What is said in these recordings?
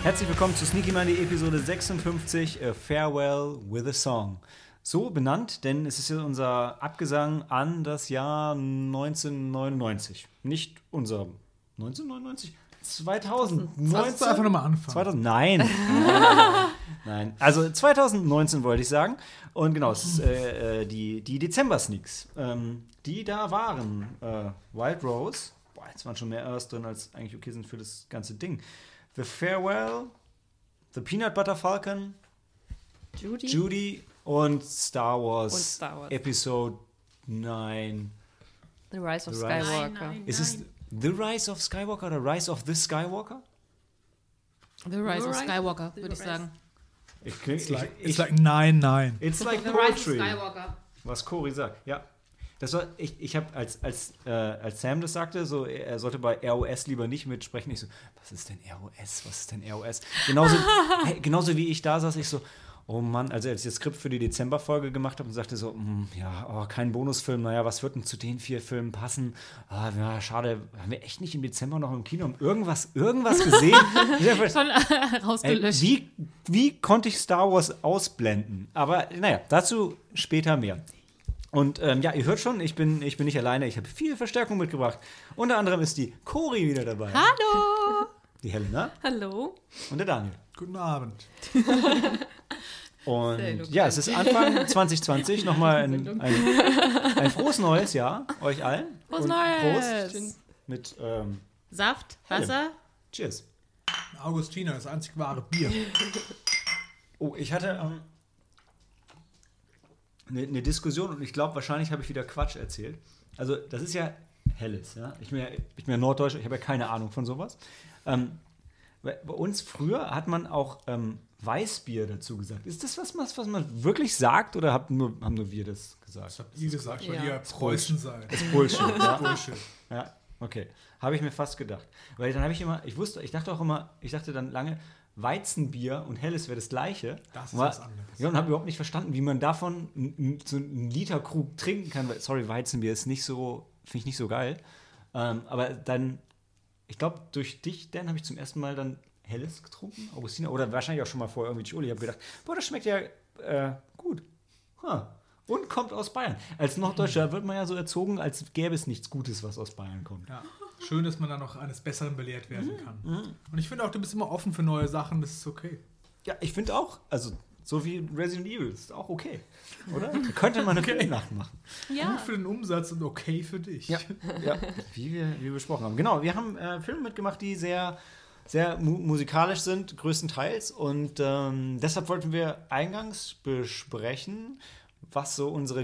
Herzlich willkommen zu Sneaky Monday Episode 56, A Farewell with a Song. So benannt, denn es ist ja unser Abgesang an das Jahr 1999. Nicht unser 1999? 2019? Lass uns einfach nochmal anfangen. 2000, nein. Nein. Also 2019 wollte ich sagen. Und genau, es ist die Dezember-Sneaks, die da waren. Wild Rose. Boah, jetzt waren schon mehr Earths drin, als eigentlich okay sind für das ganze Ding. The Farewell, The Peanut Butter Falcon, Judy und Star Wars Episode 9. The Rise of Skywalker. Nein. Ist es The Rise of Skywalker oder Rise of the Skywalker? The Rise of Skywalker, würde ich sagen. It's like nein. It's like The Rise of poetry. Skywalker. Was Cory sagt, ja. Das war, ich habe, als Sam das sagte, so, er sollte bei ROS lieber nicht mitsprechen. Ich so, was ist denn ROS? Was ist denn ROS? Genauso wie ich da saß, ich so, oh Mann, also als ich das Skript für die Dezember-Folge gemacht habe und sagte so, kein Bonusfilm, naja, was wird denn zu den 4 Filmen passen? Ja, schade, haben wir echt nicht im Dezember noch im Kino irgendwas gesehen? Schon rausgelöscht. Wie konnte ich Star Wars ausblenden? Aber naja, dazu später mehr. Und ihr hört schon, ich bin nicht alleine, ich habe viel Verstärkung mitgebracht. Unter anderem ist die Cory wieder dabei. Hallo! Die Helena. Hallo! Und der Daniel. Guten Abend. Und ja, es ist Anfang 2020, nochmal ein frohes neues Jahr euch allen. Frohes Und Neues! Prost mit Saft, Wasser. Cheers. Augustiner, das einzig wahre Bier. Oh, ich hatte eine Diskussion und ich glaube, wahrscheinlich habe ich wieder Quatsch erzählt. Also, das ist ja Helles, ja. Ich bin ja Norddeutscher, ich habe ja keine Ahnung von sowas. Bei uns früher hat man auch Weißbier dazu gesagt. Ist das was man wirklich sagt oder haben nur wir das gesagt? Das habt ihr gesagt, weil Ja. ihr Preußen seid. Das ist Bullshit. Ja? Bullshit. Ja, okay. Habe ich mir fast gedacht. Weil dann habe ich ich dachte dann lange, Weizenbier und Helles wäre das Gleiche. Das ist was anderes. Ja, und habe überhaupt nicht verstanden, wie man davon so einen Liter Krug trinken kann. Sorry, Weizenbier ist nicht so, finde ich nicht so geil. Aber dann, ich glaube, durch dich, Dan, habe ich zum ersten Mal dann Helles getrunken, Augustiner, oder wahrscheinlich auch schon mal vorher irgendwie Choli. Ich habe gedacht, boah, das schmeckt ja gut. Und kommt aus Bayern. Als Norddeutscher wird man ja so erzogen, als gäbe es nichts Gutes, was aus Bayern kommt. Ja. Schön, dass man da noch eines Besseren belehrt werden kann. Und ich finde auch, du bist immer offen für neue Sachen, das ist okay. Ja, ich finde auch, also so wie Resident Evil, ist auch okay, oder? Da könnte man eine Filmnacht machen. Gut für den Umsatz und okay für dich. Ja, wie wir besprochen haben. Genau, wir haben Filme mitgemacht, die sehr, sehr musikalisch sind, größtenteils. Und deshalb wollten wir eingangs besprechen, was so unsere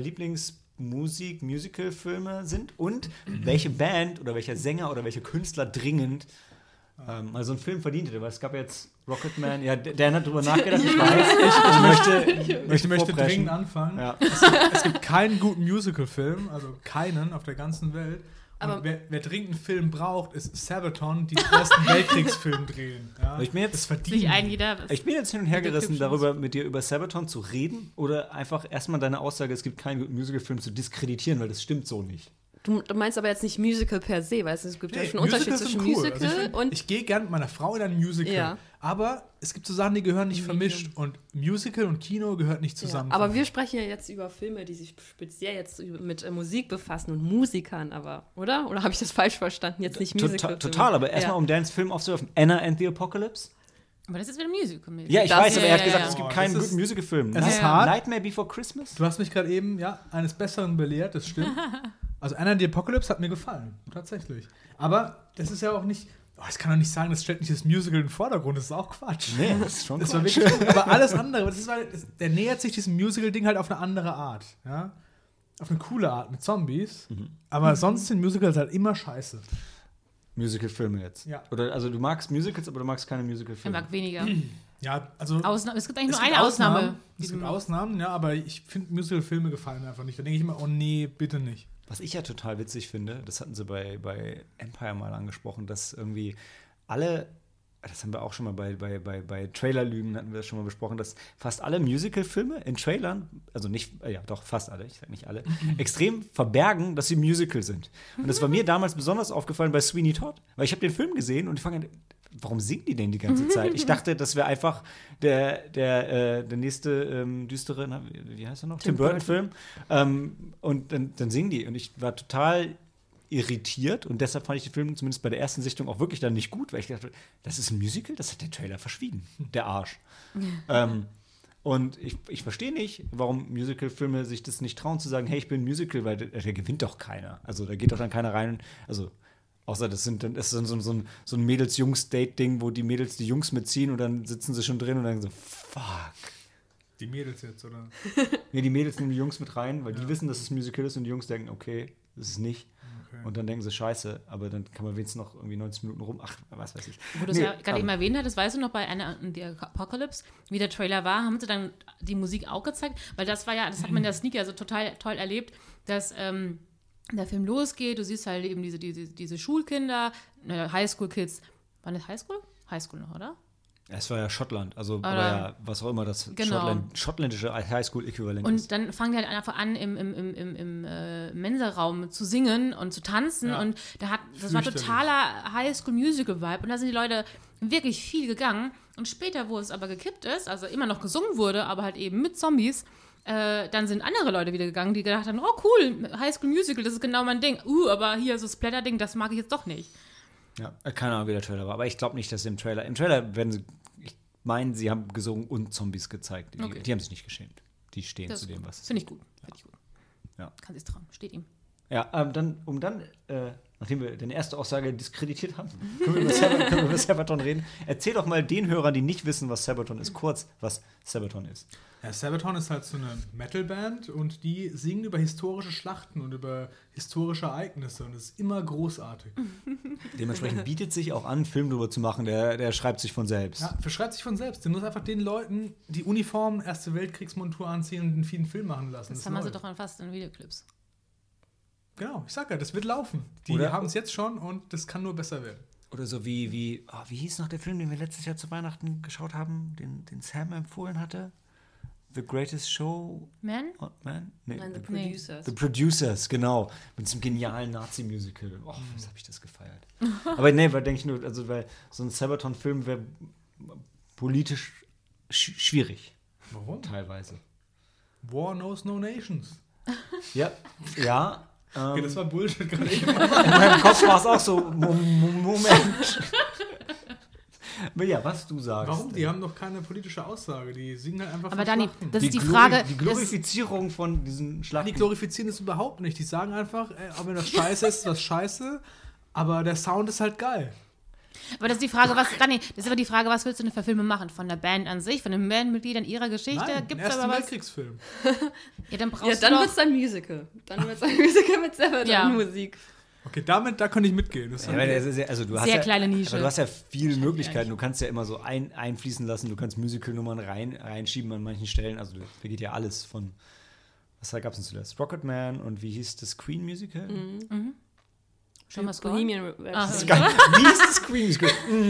Musical-Filme sind und welche Band oder welcher Sänger oder welcher Künstler dringend mal so einen Film verdient hätte. Weil es gab jetzt Rocketman, ja, Dan hat drüber nachgedacht, ich weiß. Ich möchte dringend anfangen. Ja. Es gibt keinen guten Musical-Film, also keinen auf der ganzen Welt. Aber Und wer dringend einen Film braucht, ist Sabaton, die den Ersten Weltkriegsfilm drehen. Ja? Ich bin jetzt- das Sich verdient. ein jeder. Ich bin jetzt hin und her gerissen, Typ darüber mit dir über Sabaton zu reden oder einfach erstmal deine Aussage, es gibt keinen guten Musical-Film zu diskreditieren, weil das stimmt so nicht. Du meinst aber jetzt nicht Musical per se, weißt du, es gibt ja schon einen Unterschied Musicals zwischen sind cool. Musical Also und ich gehe gern mit meiner Frau in ein Musical. Ja. Aber es gibt so Sachen, die gehören nicht vermischt. Und Musical und Kino gehört nicht zusammen. Ja, aber wir sprechen ja jetzt über Filme, die sich speziell jetzt mit Musik befassen und Musikern, aber, oder? Oder habe ich das falsch verstanden? Jetzt nicht Musical. Total, aber erstmal, um Dans Film aufzuwerfen, Anna and the Apocalypse. Aber das ist wieder ein Musical. Ja, ich Das- weiß, aber er hat ja, gesagt, ja. es gibt Oh, keinen das ist- guten Musical-Film. es ist hart. Nightmare Before Christmas? Du hast mich gerade eben eines Besseren belehrt, das stimmt. Also Anna and the Apocalypse hat mir gefallen, tatsächlich. Aber das ist ja auch nicht, ich kann doch nicht sagen, das stellt nicht das Musical in den Vordergrund, das ist auch Quatsch. Nee, das ist schon Das war Quatsch. wirklich gut, aber alles andere, der nähert sich diesem Musical-Ding halt auf eine andere Art. Ja? Auf eine coole Art mit Zombies. Aber sonst sind Musicals halt immer scheiße. Musical-Filme jetzt. Ja. Oder, also du magst Musicals, aber du magst keine Ich Musical-Filme. mag weniger. Ja, also Es gibt eigentlich es nur gibt eine Ausnahme. Es gibt Ausnahmen, ja, aber ich finde Musical-Filme gefallen mir einfach nicht. Da denke ich immer, oh nee, bitte nicht. Was ich ja total witzig finde, das hatten sie bei Empire mal angesprochen, dass irgendwie alle, das haben wir auch schon mal bei Trailerlügen hatten wir das schon mal besprochen, dass fast alle Musical-Filme in Trailern, also nicht, ja doch, fast alle, ich sage nicht alle, extrem verbergen, dass sie Musical sind. Und das war mir damals besonders aufgefallen bei Sweeney Todd, weil ich habe den Film gesehen und ich fange an, warum singen die denn die ganze Zeit? Ich dachte, das wäre einfach der nächste düstere, wie heißt er noch? Tim Burton-Film. Und dann singen die. Und ich war total irritiert und deshalb fand ich den Film zumindest bei der ersten Sichtung auch wirklich dann nicht gut, weil ich dachte, das ist ein Musical? Das hat der Trailer verschwiegen. Der Arsch. Und ich verstehe nicht, warum Musical-Filme sich das nicht trauen, zu sagen, hey, ich bin ein Musical, weil da gewinnt doch keiner. Also da geht doch dann keiner rein. Also außer das ist so ein Mädels-Jungs-Date-Ding, wo die Mädels die Jungs mitziehen und dann sitzen sie schon drin und dann so, fuck. Die Mädels jetzt, oder? Nee, die Mädels nehmen die Jungs mit rein, weil die wissen, dass es ein Musical ist und die Jungs denken, okay, das ist nicht. Okay. Und dann denken sie, scheiße, aber dann kann man wenigstens noch irgendwie 90 Minuten rum, was weiß ich. Wo du es ja gerade eben erwähnt hattest, weißt du noch bei Anna and the Apocalypse, wie der Trailer war, haben sie dann die Musik auch gezeigt? Weil das war ja, das hat man in der Sneak ja so total toll erlebt, dass der Film losgeht, du siehst halt eben diese Schulkinder, Highschool-Kids. War das Highschool? Highschool noch, oder? Es war ja Schottland, also aber ja, was auch immer das schottländische Highschool-Äquivalent ist. Und dann fangen die halt einfach an, im Mensa-Raum zu singen und zu tanzen. Ja. Und das war totaler Highschool-Musical-Vibe. Und da sind die Leute wirklich viel gegangen. Und später, wo es aber gekippt ist, also immer noch gesungen wurde, aber halt eben mit Zombies, dann sind andere Leute wieder gegangen, die gedacht haben, oh cool, Highschool-Musical, das ist genau mein Ding. Aber hier so Splatter-Ding, das mag ich jetzt doch nicht. Ja, keine Ahnung, wie der Trailer war, aber ich glaube nicht, dass im Trailer werden sie, ich meine, sie haben gesungen und Zombies gezeigt. Die haben sich nicht geschämt. Die stehen das zu dem, was. Finde ich gut. Ja. Kann sich trauen, steht ihm. Ja, nachdem wir deine erste Aussage diskreditiert haben, können wir über Sabaton reden. Erzähl doch mal den Hörern, die nicht wissen, was Sabaton ist, kurz, was Sabaton ist. Ja, Sabaton ist halt so eine Metalband und die singen über historische Schlachten und über historische Ereignisse und es ist immer großartig. Dementsprechend bietet sich auch an, einen Film drüber zu machen, der schreibt sich von selbst. Ja, verschreibt sich von selbst. Du musst einfach den Leuten die Uniform, Erste Weltkriegsmontur anziehen und einen vielen Film machen lassen. Das haben sie doch fast in Videoclips. Genau, ich sag ja, das wird laufen. Die haben es jetzt schon und das kann nur besser werden. Oder so wie hieß noch der Film, den wir letztes Jahr zu Weihnachten geschaut haben, den Sam empfohlen hatte? The Greatest Show? Man? Nee. Nein, The Producers. The Producers, genau. Mit diesem genialen Nazi-Musical. Oh, was habe ich das gefeiert. Aber nee, weil denke ich nur, also weil so ein Sabaton-Film wäre politisch schwierig. Warum? Teilweise. War knows no nations. Ja. Okay, das war Bullshit gerade eben. In meinem Kopf war es auch so, Moment. Aber ja, was du sagst. Warum? Die haben doch keine politische Aussage. Die singen halt einfach aber Dani, Schlachten. das ist die Frage. Die Glorifizierung von diesen Schlachten. Die glorifizieren es überhaupt nicht. Die sagen einfach, aber wenn das scheiße ist, ist das scheiße. Aber der Sound ist halt geil. Aber das ist die Frage, was willst du eine Verfilmung machen? Von der Band an sich, von den Bandmitgliedern, ihrer Geschichte? Nein, Gibt's Ersten aber was? Weltkriegsfilm. Ja, dann brauchst Ja, dann wird es ein Musical. Dann wird es ein Musical mit Sabaton-Musik. Okay, da kann ich mitgehen. Das sehr kleine Nische. Aber du hast ja viele Möglichkeiten. Du kannst ja immer so einfließen lassen. Du kannst Musical-Nummern reinschieben an manchen Stellen. Also da geht ja alles von. Was gab es denn zuletzt? Rocketman und wie hieß das Queen-Musical? Mhm. Schon mal Bohemian Rhapsody. Wie hieß das Queen-Musical?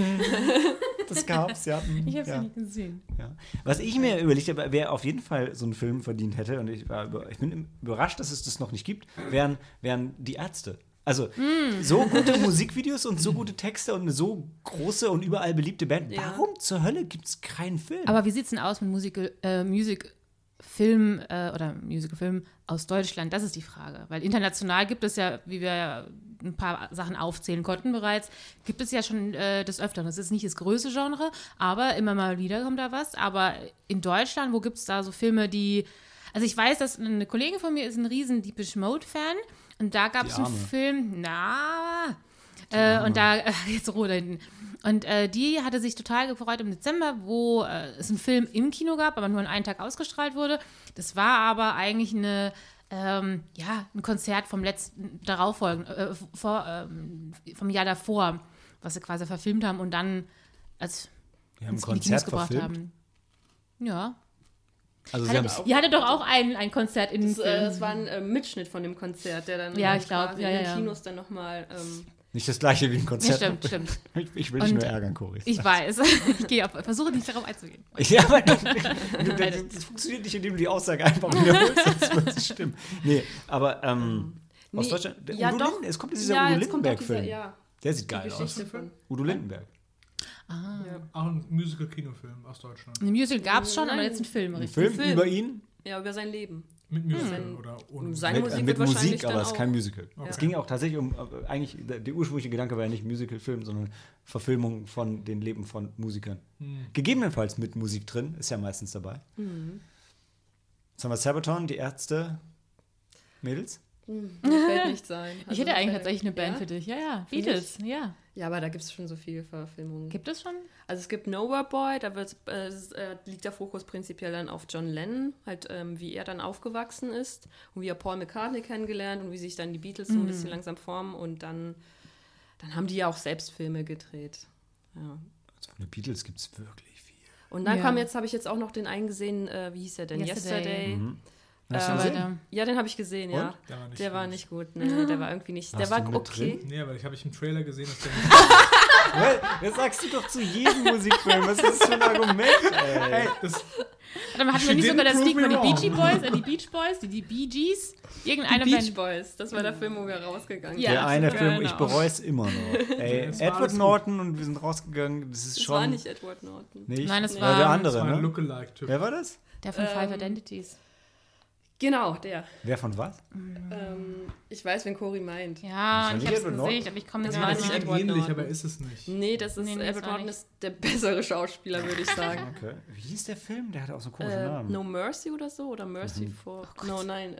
Das gab's, ja. Ich hab's ja nicht gesehen. Ja. Was ich mir überlegt habe, wer auf jeden Fall so einen Film verdient hätte, und ich bin überrascht, dass es das noch nicht gibt, wären die Ärzte. Also so gute Musikvideos und so gute Texte und eine so große und überall beliebte Band. Ja. Warum zur Hölle gibt es keinen Film? Aber wie sieht's denn aus mit Musikfilm oder Musicalfilm aus Deutschland? Das ist die Frage. Weil international gibt es ja, wie wir ja ein paar Sachen aufzählen konnten bereits, gibt es ja schon des Öfteren. Das ist nicht das größte Genre, aber immer mal wieder kommt da was. Aber in Deutschland, wo gibt es da so Filme, die... Also ich weiß, dass eine Kollegin von mir ist ein riesen Depeche Mode-Fan. Und da gab es einen Film, und da, jetzt roh da hinten. Und die hatte sich total gefreut im Dezember, wo es einen Film im Kino gab, aber nur an einem Tag ausgestrahlt wurde. Das war aber eigentlich ein Konzert vom letzten darauffolgenden, vom Jahr davor, was sie quasi verfilmt haben und dann als in die Kinos gebracht haben. Ja. Also ihr hattet doch auch ein Konzert in dem Film. Das war ein Mitschnitt von dem Konzert, der dann in den Kinos dann nochmal... nicht das gleiche wie ein Konzert. Ja, stimmt. Ich will dich nur ärgern, Cory. Ich weiß. Ich versuche nicht darauf einzugehen. Ja, aber das funktioniert nicht, indem du die Aussage einfach wiederholst, sonst wird es stimmen. Nee, aber aus Deutschland... Es kommt dieser Udo Lindenberg-Film. Ja. Der sieht geil aus. Udo Lindenberg. Ja. Auch ein Musical-Kinofilm aus Deutschland. Ein Musical gab es schon, aber Nein. jetzt ein Film, Ein richtig. Film Film. über ihn Ja, über sein Leben. Mit Musical Sein- oder ohne Seine mit, Musik mit wird wahrscheinlich Musik, aber dann es ist auch- kein Musical. Okay. Es ging ja auch tatsächlich um, eigentlich, der ursprüngliche Gedanke war ja nicht Musical-Film, sondern Verfilmung von den Leben von Musikern. Gegebenenfalls mit Musik drin, ist ja meistens dabei. Jetzt haben wir Sabaton, die Ärzte, Mädels. Mir fällt nichts ein. Ich hätte eigentlich tatsächlich eine ja? Band für dich. Ja, Für Beatles, ja. Ja, aber da gibt es schon so viele Verfilmungen. Gibt es schon? Also es gibt Nowhere Boy, da liegt der Fokus prinzipiell dann auf John Lennon, halt wie er dann aufgewachsen ist und wie er Paul McCartney kennengelernt und wie sich dann die Beatles so ein bisschen langsam formen und dann haben die ja auch selbst Filme gedreht. Ja. Also von den Beatles gibt es wirklich viel. Und dann Ja. habe ich jetzt auch noch den einen gesehen, wie hieß der denn? Yesterday. Hast du Aber gesehen? Ja, den habe ich gesehen, ja. Und? Der war nicht gut, ne, der war irgendwie nicht, der Warst war du mit okay. drin? Nee, aber ich habe im Trailer gesehen, dass der Well, das sagst du doch zu jedem Musikfilm. Was ist das für ein Argument, ey? Hey, das, Warte mal, hatten She wir nicht sogar didn't das Lied prove über me die Beachy wrong. Boys, die Beach Boys, die Bee Gees? Irgendeine Beach Band. Boys, das war der Film, wo wir rausgegangen Ja. sind. Der eine genau. Film, ich bereue es immer noch. Ey, Das war Edward alles gut. Norton und wir sind rausgegangen, das ist Das schon... war nicht Edward Norton. Nicht? Nein, das Oder war- der das andere, war ein ne? Lookalike-Typ. Wer war das? Der von Five Identities. Genau, der. Wer von was? Ich weiß, wen Cory meint. Ja, Das war ich nicht hab's Edward gesehen, Norton? aber ich komme Das nicht war rein. nicht Sieht Edward ähnlich, Norton. aber ist es nicht. Nee, das ist Nee, das Edward war Norton nicht. ist der bessere Schauspieler, würde ich sagen. Okay. Wie hieß der Film? Der hatte auch so einen komischen Namen. No Mercy oder so? Oder Mercy for... No, nein.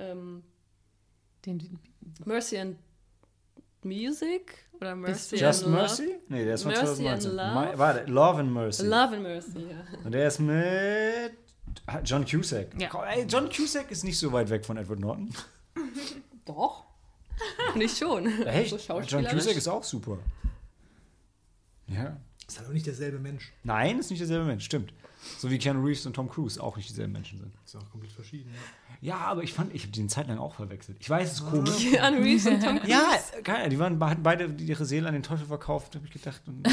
Mercy and Music? Oder Mercy Just and Mercy? Nee, der ist von Mercy 2019. and Love? Warte, Love and Mercy. Love? Love and Mercy, ja. Und der ist mit John Cusack. Ja. Komm, ey, John Cusack ist nicht so weit weg von Edward Norton. Doch. Nicht schon. Echt? So John schauspielerisch. Cusack ist auch super. Ja. Ist halt auch nicht derselbe Mensch. Nein, ist nicht derselbe Mensch, stimmt. So wie Keanu Reeves und Tom Cruise auch nicht dieselben Menschen sind. Ist auch komplett verschieden. Ja, aber ich habe die eine Zeit lang auch verwechselt. Ich weiß, es ist komisch. Keanu Reeves und Tom Cruise. Ja, keine, die hatten beide ihre Seele an den Teufel verkauft, habe ich gedacht. Und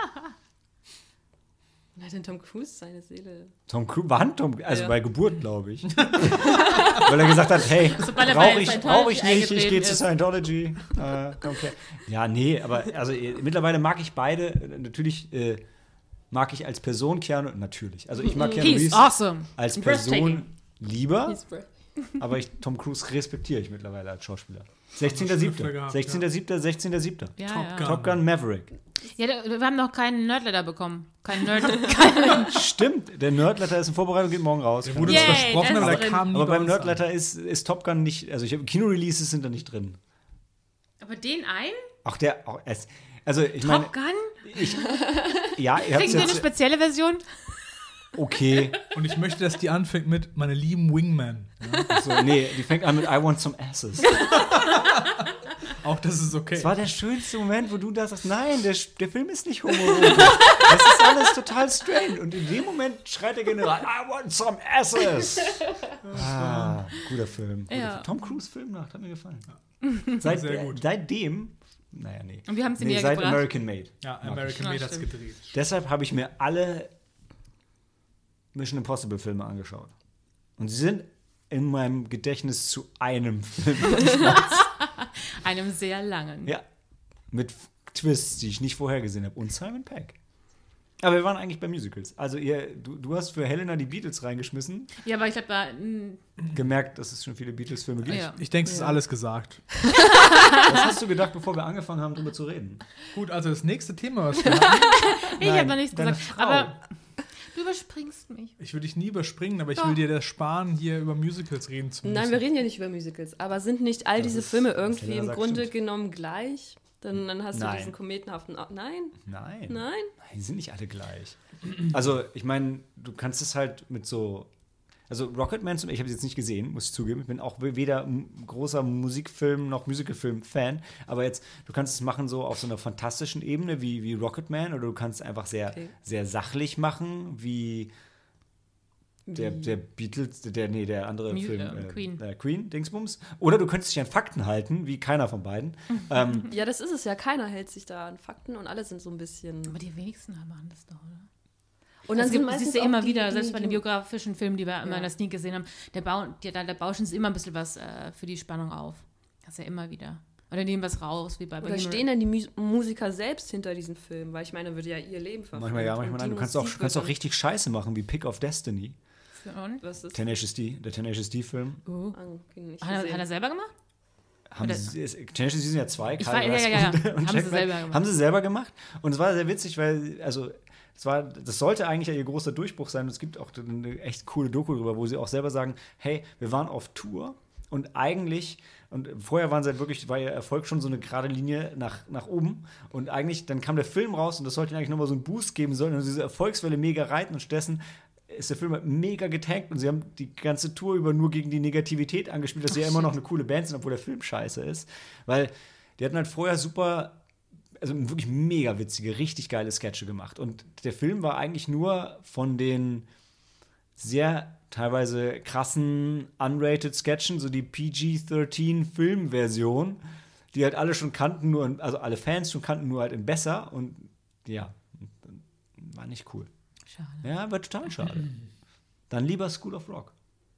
Hat denn Tom Cruise seine Seele? Tom Cruise, wann Tom? Also Ja. bei Geburt, glaube ich. Weil er gesagt hat, hey, Sobald er brauche bei ich Scientology nicht, ich gehe eingetreten zu ist. Scientology. Okay. Ja, nee, aber also mittlerweile mag ich beide. Natürlich mag ich als Person Keanu, natürlich. Also ich mag Keanu He's Reeves awesome. als Breathtaking. Person lieber, He's breath. aber Tom Cruise respektiere ich mittlerweile als Schauspieler. Schon 16.07. öfter gehabt, 16.07. Ja, Top ja. Gun. Top Gun Maverick. Ja, wir haben noch keinen Nerdletter bekommen. Kein Nerd. Stimmt, der Nerdletter ist in Vorbereitung, geht morgen raus. Der wurde uns Yay, versprochen, das aber ist der drin. kam nie Aber bei beim uns an. Nerdletter ist Top Gun nicht, also Kino-Releases sind da nicht drin. Aber den ein? Auch also ich meine, Top Gun? ja, ihr habt Kriegen wir eine jetzt, spezielle Version? okay, Und ich möchte, dass die anfängt mit meine lieben Wingman. so, nee, die fängt an mit I want some asses. Auch das ist okay. Das war der schönste Moment, wo du da sagst, nein, der Film ist nicht homoerotisch. Das ist alles total strange. Und in dem Moment schreit der General, I want some asses. Guter Film. Ja. Tom Cruise Filmnacht, hat mir gefallen. Sehr gut. Seitdem, naja, nee. Und wir haben sie Nee, näher seit gebracht. American Made. Ja, Mag ich. American Ja, Made hat's stimmt. gedreht. Deshalb habe ich mir alle Mission Impossible Filme angeschaut. Und sie sind in meinem Gedächtnis zu einem Film. Einem sehr langen. Ja. Mit Twists, die ich nicht vorhergesehen habe. Und Simon Pegg. Aber wir waren eigentlich bei Musicals. Also du hast für Helena die Beatles reingeschmissen, Ja, aber ich glaube, gemerkt, dass es schon viele Beatles-Filme gibt. ja. Ich denke, es ist alles gesagt. Was hast du gedacht, bevor wir angefangen haben, darüber zu reden? Gut, also das nächste Thema, was wir haben, Ich habe noch nichts deine gesagt. Frau. Aber du überspringst mich. ich will dich nie überspringen, aber ich Doch. will dir das sparen, hier über Musicals reden zu müssen. Nein, wir reden ja nicht über Musicals, aber sind nicht all diese Filme irgendwie Helena im sagt, Grunde stimmt. genommen gleich? Dann hast du Nein. diesen kometenhaften... Nein? Nein. Nein? Die sind nicht alle gleich. Also, ich meine, du kannst es halt mit so. Also, Rocketman, ich habe es jetzt nicht gesehen, muss ich zugeben. Ich bin auch weder großer Musikfilm- noch Musicalfilm-Fan. Aber jetzt, du kannst es machen so auf so einer fantastischen Ebene wie Rocketman. Oder du kannst es einfach sehr, sehr sachlich machen, wie der Beatles, der andere Film. Queen. Queen, Dingsbums. Oder du könntest dich an Fakten halten, wie keiner von beiden. Ja, das ist es ja. Keiner hält sich da an Fakten und alle sind so ein bisschen... Aber die wenigsten machen das doch, oder? Und Das sind siehst du auch immer die- wieder, die- selbst bei den die- biografischen Filmen, die wir immer Ja. in der Sneak gesehen haben, da bauschen sie immer ein bisschen was für die Spannung auf. Das ist ja immer wieder. oder nehmen was raus, wie bei Oder Bohemian stehen dann die Musiker selbst hinter diesen Filmen? Weil ich meine, würde ja ihr Leben verfolgen. Manchmal ja, manchmal nein. Du kannst auch richtig Scheiße machen, wie Pick of Destiny. Und? Was ist Tenacious D, der Tenacious D-Film. Hat er selber gemacht? Tenacious D sind ja zwei, Ja. Und haben sie selber gemacht. Und es war sehr witzig, weil, also, das sollte eigentlich ja ihr großer Durchbruch sein. Und es gibt auch eine echt coole Doku drüber, wo sie auch selber sagen, hey, wir waren auf Tour und eigentlich, und vorher war ihr Erfolg schon so eine gerade Linie nach oben. Und eigentlich, dann kam der Film raus und das sollte ihnen eigentlich nochmal so einen Boost geben sollen und diese Erfolgswelle mega reiten und stattdessen ist der Film halt mega getankt und sie haben die ganze Tour über nur gegen die Negativität angespielt, dass sie ja immer noch eine coole Band sind, obwohl der Film scheiße ist. Weil die hatten halt vorher also wirklich mega witzige, richtig geile Sketche gemacht. Und der Film war eigentlich nur von den sehr teilweise krassen, unrated Sketchen, so die PG-13-Filmversion, die halt alle schon kannten, also alle Fans schon kannten, nur halt in besser. Und ja, war nicht cool. Schade. Ja, war total schade. Dann lieber School of Rock.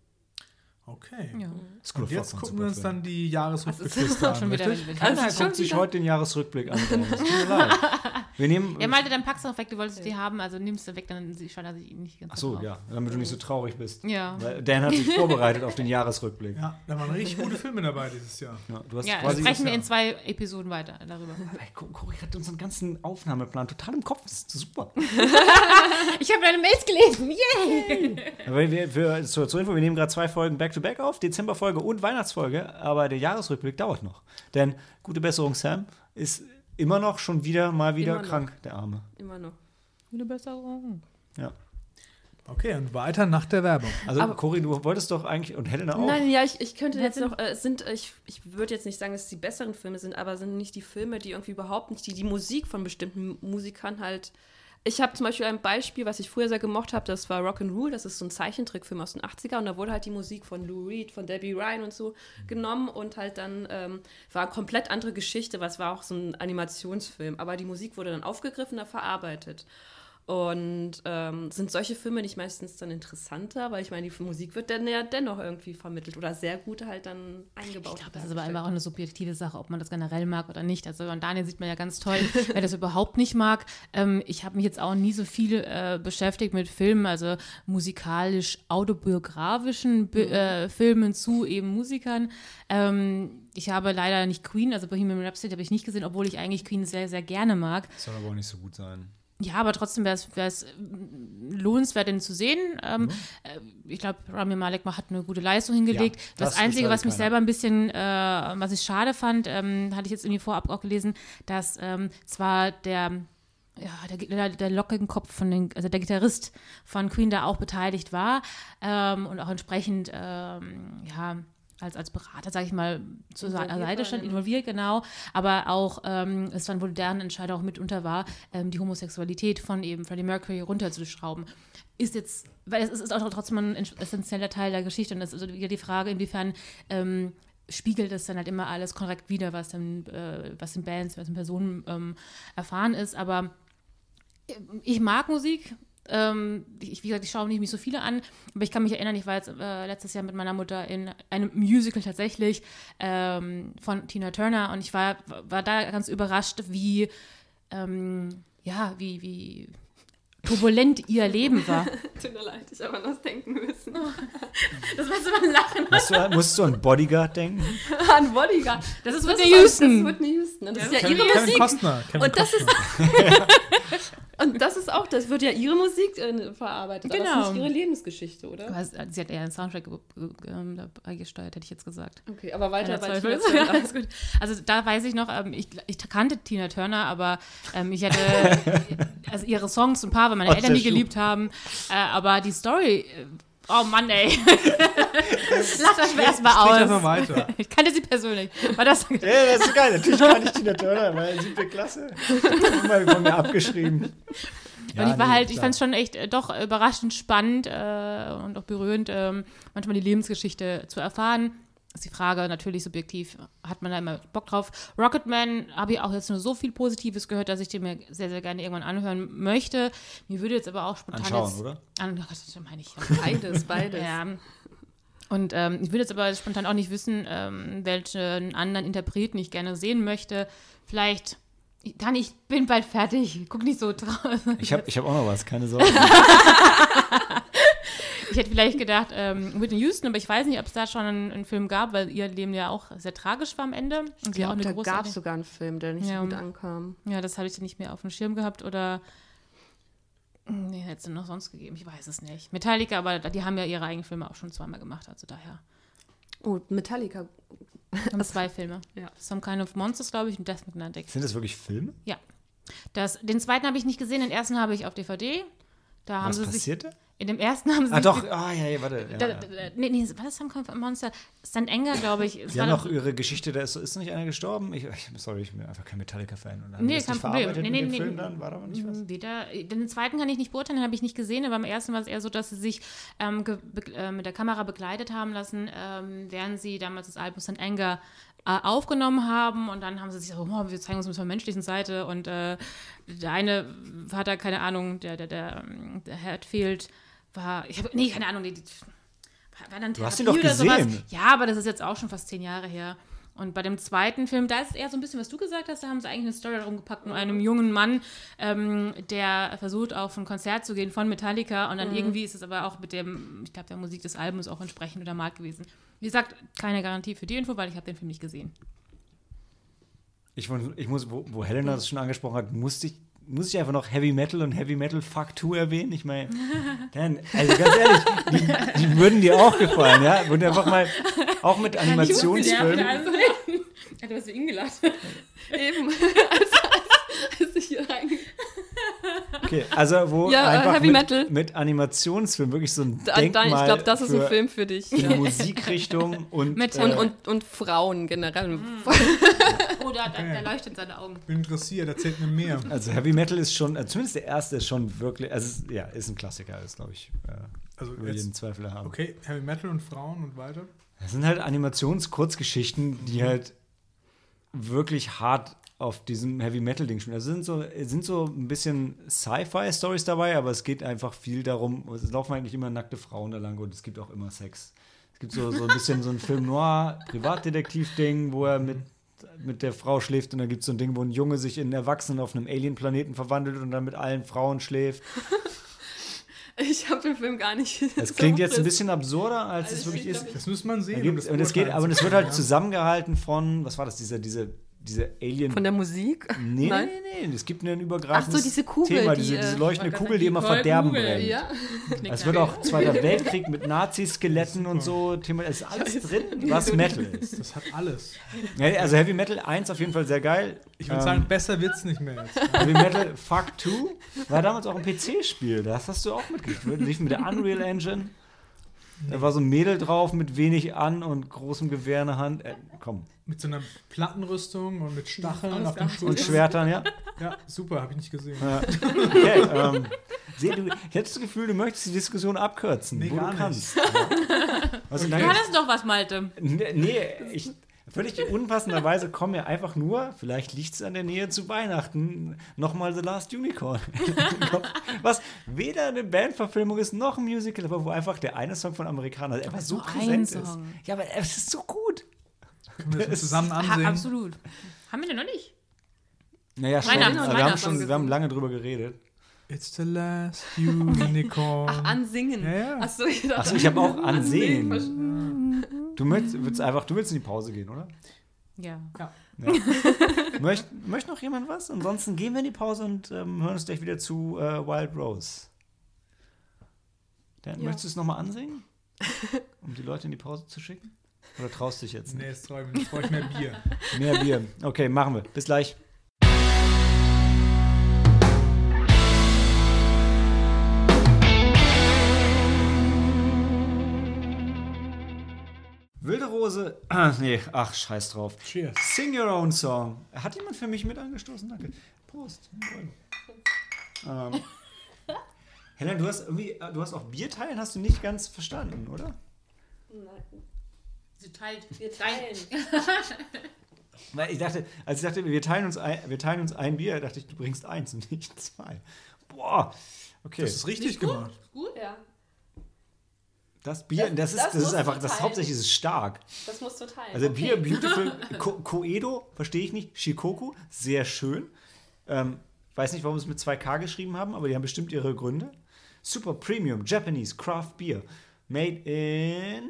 Okay. Ja. School of Rock Jetzt gucken wir uns dann die Jahresrückblickliste Das ist an. schon wieder richtig? Keiner guckt sich heute den Jahresrückblick an. Das tut mir leid. Wir nehmen. Ja, Malte, dann packst du noch weg, du wolltest die haben, also nimmst du weg, dann schaut er sich nicht ganz Ach so, drauf. ja, damit du nicht so traurig bist. Ja. Weil Dan hat sich vorbereitet auf den Jahresrückblick. Ja, da waren richtig gute Filme dabei dieses Jahr. Ja, du hast Ja, quasi sprechen wir in 2 Episoden weiter darüber. Cory hat unseren ganzen Aufnahmeplan total im Kopf. Das ist super. Ich habe deine Mails gelesen. Yay! Aber zur Info, wir nehmen gerade 2 Folgen Back-to-Back auf, Dezemberfolge und Weihnachtsfolge, aber der Jahresrückblick dauert noch. Denn, gute Besserung, Sam, ist immer noch schon wieder krank, der Arme. Immer noch. Gute Besserung. Ja. Okay, und weiter nach der Werbung. Also, Cory, du wolltest doch eigentlich, und Helena auch. Nein, ja, ich könnte jetzt noch, ich würde jetzt nicht sagen, dass es die besseren Filme sind, aber sind nicht die Filme, die irgendwie überhaupt nicht, die Musik von bestimmten Musikern halt. Ich habe zum Beispiel ein Beispiel, was ich früher sehr gemocht habe, das war Rock'n'Roll, das ist so ein Zeichentrickfilm aus den 80er und da wurde halt die Musik von Lou Reed, von Debbie Ryan und so genommen und halt dann war eine komplett andere Geschichte, was war auch so ein Animationsfilm, aber die Musik wurde dann aufgegriffen, da verarbeitet. Und sind solche Filme nicht meistens dann interessanter, weil ich meine, die Musik wird dann ja dennoch irgendwie vermittelt oder sehr gut halt dann eingebaut. Ich glaube, das ist aber einfach auch eine subjektive Sache, ob man das generell mag oder nicht. Also an Daniel sieht man ja ganz toll, wer das überhaupt nicht mag. Ich habe mich jetzt auch nie so viel beschäftigt mit Filmen, also musikalisch autobiografischen Filmen zu eben Musikern. Ich habe leider nicht Queen, also Bohemian Rhapsody habe ich nicht gesehen, obwohl ich eigentlich Queen sehr, sehr gerne mag. Das soll aber auch nicht so gut sein. Ja, aber trotzdem wäre es lohnenswert, den zu sehen. Ich glaube, Rami Malek hat eine gute Leistung hingelegt. Ja, das Einzige, was mich selber ein bisschen, was ich schade fand, hatte ich jetzt irgendwie vorab auch gelesen, dass zwar der Lockenkopf also der Gitarrist von Queen da auch beteiligt war und auch entsprechend, als Berater, sage ich mal, zur Seite stand, involviert, genau, aber auch es dann wohl deren Entscheidung auch mitunter war, die Homosexualität von eben Freddie Mercury runterzuschrauben. Ist jetzt, weil es ist auch trotzdem ein essentieller Teil der Geschichte und das ist also wieder die Frage, inwiefern spiegelt es dann halt immer alles korrekt wider, was in Bands, was in Personen erfahren ist, aber ich mag Musik. Wie gesagt, ich schaue nicht so viele an, aber ich kann mich erinnern, ich war jetzt letztes Jahr mit meiner Mutter in einem Musical tatsächlich von Tina Turner und ich war da ganz überrascht, wie turbulent ihr Leben war. Tut mir leid, ich habe an was denken müssen. Das war so ein Lachen. Musst du an Bodyguard denken? An Bodyguard. Das ist Whitney Houston. Das ist Whitney Houston. Und das ist ja Kevin ihre Musik. Costner. Und das wird ja ihre Musik verarbeitet. Genau. Aber das ist nicht ihre Lebensgeschichte, oder? Sie hat eher einen Soundtrack dabei gesteuert, hätte ich jetzt gesagt. Okay, aber weiter bei Tina Tina Turner. Alles gut. Also da weiß ich noch, ich kannte Tina Turner, aber ich hatte also ihre Songs ein paar, weil meine Eltern die geliebt haben. Aber die Story, oh Mann, ey. Lass das erstmal aus. Einfach weiter. Ich kannte sie persönlich. War das? Ja, das ist geil. Natürlich kann ich Tina Turner, weil 7. Klasse. Mal von mir abgeschrieben. Und ich fand es schon echt doch überraschend spannend und auch berührend, manchmal die Lebensgeschichte zu erfahren. Ist die Frage natürlich subjektiv, hat man da immer Bock drauf. Rocketman habe ich auch jetzt nur so viel Positives gehört, dass ich den mir sehr, sehr gerne irgendwann anhören möchte. Mir würde jetzt aber auch spontan anschauen, oder? Das meine ich. Beides. Ja. Und ich würde jetzt aber spontan auch nicht wissen, welchen anderen Interpreten ich gerne sehen möchte. Vielleicht, Dani, ich bin bald fertig. Guck nicht so traurig. Ich hab auch noch was, keine Sorge. Ich hätte vielleicht gedacht, Whitney Houston, aber ich weiß nicht, ob es da schon einen Film gab, weil ihr Leben ja auch sehr tragisch war am Ende. Und sie auch eine da große gab es sogar einen Film, der nicht so gut ankam. Ja, das habe ich nicht mehr auf dem Schirm gehabt. Oder nee, hätte es noch sonst gegeben, ich weiß es nicht. Metallica, aber die haben ja ihre eigenen Filme auch schon zweimal gemacht, also daher. Oh, Metallica. Haben 2 Filme. Ja. Some Kind of Monsters, glaube ich, und Death Magnetic. Sind das wirklich Filme? Ja. Den zweiten habe ich nicht gesehen, den ersten habe ich auf DVD. Da haben Was sie passierte? In dem ersten haben sie Ah, doch. Ja, warte. Ja. Nee, war das Some Kind of Monster? St. Anger, glaube ich. Sie haben noch ihre Geschichte, da ist nicht einer gestorben? Sorry, ich bin einfach kein Metallica-Fan. Nee, kein Problem. Nee. Film dann? War da aber nicht was? Den zweiten kann ich nicht beurteilen, den habe ich nicht gesehen, aber beim ersten war es eher so, dass sie sich mit der Kamera begleitet haben lassen, während sie damals das Album St. Anger aufgenommen haben und dann haben sie sich so, wir zeigen uns mit der menschlichen Seite und der eine hat da, keine Ahnung, der Hatfield war, keine Ahnung, war dann du hast ihn doch gesehen. Sowas. Ja, aber das ist jetzt auch schon fast 10 Jahre her. Und bei dem zweiten Film, da ist eher so ein bisschen, was du gesagt hast, da haben sie eigentlich eine Story darum gepackt, mit einem jungen Mann, der versucht, auf ein Konzert zu gehen von Metallica und dann irgendwie ist es aber auch mit ich glaube, der Musik des Albums auch entsprechend untermalt gewesen. Wie gesagt, keine Garantie für die Info, weil ich habe den Film nicht gesehen. Ich muss, wo Helena das schon angesprochen hat, muss ich einfach noch Heavy Metal und Heavy Metal Fuck 2 erwähnen? Ich meine, also ganz ehrlich, die würden dir auch gefallen, ja? Würden einfach mal, auch mit Animationsfilmen. Du hast ihn gelacht. Eben. als ich hier reingegangen. Okay, also wo Ja, einfach Heavy Metal. mit Animationsfilm wirklich so ein Denkmal Ich glaube, das ist ein Film für dich. Für die Musikrichtung und Und Frauen generell. Oh, da leuchtet seine Augen. Ich bin interessiert, erzählt mir mehr. Also Heavy Metal ist schon, zumindest der erste ist schon wirklich, ist ein Klassiker, ist glaube ich, über jeden Zweifel haben. Okay, Heavy Metal und Frauen und weiter? Das sind halt Animationskurzgeschichten, die halt wirklich hart auf diesem Heavy-Metal-Ding spielen. Also sind so ein bisschen Sci-Fi-Stories dabei, aber es geht einfach viel darum, es laufen eigentlich immer nackte Frauen da lang und es gibt auch immer Sex. Es gibt so ein bisschen so ein Film-Noir-Privatdetektiv-Ding, wo er mit der Frau schläft und dann gibt es so ein Ding, wo ein Junge sich in einen Erwachsenen auf einem Alien-Planeten verwandelt und dann mit allen Frauen schläft. Ich habe den Film gar nicht gesehen. Das klingt jetzt ein bisschen absurder, als es wirklich ist. Das muss man sehen. Und es wird halt zusammengehalten von, was war das, diese Alien... Von der Musik? Nee, Nein? Nee. Es gibt ein übergreifendes diese Kugel, Thema, diese leuchtende Kugel, die immer Verderben brennt. Ja. Es wird auch Zweiter Weltkrieg mit Nazi-Skeletten und so. Thema, es ist alles drin, was Metal ist. Das hat alles. Ja, also Heavy Metal 1 auf jeden Fall sehr geil. Ich würde sagen, besser wird's nicht mehr jetzt. Heavy Metal Fuck 2 war damals auch ein PC-Spiel. Das hast du auch mitgekriegt. Lief mit der Unreal Engine. Da war so ein Mädel drauf mit wenig an und großem Gewehr in der Hand. Komm. Mit so einer Plattenrüstung und mit Stacheln auf dem Schultern. Und Schwertern, ja. Ja, super, habe ich nicht gesehen. Ja. Okay, ich hätte das Gefühl, du möchtest die Diskussion abkürzen, Nee, wo gar du kannst. nicht. Also, Du hattest doch was, Malte. Völlig unpassenderweise kommen mir einfach nur, vielleicht liegt es an der Nähe zu Weihnachten, nochmal The Last Unicorn. Was weder eine Bandverfilmung ist, noch ein Musical, aber wo einfach der eine Song von Amerikanern einfach so präsent ist. Ja, aber es ist so gut. Können wir das zusammen ansehen? Absolut. Haben wir den noch nicht? Naja, schon. Wir haben lange drüber geredet. It's the last unicorn. Ach, ansingen. Ja. Achso, ich dachte, Achso, ich habe auch ansehen. Du willst in die Pause gehen, oder? Ja. Möchte noch jemand was? Ansonsten gehen wir in die Pause und hören uns gleich wieder zu Wild Rose. Dan, möchtest du es nochmal ansingen? Um die Leute in die Pause zu schicken? Oder traust du dich jetzt nicht? Nee, jetzt brauche ich mehr Bier. Mehr Bier. Okay, machen wir. Bis gleich. Wilde Rose. Scheiß drauf. Cheers. Sing Your Own Song. Hat jemand für mich mit angestoßen? Danke. Prost. Helen, du hast auch Bierteilen, hast du nicht ganz verstanden, oder? Nein. Wir teilen. Weil als ich dachte, wir teilen uns ein Bier, dachte ich, du bringst eins und nicht 2. Boah. Okay. Das ist richtig gemacht. Gut? Ja. Das Bier, das ist musst du einfach, das teilen. hauptsächlich ist stark. Das musst du teilen. Also okay. Bier, Beautiful, Koedo, verstehe ich nicht. Shikoku, sehr schön. Weiß nicht, warum sie es mit 2K geschrieben haben, aber die haben bestimmt ihre Gründe. Super Premium Japanese Craft Beer. Made in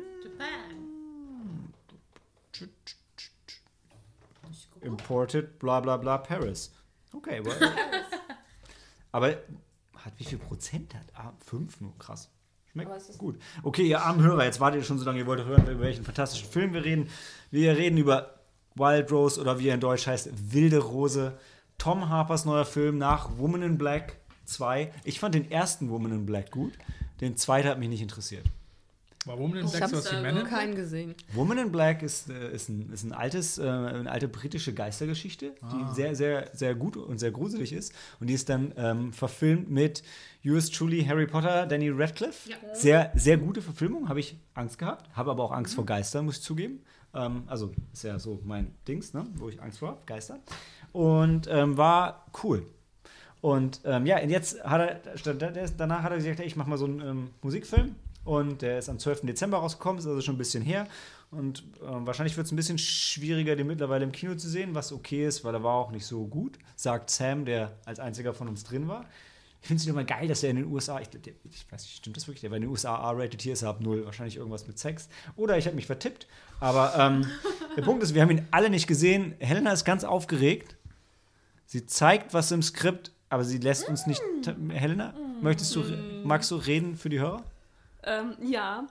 Imported, bla bla bla, Paris. Okay, well. Aber hat wie viel Prozent hat? 5 nur, krass. Schmeckt Aber es ist gut. Okay, ihr armen Hörer, jetzt wartet ihr schon so lange, ihr wollt hören, über welchen fantastischen Film wir reden. Wir reden über Wild Rose oder wie er in Deutsch heißt, Wilde Rose. Tom Harpers neuer Film nach Woman in Black 2. Ich fand den ersten Woman in Black gut. Den zweiten hat mich nicht interessiert. War Woman in Ich Black habe sowas wie Men in Black? keinen gesehen. Woman in Black ist eine alte britische Geistergeschichte, die sehr, sehr, sehr gut und sehr gruselig ist. Und die ist dann verfilmt mit yours truly, Harry Potter, Danny Radcliffe. Ja. Sehr, sehr gute Verfilmung, habe ich Angst gehabt. Habe aber auch Angst vor Geistern, muss ich zugeben. Also ist ja so mein Dings, ne? Wo ich Angst vor habe, Geister. Und war cool. Und und jetzt danach hat er gesagt, hey, ich mache mal so einen Musikfilm. Und der ist am 12. Dezember rausgekommen, ist also schon ein bisschen her. Und wahrscheinlich wird es ein bisschen schwieriger, den mittlerweile im Kino zu sehen, was okay ist, weil er war auch nicht so gut, sagt Sam, der als einziger von uns drin war. Ich finde es immer geil, dass er in den USA, ich weiß nicht, stimmt das wirklich? Der war in den USA R-rated, hier ist er ab 0, wahrscheinlich irgendwas mit Sex. Oder ich habe mich vertippt. Aber der Punkt ist, wir haben ihn alle nicht gesehen. Helena ist ganz aufgeregt. Sie zeigt was im Skript, aber sie lässt uns nicht. Helena, magst du reden für die Hörer? Ja.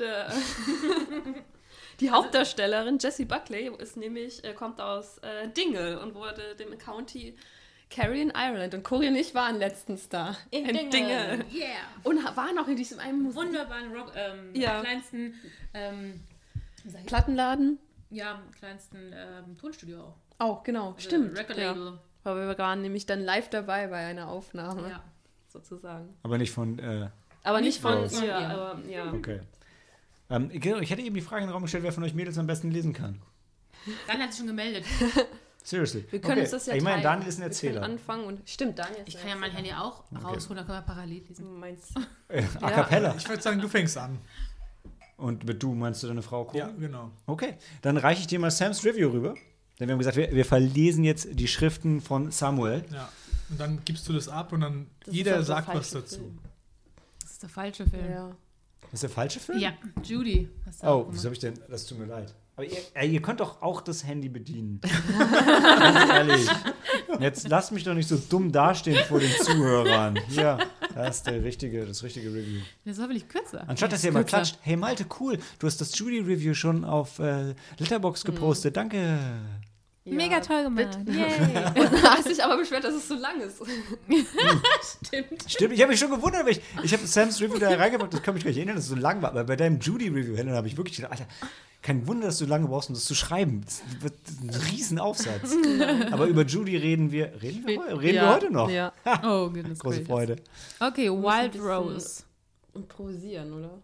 Die Hauptdarstellerin Jessie Buckley ist nämlich, kommt aus Dingle und wurde dem County Kerry in Ireland. Und Cory und ich waren letztens da. In Dingle. Yeah. Und waren auch in diesem einen Wunderbaren kleinsten Plattenladen. kleinsten Tonstudio auch. Auch, genau. Also Stimmt. Record-Label. Ja. Aber wir waren nämlich dann live dabei bei einer Aufnahme. Ja. Sozusagen. Aber nicht von. Aber nicht von Rose. ihr. Aber, ja. Okay. Ich hätte eben die Frage in den Raum gestellt, wer von euch Mädels am besten lesen kann. Dann hat sich schon gemeldet. Seriously. Wir können uns das ja Ich meine, teilen. Daniel ist ein Wir Erzähler. können anfangen und stimmt, Daniel ist Ich ein kann ja mein Erzähler. Handy auch rausholen, dann können wir parallel lesen. Du meinst. A cappella. Ich würde sagen, du fängst an. Und mit du meinst du deine Frau Cory? Ja, genau. Okay, dann reiche ich dir mal Sams Review rüber. Denn wir haben gesagt, wir verlesen jetzt die Schriften von Samuel. Ja. Und dann gibst du das ab und dann Das ist jeder doch der sagt was falsche dazu. Film. Das ist der falsche Film. Ja. Das ist der falsche Film? Ja, Judy. Hast du Oh, auch wieso gemacht. habe ich denn? Das tut mir leid. Aber ihr könnt doch auch das Handy bedienen. Ganz ehrlich. Jetzt lasst mich doch nicht so dumm dastehen vor den Zuhörern. Hier, das ist das richtige Review. Das war wirklich kürzer. Anstatt dass Ja, ihr mal kürzer. klatscht, hey Malte, cool, du hast das Judy-Review schon auf Letterboxd gepostet, danke. Mega toll gemacht. Yay. Und da hast dich aber beschwert, dass es so lang ist. Stimmt, ich habe mich schon gewundert, weil ich habe Sams Review da reingepackt, das kann mich gar nicht erinnern, dass es so lang war, aber bei deinem Judy-Review, Helena, habe ich wirklich gedacht, Alter, kein Wunder, dass du lange brauchst, um das zu schreiben. Das wird ein Riesenaufsatz. Aber über Judy reden wir heute noch. Ja. Oh, goodness Große gracious. Freude. Okay, müssen Wild ein bisschen- Rose. Improvisieren, oder?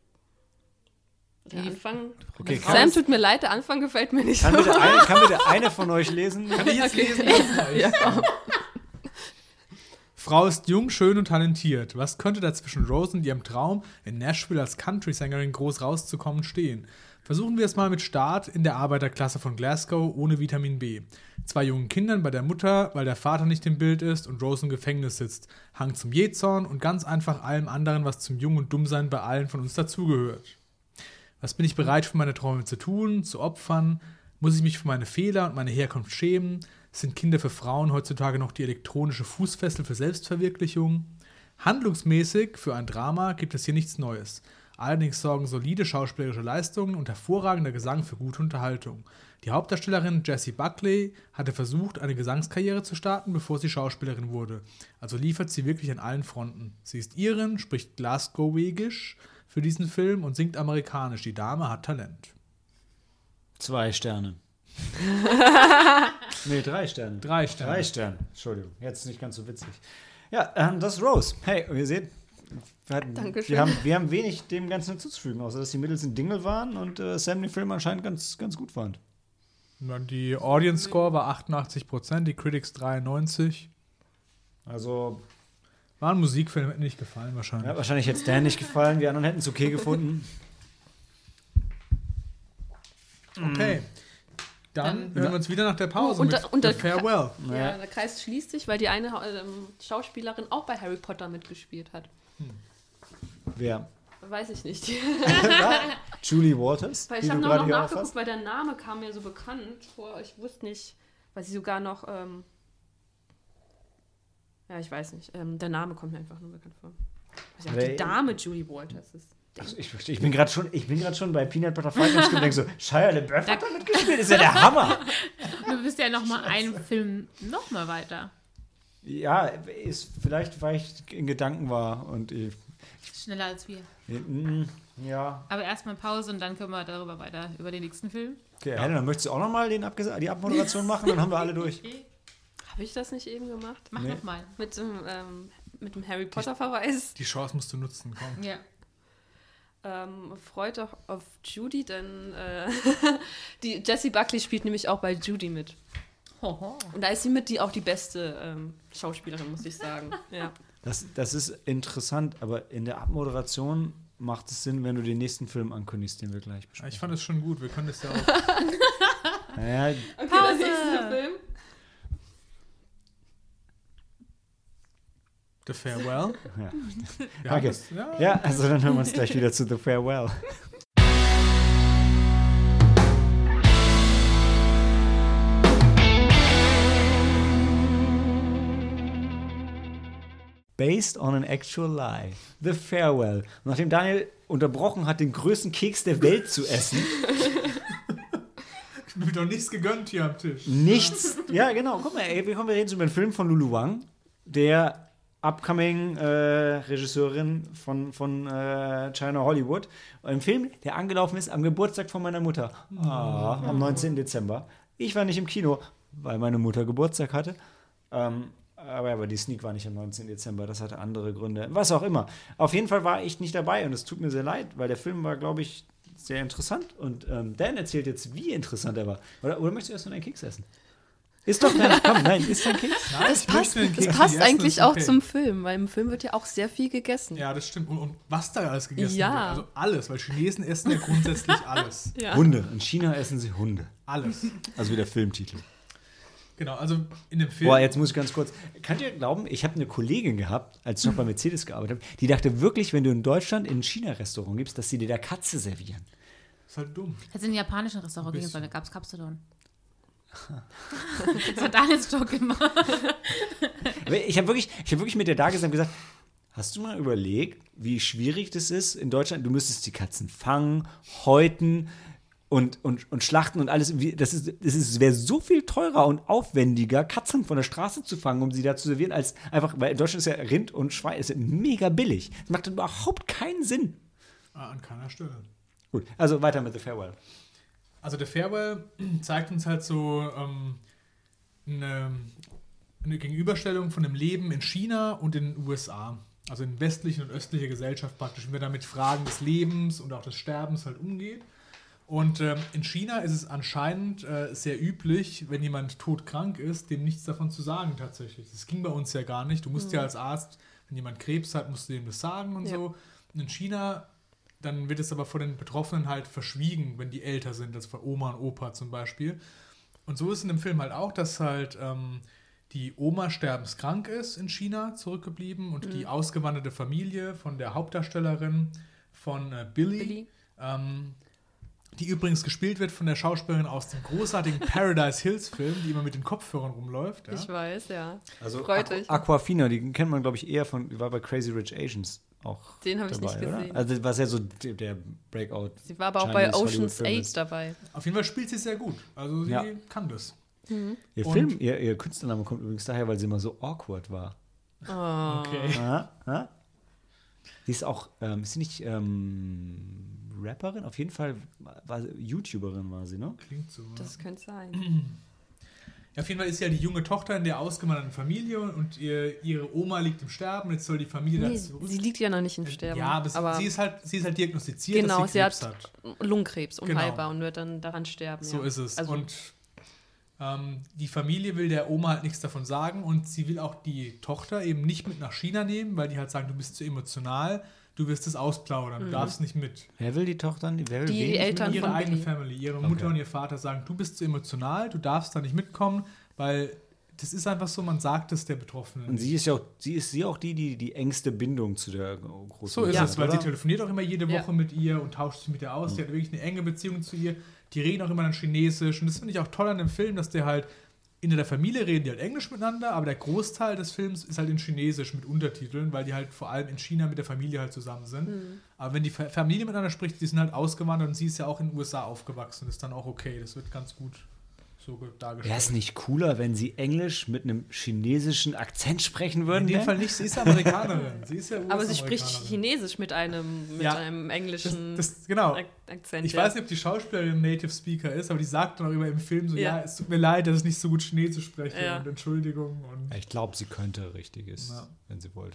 Der Die- Anfang. Okay, Sam, tut mir leid, der Anfang gefällt mir nicht. kann bitte eine von euch lesen? Kann ich jetzt lesen? Ja. Frau ist jung, schön und talentiert. Was könnte da zwischen Rose und ihrem Traum, in Nashville als Country-Sängerin groß rauszukommen, stehen? Versuchen wir es mal mit Start in der Arbeiterklasse von Glasgow ohne Vitamin B. 2 jungen Kindern bei der Mutter, weil der Vater nicht im Bild ist und Rose im Gefängnis sitzt. Hang zum Jähzorn und ganz einfach allem anderen, was zum Jung- und Dummsein bei allen von uns dazugehört. Was bin ich bereit für meine Träume zu tun, zu opfern? Muss ich mich für meine Fehler und meine Herkunft schämen? Sind Kinder für Frauen heutzutage noch die elektronische Fußfessel für Selbstverwirklichung? Handlungsmäßig für ein Drama gibt es hier nichts Neues. Allerdings sorgen solide schauspielerische Leistungen und hervorragender Gesang für gute Unterhaltung. Die Hauptdarstellerin Jessie Buckley hatte versucht, eine Gesangskarriere zu starten, bevor sie Schauspielerin wurde. Also liefert sie wirklich an allen Fronten. Sie ist Irin, spricht Glasgowisch für diesen Film und singt amerikanisch. Die Dame hat Talent. 2 Sterne. Nee, 3 Sterne. 3 Sterne. 3 Sterne. Entschuldigung, jetzt nicht ganz so witzig. Ja, das ist Rose. Hey, ihr seht, Dankeschön. wir haben wenig dem Ganzen hinzuzufügen, außer dass die Mädels in Dingle waren und Sam den Film anscheinend ganz, ganz gut fand. Die Audience Score war 88%, die Critics 93%. Also, War ein Musikfilm, hätte nicht gefallen wahrscheinlich. Ja, wahrscheinlich hätte es Dan nicht gefallen, wir anderen hätten es okay gefunden. Okay. Dann hören wir uns wieder nach der Pause und mit der The Farewell. Ja, der Kreis schließt sich, weil die eine Schauspielerin auch bei Harry Potter mitgespielt hat. Wer? Weiß ich nicht. Julie Walters? Weil die ich habe du noch gerade hier nachgeguckt, auffasst? weil der Name kam mir so bekannt vor. Ich wusste nicht, weil sie sogar noch ja, ich weiß nicht. Der Name kommt mir einfach nur bekannt vor. Also auch die Dame Julie Walters ist. Also ich bin gerade schon bei Peanut Butter Falcon und denke so, Shia LaBeouf hat da mitgespielt, ist ja der Hammer. Du bist ja noch mal einen Film noch mal weiter. Ja, ist vielleicht, weil ich in Gedanken war und Schneller als wir. ja. Aber erstmal Pause und dann können wir darüber weiter, über den nächsten Film. Okay, Helena, möchtest du auch nochmal die Abmoderation machen? Dann haben wir alle durch. Habe ich das nicht eben gemacht? Mach noch mal. Mit dem Harry Potter-Verweis. Die Chance musst du nutzen, komm. Ja. Freut auch auf Judy, denn die Jessie Buckley spielt nämlich auch bei Judy mit. Hoho. Und da ist sie auch die beste Schauspielerin, muss ich sagen. Ja. Das ist interessant, aber in der Abmoderation macht es Sinn, wenn du den nächsten Film ankündigst, den wir gleich besprechen. Ich fand es schon gut, wir können das ja auch. Naja, Okay, Pause. der nächste Film. The Farewell. ja. Wir Okay. das, ja. Ja, also dann hören wir uns gleich wieder zu The Farewell. Based on an actual lie. The Farewell. Und nachdem Daniel unterbrochen hat, den größten Keks der Welt zu essen, Mir wird doch nichts gegönnt hier am Tisch. nichts. Ja, genau. Guck mal, ey, wir reden über einen Film von Lulu Wang, der upcoming Regisseurin von China Hollywood. Ein Film, der angelaufen ist am Geburtstag von meiner Mutter. Am 19. Dezember. Ich war nicht im Kino, weil meine Mutter Geburtstag hatte. Aber die Sneak war nicht am 19. Dezember. Das hatte andere Gründe. Was auch immer. Auf jeden Fall war ich nicht dabei und es tut mir sehr leid, weil der Film war, glaube ich, sehr interessant. Und Dan erzählt jetzt, wie interessant er war. Oder möchtest du erst noch einen Keks essen? Ist doch, nein, ist dein Keks? Nein, Das passt eigentlich auch zum Film, weil im Film wird ja auch sehr viel gegessen. Ja, das stimmt. Und was da alles gegessen Ja. wird. Also alles, weil Chinesen essen ja grundsätzlich alles. Ja. Hunde. In China essen sie Hunde. Alles. Also wie der Filmtitel. Genau, also in dem Film. Boah, jetzt muss ich ganz kurz. Könnt ihr glauben, ich habe eine Kollegin gehabt, als ich noch bei Mercedes gearbeitet habe, die dachte wirklich, wenn du in Deutschland in ein China-Restaurant gibst, dass sie dir da Katze servieren. Ist halt dumm. Hätte in ein japanisches Restaurant gehen Bisschen. sollen, da gab es Kapsudon. Das hat Daniels Joke gemacht. Aber ich habe wirklich mit der da gesessen und gesagt, hast du mal überlegt, wie schwierig das ist in Deutschland? Du müsstest die Katzen fangen, häuten und schlachten und alles. Das wäre so viel teurer und aufwendiger, Katzen von der Straße zu fangen, um sie da zu servieren, als einfach, weil in Deutschland ist ja Rind und Schwein ist ja mega billig. Das macht überhaupt keinen Sinn. An keiner Stelle. Gut, also weiter mit The Farewell. Also der Farewell zeigt uns halt so eine Gegenüberstellung von dem Leben in China und in den USA. Also in westlicher und östlicher Gesellschaft praktisch, wie man da mit Fragen des Lebens und auch des Sterbens halt umgeht. Und in China ist es anscheinend sehr üblich, wenn jemand todkrank ist, dem nichts davon zu sagen tatsächlich. Das ging bei uns ja gar nicht. Du musst ja als Arzt, wenn jemand Krebs hat, musst du dem das sagen und so. Und in China, dann wird es aber von den Betroffenen halt verschwiegen, wenn die älter sind, also von Oma und Opa zum Beispiel. Und so ist in dem Film halt auch, dass halt die Oma sterbenskrank ist in China zurückgeblieben und die ausgewanderte Familie von der Hauptdarstellerin von Billy. Die übrigens gespielt wird von der Schauspielerin aus dem großartigen Paradise Hills Film, die immer mit den Kopfhörern rumläuft. Ja? Ich weiß, ja. Also Freut dich. Aquafina, die kennt man, glaube ich, eher die war bei Crazy Rich Asians auch Den habe ich dabei, nicht gesehen. oder? Also was ja so der Breakout. Sie war aber auch bei Chinese Ocean's Hollywood-Film 8 ist. dabei. Auf jeden Fall spielt sie sehr gut. Also sie kann das. Ihr Künstlername kommt übrigens daher, weil sie immer so awkward war. Oh. Okay. Aha. Die ist auch, ist sie nicht Rapperin? Auf jeden Fall YouTuberin war sie, ne? Klingt so. Das könnte sein. Ja, auf jeden Fall ist sie ja die junge Tochter in der ausgewanderten Familie und ihre Oma liegt im Sterben. Jetzt soll die Familie Nee, dazu. sie liegt ja noch nicht im Sterben. Ja, aber sie ist halt diagnostiziert, genau, dass sie Krebs hat. Lungkrebs, Genau. unheilbar und wird dann daran sterben. So ja. ist es. Also, Und Die Familie will der Oma halt nichts davon sagen und sie will auch die Tochter eben nicht mit nach China nehmen, weil die halt sagen, du bist zu emotional, du wirst es ausplaudern, du darfst nicht mit. Wer will die Tochter? Wer will Die wen? Eltern Ihre von eigene Billy. Family, ihre Mutter und ihr Vater sagen, du bist zu emotional, du darfst da nicht mitkommen, weil das ist einfach so, man sagt es der Betroffenen. Und sie ist ja auch die engste Bindung zu der Großmutter. So ist es, weil oder? sie telefoniert auch immer jede Woche Ja. mit ihr und tauscht sich mit ihr aus. Sie hat wirklich eine enge Beziehung zu ihr. Die reden auch immer dann Chinesisch. Und das finde ich auch toll an dem Film, dass der halt in der Familie reden die halt Englisch miteinander, aber der Großteil des Films ist halt in Chinesisch mit Untertiteln, weil die halt vor allem in China mit der Familie halt zusammen sind. Aber wenn die Familie miteinander spricht, die sind halt ausgewandert und sie ist ja auch in den USA aufgewachsen. Das ist dann auch okay. Das wird ganz gut so dargestellt. Wäre es nicht cooler, wenn sie Englisch mit einem chinesischen Akzent sprechen würden? In dem ne? Fall nicht, sie ist Amerikanerin. Sie ist ja Aber sie spricht US-Amerikanerin. Chinesisch mit einem englischen Genau. Akzent. Ich weiß nicht, ob die Schauspielerin Native Speaker ist, aber die sagt dann auch immer im Film so, Ja. ja, es tut mir leid, dass ich nicht so gut Chinesisch spreche Ja. und Entschuldigung. Und Ich glaube, sie könnte Richtiges, Ja. wenn sie wollte.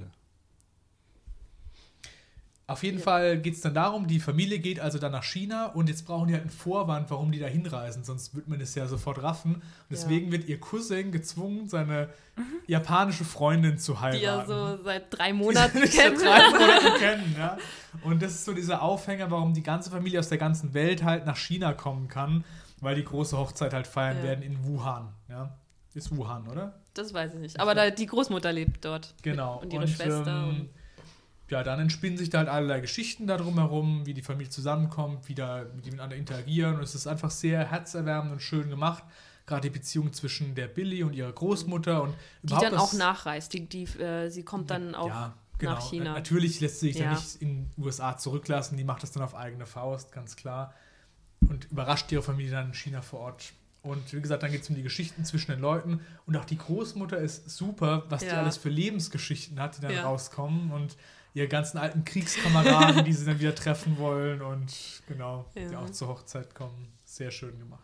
auf jeden Fall geht es dann darum, die Familie geht also dann nach China und jetzt brauchen die halt einen Vorwand, warum die da hinreisen, sonst wird man das ja sofort raffen. Und deswegen wird ihr Cousin gezwungen, seine japanische Freundin zu heiraten. Die ja so seit 3 Die Monaten sich seit kennt. 3 Monaten kennen, ja. Und das ist so dieser Aufhänger, warum die ganze Familie aus der ganzen Welt halt nach China kommen kann, weil die große Hochzeit halt feiern Ja. werden in Wuhan. Ja. Ist Wuhan, oder? Das weiß ich nicht. Aber die Großmutter lebt dort. Genau. Und ihre Schwester. Und Ja, dann entspinnen sich da halt allerlei Geschichten da drumherum, wie die Familie zusammenkommt, wie die miteinander interagieren. Und es ist einfach sehr herzerwärmend und schön gemacht. Gerade die Beziehung zwischen der Billy und ihrer Großmutter. Und die überhaupt dann das- auch nachreist. Sie kommt dann auch Ja, genau. nach China. Natürlich lässt sie sich dann Ja. nicht in den USA zurücklassen. Die macht das dann auf eigene Faust, ganz klar. Und überrascht ihre Familie dann in China vor Ort. Und wie gesagt, dann geht es um die Geschichten zwischen den Leuten. Und auch die Großmutter ist super, was die Ja. alles für Lebensgeschichten hat, die dann Ja. rauskommen. Und ihre ganzen alten Kriegskameraden, die sie dann wieder treffen wollen. Und genau, die Ja. auch zur Hochzeit kommen. Sehr schön gemacht.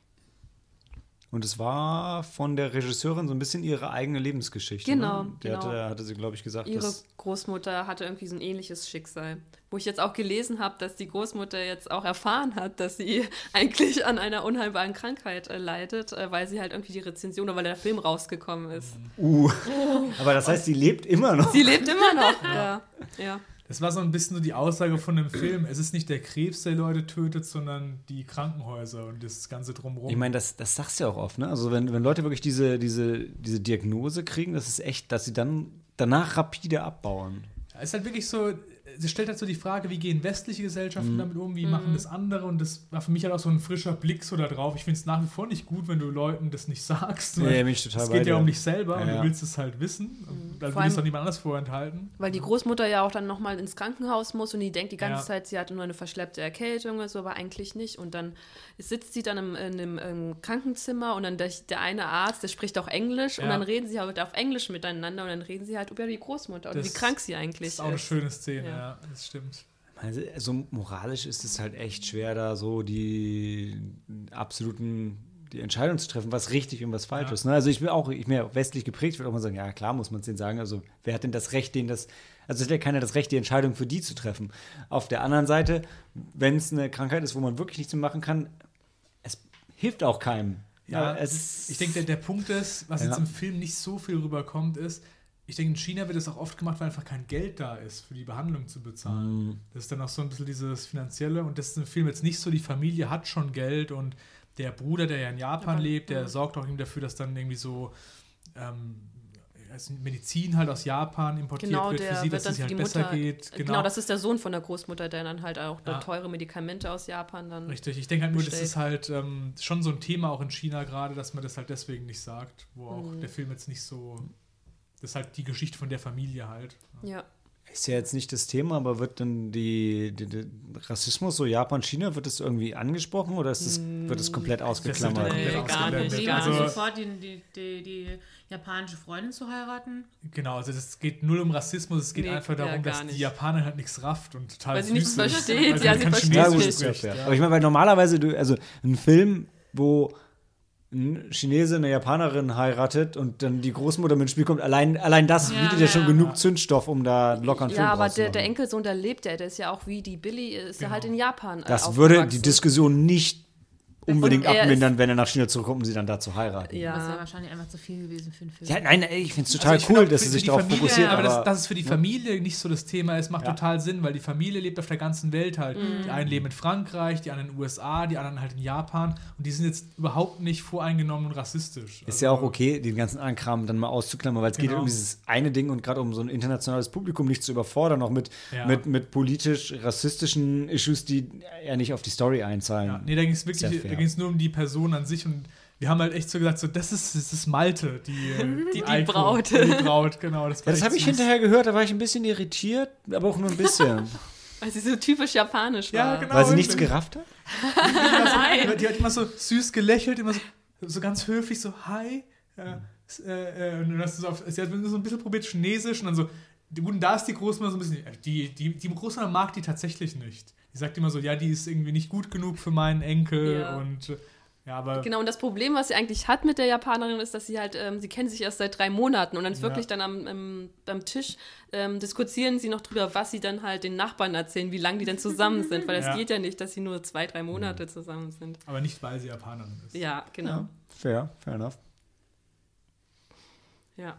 Und es war von der Regisseurin so ein bisschen ihre eigene Lebensgeschichte. Genau, Ne? Die genau. hatte sie, glaube ich, gesagt, Ihre dass Großmutter hatte irgendwie so ein ähnliches Schicksal. Wo ich jetzt auch gelesen habe, dass die Großmutter jetzt auch erfahren hat, dass sie eigentlich an einer unheilbaren Krankheit leidet, weil sie halt irgendwie die Rezension oder weil der Film rausgekommen ist. Aber das heißt, sie lebt immer noch. Sie lebt immer noch. Ja. Das war so ein bisschen so die Aussage von dem Film. Es ist nicht der Krebs, der Leute tötet, sondern die Krankenhäuser und das Ganze drumherum. Ich meine, das sagst du ja auch oft, ne? Also wenn Leute wirklich diese Diagnose kriegen, das ist echt, dass sie dann danach rapide abbauen. Ja, ist halt wirklich so, sie stellt halt so die Frage, wie gehen westliche Gesellschaften damit um, wie machen das andere, und das war für mich halt auch so ein frischer Blick so da drauf. Ich finde es nach wie vor nicht gut, wenn du Leuten das nicht sagst. Nee, bin ich total es bei geht ja dir. um dich selber und Ja. du willst es halt wissen. Und dann Vor will es allem- doch niemand anders vorenthalten. Weil die Großmutter ja auch dann nochmal ins Krankenhaus muss und die denkt die ganze Ja. Zeit, sie hatte nur eine verschleppte Erkältung oder so, aber eigentlich nicht. Und dann sitzt sie dann in einem Krankenzimmer und dann der eine Arzt, der spricht auch Englisch und Ja. dann reden sie halt auf Englisch miteinander und dann reden sie halt über die Großmutter und Das- wie krank sie eigentlich Das ist auch eine schöne Szene, Ja. ja, das stimmt. Also moralisch ist es halt echt schwer, da so die Entscheidung zu treffen, was richtig und was falsch Ja. ist. Ne? Also ich bin auch westlich geprägt, ich würde auch mal sagen, ja klar muss man es denen sagen, also wer hat denn das Recht, also es hat ja keiner das Recht, die Entscheidung für die zu treffen. Auf der anderen Seite, wenn es eine Krankheit ist, wo man wirklich nichts mehr machen kann, es hilft auch keinem. Ja, es ist, Ich denke, der Punkt ist, was Ja. jetzt im Film nicht so viel rüberkommt, ist, ich denke, in China wird es auch oft gemacht, weil einfach kein Geld da ist, für die Behandlung zu bezahlen. Das ist dann auch so ein bisschen dieses Finanzielle, und das ist im Film jetzt nicht so, die Familie hat schon Geld und der Bruder, der ja in Japan lebt, der sorgt auch eben dafür, dass dann irgendwie so Medizin halt aus Japan importiert Genau, wird der für sie, wird dass es dann ihr für halt die besser Mutter, geht. genau, das ist der Sohn von der Großmutter, der dann halt auch Ja. teure Medikamente aus Japan dann. Richtig, ich denke halt nur, das bestellt. ist halt schon so ein Thema auch in China gerade, dass man das halt deswegen nicht sagt, wo auch der Film jetzt nicht so, das ist halt die Geschichte von der Familie halt. Ja. ist ja jetzt nicht das Thema, aber wird dann der Rassismus, so Japan, China, wird das irgendwie angesprochen oder wird es komplett ausgeklammert? komplett gar ausgeblendet. nicht, Die gar also nicht. sofort die japanische Freundin zu heiraten. Genau, also es geht null um Rassismus, es geht Nee, einfach darum, ja, gar dass die nicht. Japaner halt nichts rafft und total Weil sie nichts süß ist. versteht. Weil Ja, halt sie kein versteht Chinesisch gut, nicht. spricht, ja. ja. Aber ich meine, weil normalerweise, also ein Film, wo ein Chinese eine Japanerin heiratet und dann die Großmutter mit ins Spiel kommt, allein das Ja, bietet ja schon ja. genug Zündstoff, um da locker einen Film Ja, aber draus zu der machen. Enkelsohn, der lebt ja, der ist ja auch wie die Billy, ist ja halt in Japan Das würde die aufgewachsen. Diskussion nicht unbedingt Und er abmindern, wenn er nach China zurückkommt, um sie dann da zu heiraten. Ja. Das wäre wahrscheinlich einfach zu viel gewesen für den Film. Ja, nein, ich finde es total Also ich cool, finde auch dass für sie sich die darauf Familie, fokussiert. aber dass es für die Familie nicht so das Thema ist, macht Ja. total Sinn, weil die Familie lebt auf der ganzen Welt halt. Mhm. Die einen leben in Frankreich, die anderen in den USA, die anderen halt in Japan und die sind jetzt überhaupt nicht voreingenommen und rassistisch. Ist ja auch okay, den ganzen anderen Kram dann mal auszuklammern, weil es geht Genau. um dieses eine Ding und gerade um so ein internationales Publikum nicht zu überfordern, auch mit politisch-rassistischen Issues, die eher nicht auf die Story einzahlen. Ja, nee, da ging es wirklich, Sehr da fair. ging es nur um die Person an sich und wir haben halt echt so gesagt, so, das ist Malte, die Aiko, Braut. Die Braut, genau. Das war Ja, das echt habe ich süß. hinterher gehört, da war ich ein bisschen irritiert, aber auch nur ein bisschen. Weil sie so typisch japanisch war. Ja, genau. Weil sie nichts wirklich. gerafft hat? Die hat immer so süß gelächelt, immer so ganz höflich, so, hi. Und dann hast du sie hat so ein bisschen probiert Chinesisch und dann so, gut, da ist die Großmutter so ein bisschen, die Großmutter mag die tatsächlich nicht. Die sagt immer so, ja, die ist irgendwie nicht gut genug für meinen Enkel Ja. und ja, aber Genau, und das Problem, was sie eigentlich hat mit der Japanerin, ist, dass sie halt, sie kennen sich erst seit 3 Monaten und dann ist wirklich dann am Tisch diskutieren sie noch drüber, was sie dann halt den Nachbarn erzählen, wie lange die denn zusammen sind, weil es Ja. geht ja nicht, dass sie nur 2-3 Monate zusammen sind. aber nicht, weil sie Japanerin ist. Ja, genau. Fair enough. Ja.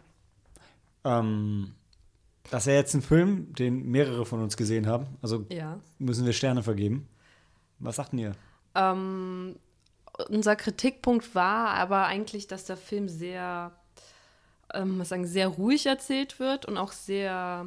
Das ist ja jetzt ein Film, den mehrere von uns gesehen haben, also Ja. müssen wir Sterne vergeben. Was sagt ihr? Unser Kritikpunkt war aber eigentlich, dass der Film sehr, sehr ruhig erzählt wird und auch sehr,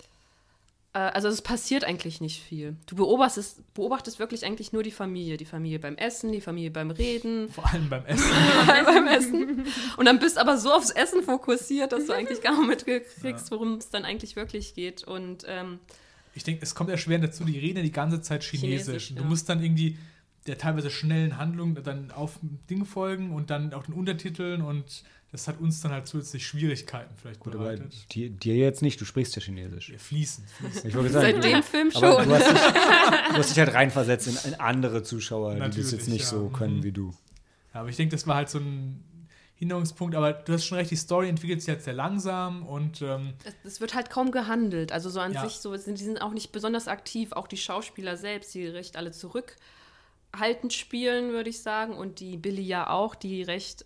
also es passiert eigentlich nicht viel. Du beobachtest wirklich eigentlich nur die Familie beim Essen, die Familie beim Reden, Vor allem beim Essen. beim Essen. Und dann bist aber so aufs Essen fokussiert, dass du eigentlich gar nicht mitkriegst, worum es dann eigentlich wirklich geht. Und Ich denke, es kommt erschwerend dazu, die reden ja die ganze Zeit Chinesisch. Chinesisch, Du ja. musst dann irgendwie der teilweise schnellen Handlung dann auf dem Ding folgen und dann auch den Untertiteln und das hat uns dann halt zusätzlich Schwierigkeiten vielleicht Gut, aber bereitet. dir jetzt nicht, du sprichst ja Chinesisch. Wir fließen. Ich wollte sagen, seit dem Film aber schon. du hast dich halt reinversetzt in andere Zuschauer, die das Natürlich, jetzt nicht ja. so können Mhm. wie du. Ja, aber ich denke, das war halt so ein Hinderungspunkt, aber du hast schon recht, die Story entwickelt sich jetzt sehr langsam und Es wird halt kaum gehandelt. Also so an Ja. sich, die sind auch nicht besonders aktiv. Auch die Schauspieler selbst, die recht alle zurückhaltend spielen, würde ich sagen. Und die Billy ja auch, die recht,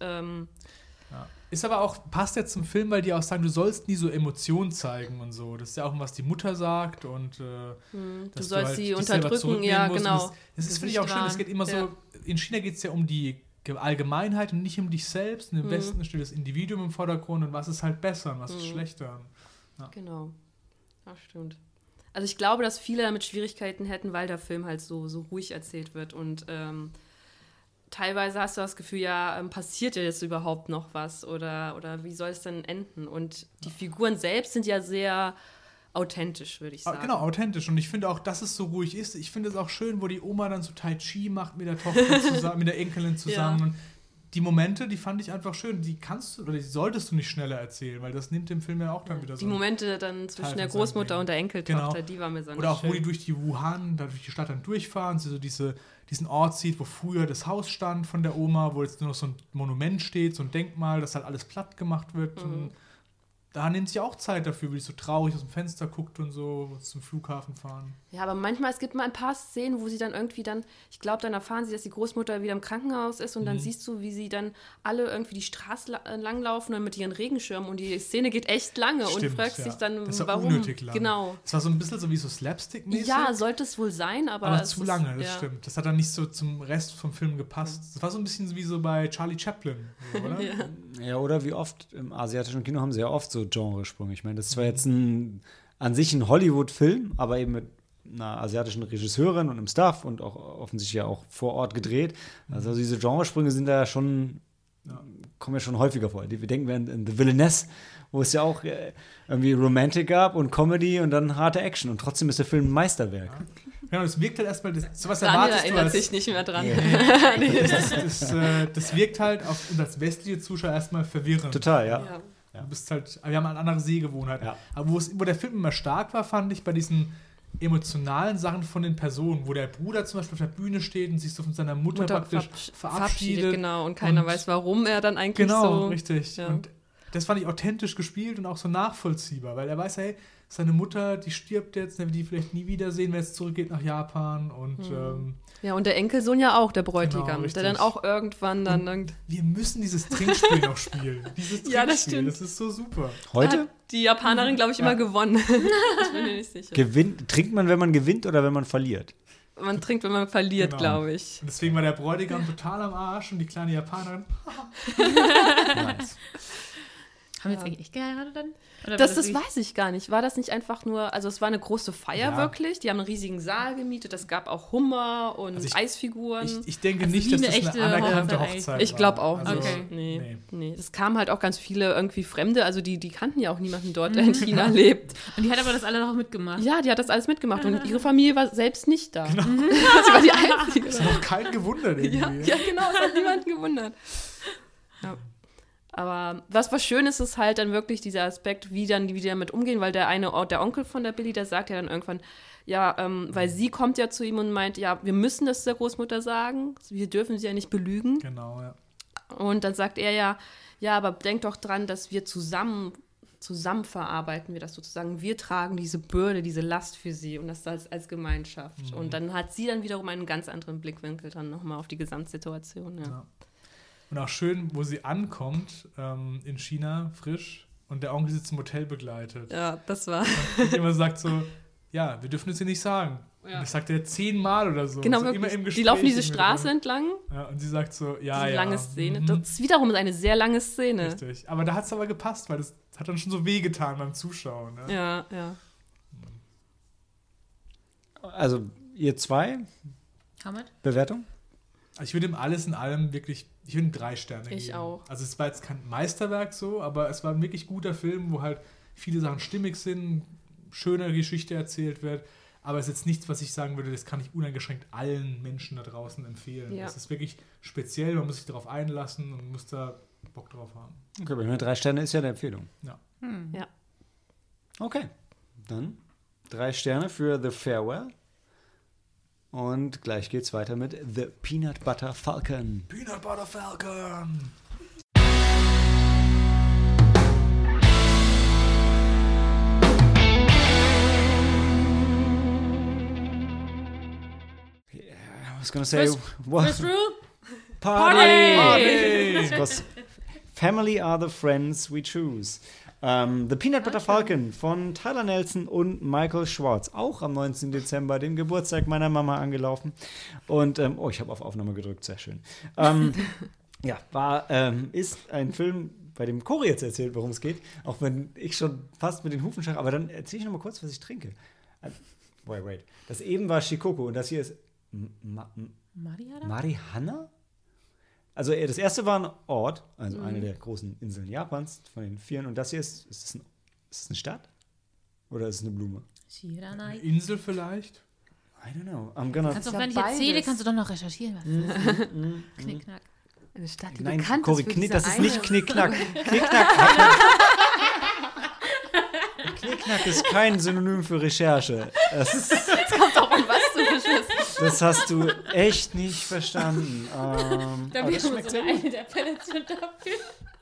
ist aber auch, passt jetzt zum Film, weil die auch sagen, du sollst nie so Emotionen zeigen und so. Das ist ja auch, was die Mutter sagt und du dass sollst halt sie dich selber unterdrücken. zurücknehmen Ja, musst. Und genau. Das ist, finde ich, auch schön. Es geht immer Ja. so, in China geht es ja um die Allgemeinheit und nicht um dich selbst. Und im Westen steht das Individuum im Vordergrund und was ist halt besser und was ist schlechter. Genau. Ja, stimmt. Also ich glaube, dass viele damit Schwierigkeiten hätten, weil der Film halt so ruhig erzählt wird und teilweise hast du das Gefühl, ja, passiert ja jetzt überhaupt noch was oder wie soll es denn enden? Und die Figuren selbst sind ja sehr authentisch, würde ich sagen. Genau, authentisch. Und ich finde auch, dass es so ruhig ist. Ich finde es auch schön, wo die Oma dann so Tai Chi macht mit der Tochter zusammen, mit der Enkelin zusammen. Ja. Und die Momente, die fand ich einfach schön. Die kannst du oder die solltest du nicht schneller erzählen, weil das nimmt dem Film ja auch dann wieder so. Die Momente dann zwischen Teil der von seinem Großmutter Leben. und der Enkeltochter, Genau. die war mir besonders Oder auch, wo schön. die durch die Wuhan, da durch die Stadt dann durchfahren, sie so diesen Ort sieht, wo früher das Haus stand von der Oma, wo jetzt nur noch so ein Monument steht, so ein Denkmal, dass halt alles platt gemacht wird. Und da nimmt sie auch Zeit dafür, wie sie so traurig aus dem Fenster guckt und so, wo sie zum Flughafen fahren. Ja, aber manchmal, es gibt mal ein paar Szenen, wo sie dann irgendwie ich glaube, dann erfahren sie, dass die Großmutter wieder im Krankenhaus ist und dann siehst du, wie sie dann alle irgendwie die Straße langlaufen und mit ihren Regenschirmen und die Szene geht echt lange und Stimmt, fragst ja. dich dann, Das war warum. unnötig lang. Genau. Es war so ein bisschen so wie so Slapstick-mäßig. Ja, sollte es wohl sein, aber aber es zu ist- lange, das ja. stimmt. Das hat dann nicht so zum Rest vom Film gepasst. Das war so ein bisschen wie so bei Charlie Chaplin, so, oder? Ja, oder wie oft im asiatischen Kino haben sie ja oft so Genresprünge. Ich meine, das ist zwar jetzt an sich ein Hollywood-Film, aber eben mit einer asiatischen Regisseurin und einem Staff und auch offensichtlich ja auch vor Ort gedreht. Also diese Genresprünge sind da ja schon, kommen ja schon häufiger vor. Wir denken an The Villainess, wo es ja auch irgendwie Romantic gab und Comedy und dann harte Action. Und trotzdem ist der Film ein Meisterwerk. Genau, das wirkt halt erstmal, sowas Daniel erwartest du erinnert als, sich nicht mehr dran. das wirkt halt auf uns als westliche Zuschauer erstmal verwirrend. Total, ja. Ja. Du bist halt, wir haben eine andere Sehgewohnheit. Ja. Aber wo der Film immer stark war, fand ich bei diesen emotionalen Sachen von den Personen, wo der Bruder zum Beispiel auf der Bühne steht und sich so von seiner Mutter praktisch verabschiedet. Genau, und keiner Und- weiß, warum er dann eigentlich Genau, so... richtig. Ja. Und das fand ich authentisch gespielt und auch so nachvollziehbar, weil er weiß, hey, seine Mutter, die stirbt jetzt, der wird die vielleicht nie wiedersehen, wenn es zurückgeht nach Japan und Ja, und der Enkelsohn ja auch, der Bräutigam, Genau, richtig. der dann auch irgendwann dann wir müssen dieses Trinkspiel noch spielen. Dieses Trinkspiel, Ja, das stimmt. das ist so super. Heute hat die Japanerin, glaube ich, immer gewonnen. Ich bin mir nicht sicher. trinkt man, wenn man gewinnt oder wenn man verliert? Man trinkt, wenn man verliert, Genau. glaube ich. Und deswegen war der Bräutigam total am Arsch und die kleine Japanerin, Nice. Haben wir jetzt eigentlich echt geheiratet dann? Oder war Das wie- weiß ich gar nicht. War das nicht einfach nur, also es war eine große Feier Ja. wirklich. Die haben einen riesigen Saal gemietet. Es gab auch Hummer und Also Eisfiguren. ich denke Also nicht, wie dass eine das eine echte anerkannte Hochzeit Hochzeit Ich glaube auch war. nicht. Okay. Nee. Nee. Es kamen halt auch ganz viele irgendwie Fremde, also die kannten ja auch niemanden dort, der in China lebt. Und die hat aber das alle noch mitgemacht. Ja, die hat das alles mitgemacht und ihre Familie war selbst nicht da. Genau. Sie war die Einzige. Das hat auch keinen gewundert irgendwie. Ja, genau, es hat niemanden gewundert. Ja. Aber was schön ist, ist halt dann wirklich dieser Aspekt, wie die damit umgehen, weil der Onkel von der Billy, der sagt ja dann irgendwann, ja, weil sie kommt ja zu ihm und meint, ja, wir müssen das der Großmutter sagen, wir dürfen sie ja nicht belügen. Genau, ja. Und dann sagt er ja, aber denk doch dran, dass wir zusammen verarbeiten wir das sozusagen. Wir tragen diese Bürde, diese Last für sie und das als Gemeinschaft. Und dann hat sie dann wiederum einen ganz anderen Blickwinkel dann nochmal auf die Gesamtsituation. Ja. Ja. Und auch schön, wo sie ankommt, in China, frisch, und der Onkel sitzt im Hotel begleitet. Ja, das war. Und immer sagt so, ja, wir dürfen es ihr nicht sagen. Ja. Und das sagt er 10-mal oder so. Genau, so wirklich. immer im Die Gespräch laufen diese irgendwie Straße drin. entlang. Ja, und sie sagt so, ja, Diese ja. lange Szene. mhm, Das ist wiederum eine sehr lange Szene. Richtig. Aber da hat es aber gepasst, weil das hat dann schon so wehgetan beim Zuschauen. Ne? Ja. Also, ihr zwei, Hamid? Bewertung? Also ich würde ihm alles in allem wirklich, ich würde ihm 3 Sterne geben. Ich auch. Also es war jetzt kein Meisterwerk so, aber es war ein wirklich guter Film, wo halt viele Sachen stimmig sind, schöne Geschichte erzählt wird, aber es ist jetzt nichts, was ich sagen würde, das kann ich uneingeschränkt allen Menschen da draußen empfehlen. Ja. Es ist wirklich speziell, man muss sich darauf einlassen und muss da Bock drauf haben. Okay, bei mir 3 Sterne ist ja eine Empfehlung. Ja. Ja. Okay, dann 3 Sterne für The Farewell. Und gleich geht's weiter mit The Peanut Butter Falcon. Peanut Butter Falcon! I was gonna say, what? First rule? Party! Because family are the friends we choose. The Peanut Butter Falcon von Tyler Nelson und Michael Schwartz. Auch am 19. Dezember, dem Geburtstag meiner Mama, angelaufen. Und, ich habe auf Aufnahme gedrückt, sehr schön. Ja, ist ein Film, bei dem Cory jetzt erzählt, worum es geht. Auch wenn ich schon fast mit den Hufen scharre. Aber dann erzähle ich noch mal kurz, was ich trinke. Wait. Das eben war Shikoku und das hier ist Mariana? Marihana? Also das erste war ein Ort, also eine der großen Inseln Japans, von den 4. Und das hier ist es eine Stadt? Oder ist es eine Blume? Shiranai. Insel vielleicht? I don't know. I'm gonna... Kannst du, Ja, wenn ich beides. erzähle, kannst du doch noch recherchieren. Was ist das? Knickknack. Eine Stadt, die Nein, bekannt Cory, ist für diese das ist nicht eine- Knickknack. Knickknack ist kein Synonym für Recherche. Kommt auch an, was du recherchierst. Das hast du echt nicht verstanden. Da aber das wäre schmeckt so sehr eine gut. Interpretation dafür.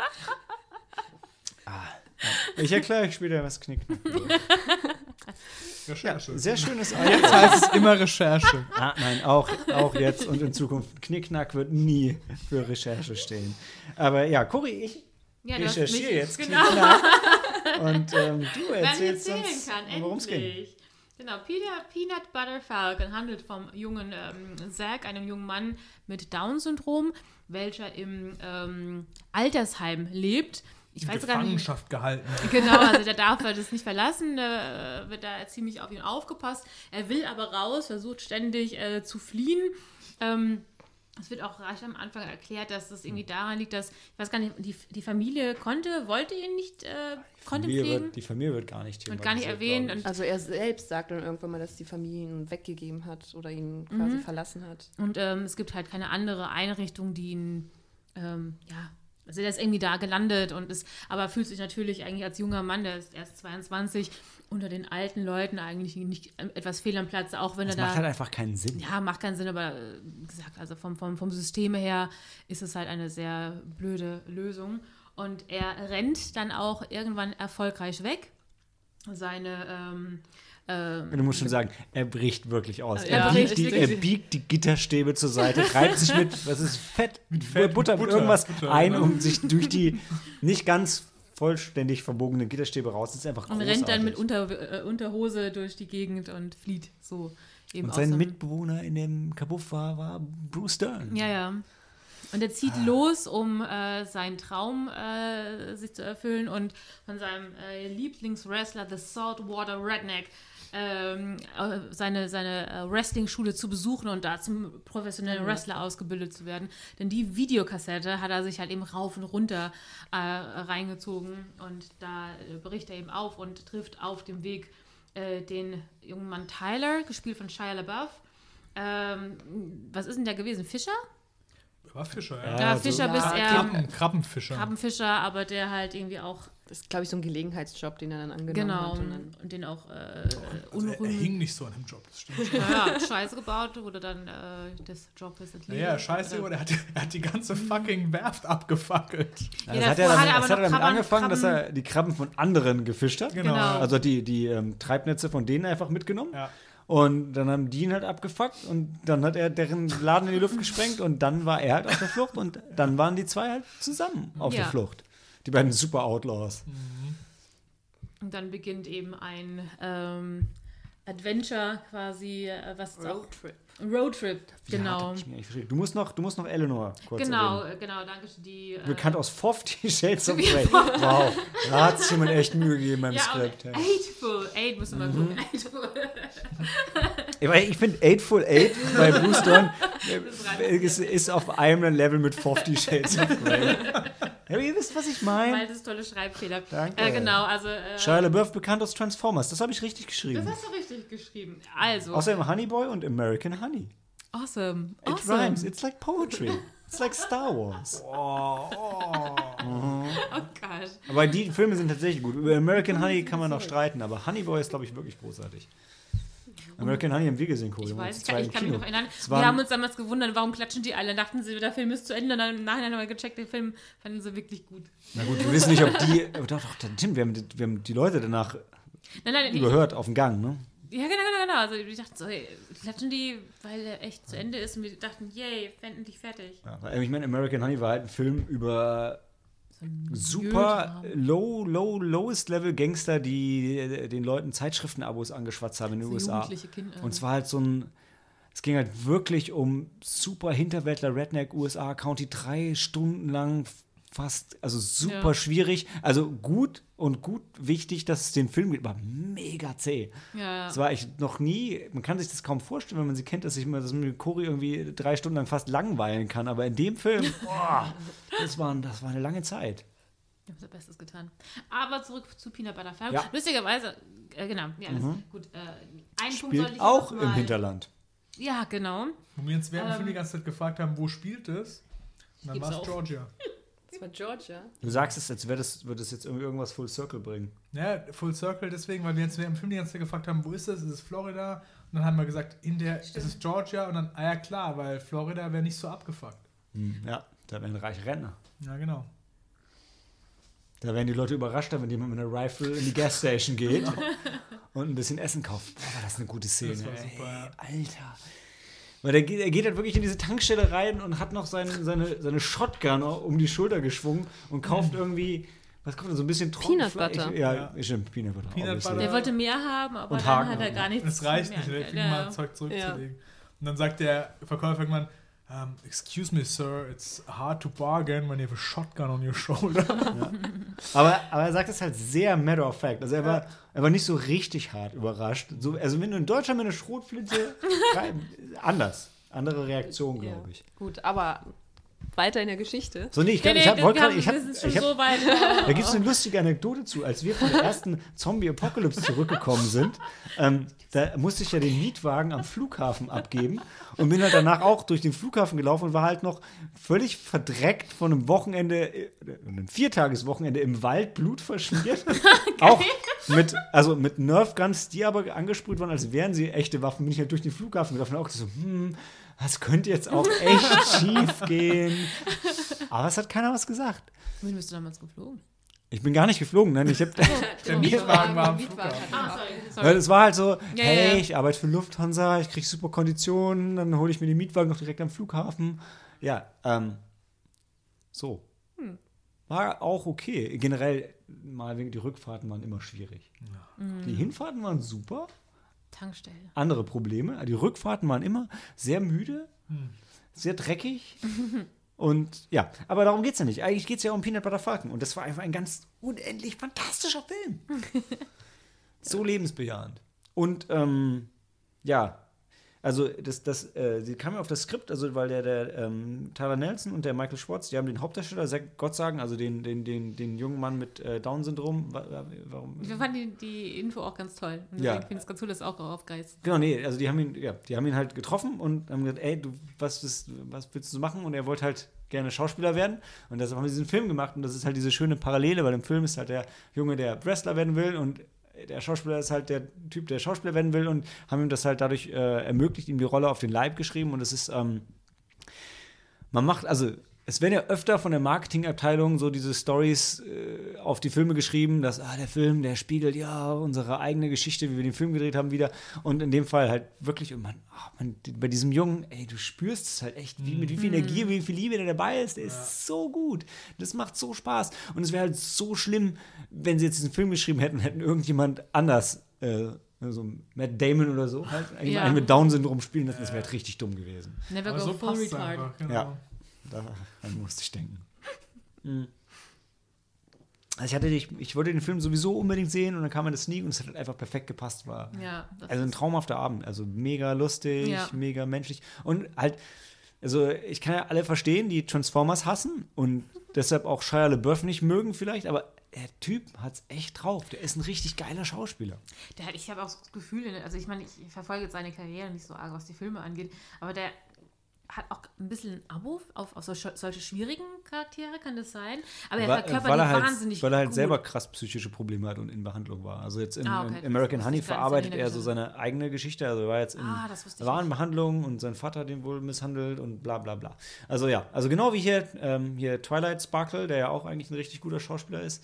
Ich erkläre euch später, was Knickknack ist. Ja, Recherche. sehr schönes Jetzt Ei. heißt es immer Recherche. Nein, auch jetzt und in Zukunft. Knickknack wird nie für Recherche stehen. Aber ja, Cory, ich Ja, du hast recherchiere mich- jetzt Genau. Knickknack. Und du Wer mir erzählst erzählen uns, kann, worum es ging. endlich. Genau, Peanut Butter Falcon handelt vom jungen Zack, einem jungen Mann mit Down-Syndrom, welcher im Altersheim lebt. Ich weiß gar nicht. Gefangenschaft gehalten. Genau, also der darf das nicht verlassen, wird da ziemlich auf ihn aufgepasst. Er will aber raus, versucht ständig zu fliehen. Es wird auch recht am Anfang erklärt, dass das irgendwie daran liegt, dass, ich weiß gar nicht, die Familie wollte ihn nicht, konnte ihn pflegen. Die Familie wird gar nicht Und gar nicht erwähnt. glaub ich. Und Also er selbst sagt dann irgendwann mal, dass die Familie ihn weggegeben hat oder ihn quasi verlassen hat. Und es gibt halt keine andere Einrichtung, die ihn, also der ist irgendwie da gelandet und aber fühlt sich natürlich eigentlich als junger Mann, der ist erst 22, unter den alten Leuten eigentlich nicht etwas fehl am Platz, auch wenn Das er da... macht halt einfach keinen Sinn. Ja, macht keinen Sinn, aber wie gesagt, also vom System her ist es halt eine sehr blöde Lösung. Und er rennt dann auch irgendwann erfolgreich weg. Du musst schon sagen, er bricht wirklich aus. Ja, Er biegt die Gitterstäbe zur Seite, reibt sich mit, was ist Fett, Butter, irgendwas ein, um sich durch die nicht ganz vollständig verbogenen Gitterstäbe raus. Das ist einfach und großartig. rennt dann mit Unterhose durch die Gegend und flieht so eben Und aus sein dem- Mitbewohner in dem Kabuff war Bruce Dern. Ja. Und er zieht los, um seinen Traum sich zu erfüllen und von seinem Lieblingswrestler, The Saltwater Redneck, seine Wrestling-Schule zu besuchen und da zum professionellen Wrestler ausgebildet zu werden. Denn die Videokassette hat er sich halt eben rauf und runter reingezogen und da bricht er eben auf und trifft auf dem Weg den jungen Mann Tyler, gespielt von Shia LaBeouf. Was ist denn der gewesen? Fischer? War Fischer, Ja, Fischer bis er Krabbenfischer. Krabbenfischer, aber der halt irgendwie auch Das ist, glaube ich, so ein Gelegenheitsjob, den er dann angenommen genau hat. Und dann und den auch Also er hing nicht so an dem Job, das stimmt. ja, Scheiße gebaut, wurde dann des Jobs entledigt. Ja, scheiße, aber er hat die ganze fucking Werft abgefackelt. Ja, Ja, das hat davor er hat er damit, aber das hat er noch damit angefangen, Krabben- dass er die Krabben von anderen gefischt hat. Genau. Also die Treibnetze von denen einfach mitgenommen. Ja. Und dann haben die ihn halt abgefuckt und dann hat er deren Laden in die Luft gesprengt und dann war er halt auf der Flucht und dann waren die zwei halt zusammen auf der Ja. Flucht. Die beiden Super Outlaws. Und dann beginnt eben ein Adventure quasi, was ist auch Roadtrip. Roadtrip, Ja, genau. das hab ich nicht verstanden. Du musst noch Eleanor kurz Genau, erwähnen. danke für die. Bekannt aus 50 Shades of Grey. Wow, da hat sich jemand echt Mühe gegeben beim ja, Skript. und Ja. Eightful. Eight muss man gucken. Eightful. Ich finde Eightful Eight bei Bruce Dern ist auf einem Level mit 50 Shades of Grey. Ja, ihr wisst, was ich meine. Weil das ist tolle Schreibfehler. Danke. Genau, also. Shia LaBeouf bekannt aus Transformers. Das habe ich richtig geschrieben. Das hast du richtig geschrieben. Also. Außerdem Honey Boy und American Honey. Awesome. It Awesome. rhymes. It's like poetry. It's like Star Wars. Oh Gott. Aber die Filme sind tatsächlich gut. Über American Honey kann man noch streiten, aber Honey Boy ist, glaube ich, wirklich großartig. American Honey haben wir gesehen, Cory. Ich Wir waren weiß, zu zweit ich im kann mich Kino. noch erinnern. Es Wir waren- haben uns damals gewundert, warum klatschen die alle. Dann dachten sie, der Film ist zu Ende. Und dann im Nachhinein haben wir gecheckt, den Film fanden sie wirklich gut. Na gut, wir wissen nicht, ob die. Doch, Tim, wir haben die Leute danach Nein, überhört auf dem Gang, ne? Ja, genau. Also wir dachten so, hey, klatschen die, weil der echt zu Ende ist. Und wir dachten, yay, endlich fertig. Ja, weil ich meine, American Honey war halt ein Film über super lowest Level Gangster, die den Leuten Zeitschriftenabos angeschwatzt haben in den So USA. jugendliche Kinder. Und zwar halt es ging halt wirklich um super Hinterwäldler, Redneck, USA, County 3 Stunden lang fast, also super Ja. schwierig, also gut wichtig, dass es den Film gibt, aber mega zäh. Ja. Das war echt noch nie, man kann sich das kaum vorstellen, wenn man sie kennt, dass man mit Cory irgendwie 3 Stunden lang fast langweilen kann, aber in dem Film, boah, das war eine lange Zeit. Ich habe das Bestes getan. Aber zurück zu Peanut Butter Falcon. Ja. Lustigerweise, genau, ja, alles gut. Ein Punkt sollte Spielt ich auch noch im mal- Hinterland. Ja, genau. Wo wir uns während dem Film die ganze Zeit gefragt haben, wo spielt es? Und dann Gibt's war es auch. Georgia. Das war Georgia. Du sagst es, als würde es jetzt irgendwie irgendwas Full Circle bringen. Ja, Full Circle deswegen, weil wir jetzt während dem Film die ganze Zeit gefragt haben, wo ist es? Ist es Florida? Und dann haben wir gesagt, ist es Georgia? Und dann, ja klar, weil Florida wäre nicht so abgefuckt. Ja, da wären reiche Rentner. Ja, genau. Da werden die Leute überrascht, wenn jemand mit einer Rifle in die Gasstation geht und ein bisschen Essen kauft. Boah, war das eine gute Szene. Das war super, ja. Alter. Weil er geht halt wirklich in diese Tankstelle rein und hat noch seine Shotgun um die Schulter geschwungen und kauft irgendwie, was kommt da, so ein bisschen Peanut Trockenfleisch? Butter. Ja, stimmt, Peanut Butter. Peanut obviously. Butter. Der wollte mehr haben, aber Und dann Haken hat er haben. gar nichts. Das reicht mehr. nicht, der fing mal Zeug zurückzulegen. Und dann sagt der Verkäufer irgendwann, excuse me, sir, it's hard to bargain when you have a shotgun on your shoulder. Aber er sagt es halt sehr matter of fact. Also er war nicht so richtig hart überrascht. So, also wenn du in Deutschland mit einer Schrotflinte anders. Andere Reaktion, Ja. glaube ich. Gut, aber weiter in der Geschichte. So, nee, ich Nee, hab, wir wollte gerade, sind schon ich hab, so weit. da gibt es eine lustige Anekdote zu, als wir von der ersten Zombie-Apocalypse zurückgekommen sind. Da musste ich ja den Mietwagen am Flughafen abgeben und bin halt danach auch durch den Flughafen gelaufen und war halt noch völlig verdreckt von einem Wochenende, einem 4-Tages-Wochenende im Wald, blutverschmiert. Auch mit Nerf-Guns, die aber angesprüht waren, als wären sie echte Waffen, bin ich halt durch den Flughafen gelaufen und auch so, das könnte jetzt auch echt schief gehen. Aber es hat keiner was gesagt. Wohin bist du damals geflogen? Ich bin gar nicht geflogen, ne? Ich hab, Der Mietwagen war am Mietwagen. Flughafen. weil es war halt so, Ja, hey, ja. ich arbeite für Lufthansa, ich krieg super Konditionen, dann hole ich mir den Mietwagen noch direkt am Flughafen. Ja, so. War auch okay. Generell, mal wegen die Rückfahrten waren immer schwierig. Die Hinfahrten waren super, Tankstelle. andere Probleme. Die Rückfahrten waren immer sehr müde, sehr dreckig. Und ja, aber darum geht's ja nicht. Eigentlich geht's ja um Peanut Butter Falcon. Und das war einfach ein ganz unendlich fantastischer Film. So lebensbejahend. Und ja, also sie kam ja auf das Skript, also weil der Tyler Nelson und der Michael Schwartz, die haben den Hauptdarsteller, Gott sagen, also den jungen Mann mit Down-Syndrom. Warum? Wir fanden die Info auch ganz toll. Und Ja. deswegen finde ich es ganz cool, dass es auch aufgeist. Genau, nee, also die haben ihn halt getroffen und haben gesagt, ey, was willst du machen? Und er wollte halt gerne Schauspieler werden. Und deshalb haben wir diesen Film gemacht. Und das ist halt diese schöne Parallele, weil im Film ist halt der Junge, der Wrestler werden will und der Schauspieler ist halt der Typ, der Schauspieler werden will und haben ihm das halt dadurch ermöglicht, ihm die Rolle auf den Leib geschrieben. Und es ist, es werden ja öfter von der Marketingabteilung so diese Stories auf die Filme geschrieben, dass der Film, der spiegelt ja unsere eigene Geschichte, wie wir den Film gedreht haben, wieder. Und in dem Fall halt wirklich, und bei diesem Jungen, ey, du spürst es halt echt, mit wie viel Energie, wie viel Liebe der dabei ist. Der ist so gut. Das macht so Spaß. Und es wäre halt so schlimm, wenn sie jetzt diesen Film geschrieben hätten irgendjemand anders, so Matt Damon oder so, halt einen mit Down-Syndrom spielen lassen. Das wäre halt richtig dumm gewesen. Never Aber go so full passt es retard. einfach, genau. Ja. Daran musste ich denken. Also ich wollte den Film sowieso unbedingt sehen und dann kam mir das Sneak und es hat halt einfach perfekt gepasst. War Ja, das also ein ist- traumhafter Abend. Also mega lustig, Ja. mega menschlich. Und halt, also ich kann ja alle verstehen, die Transformers hassen und deshalb auch Shia LaBeouf nicht mögen vielleicht, aber der Typ hat's echt drauf. Der ist ein richtig geiler Schauspieler. Ich habe auch so das Gefühl, also ich meine, ich verfolge jetzt seine Karriere nicht so arg, was die Filme angeht, aber der hat auch ein bisschen ein Abo auf solche schwierigen Charaktere, kann das sein? Aber er verkörpert die wahnsinnig weil er halt gut. selber krass psychische Probleme hat und in Behandlung war. Also jetzt in Okay. American Das Honey wusste ich gar nicht, verarbeitet dass er er so in seine eigene Geschichte. Also er war jetzt das wusste ich war in nicht. Behandlung und sein Vater hat ihn wohl misshandelt und bla bla bla. Also ja, also genau wie hier Twilight Sparkle, der ja auch eigentlich ein richtig guter Schauspieler ist.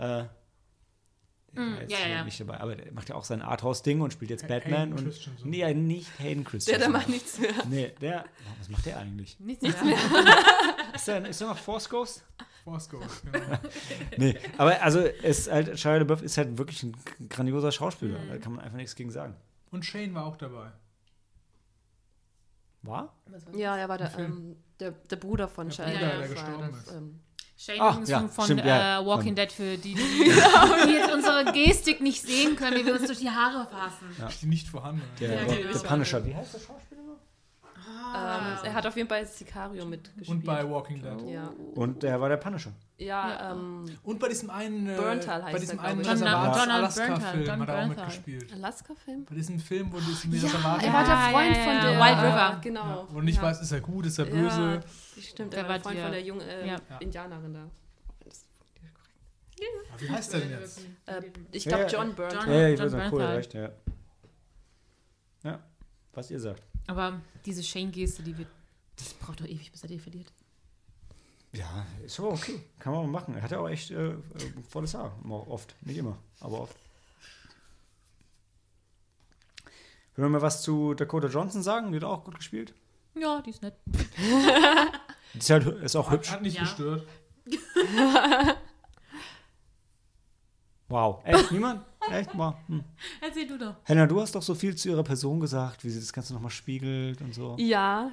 Der war jetzt ja. nicht dabei, aber der macht ja auch sein Arthouse-Ding und spielt jetzt Batman. Hayden Und Christensen. nee, nicht Hayden Christensen. Der macht nichts mehr. Nee, was macht der eigentlich? Nichts mehr. Ist der noch Force Ghost? Force Ghost, genau. Nee, aber also Shia LaBeouf ist halt wirklich ein grandioser Schauspieler. Da kann man einfach nichts gegen sagen. Und Shane war auch dabei. War? Ja, er war Film. der Bruder von Shia. Bruder, LaBeouf der war gestorben das, ist. Shane Ach, übrigens ja, von stimmt, ja. Walking Dead für die jetzt unsere Gestik nicht sehen können, wie wir uns durch die Haare fassen. Die nicht vorhanden. Der genau. Punisher. Wie heißt der Schauspieler noch? er hat auf jeden Fall Sicario mitgespielt. Und bei Walking Dead. Ja, Und der war der Punisher. ja, Und bei diesem einen, Burntal heißt bei diesem er, einen glaub ich. Donald Alaska-Film Burntal, hat er auch John mitgespielt. Alaska-Film? Bei diesem Film, wo das Reservat Er war der Freund ja, von ja, der Wild River. Genau. Ja, wo du nicht weiß, ist er gut, ist er böse. Ja, stimmt. Der Er war war der Freund die- von der jungen ja. Indianerin da. Wie heißt der denn jetzt? Ich glaube Ja, John Burntal. John- Ja, ich John weiß noch, cool, Bernthal. recht, ja. Ja, was ihr sagt. Aber diese Shane-Geste, das braucht doch ewig, bis er die verliert. Ja, ist aber okay. Kann man mal machen. Er hat ja auch echt volles Haar. Oft. Nicht immer, aber oft. Wollen wir mal was zu Dakota Johnson sagen? Die hat auch gut gespielt. Ja, die ist nett. Ist auch hübsch. Hat nicht Ja. gestört. Wow. Echt? Niemand? Echt? Wow. Erzähl du doch. Helena, du hast doch so viel zu ihrer Person gesagt, wie sie das Ganze nochmal spiegelt und so. Ja.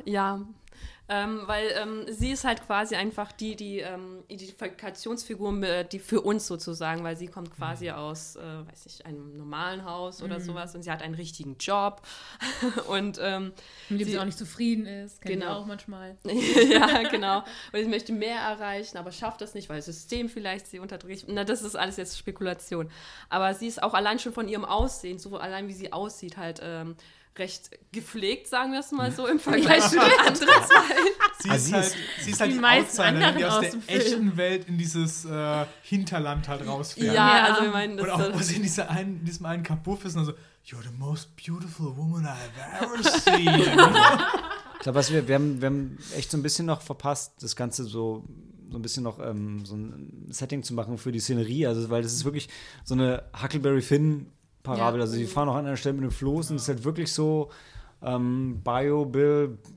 Weil sie ist halt quasi einfach die Identifikationsfigur, die für uns sozusagen, weil sie kommt quasi aus, weiß nicht, einem normalen Haus oder sowas und sie hat einen richtigen Job und Mit dem sie auch nicht zufrieden ist. Kennt Genau. ihr auch manchmal. ja, genau. Und sie möchte mehr erreichen, aber schafft das nicht, weil das System vielleicht sie unterdrückt. Na, das ist alles jetzt Spekulation. Aber sie ist auch allein schon von ihrem Aussehen, so allein wie sie aussieht, halt recht gepflegt, sagen wir es mal so, im Vergleich zu den anderen zwei. Sie Also ist halt die die meisten Outsiderin, die anderen aus aus der dem Film. echten Welt in dieses Hinterland halt rausfährt. Ja, Ja. also ich meine, Und auch, wo das sie in diesem einen Kabuff ist und so, you're the most beautiful woman I've ever seen. Ich glaube, wir haben echt so ein bisschen noch verpasst, das Ganze so so ein bisschen noch so ein Setting zu machen für die Szenerie. Also, weil das ist wirklich so eine Huckleberry Finn-Parabel. Ja. Also, die fahren auch an einer Stelle mit einem Floß und es ist halt wirklich so Bio-Bill,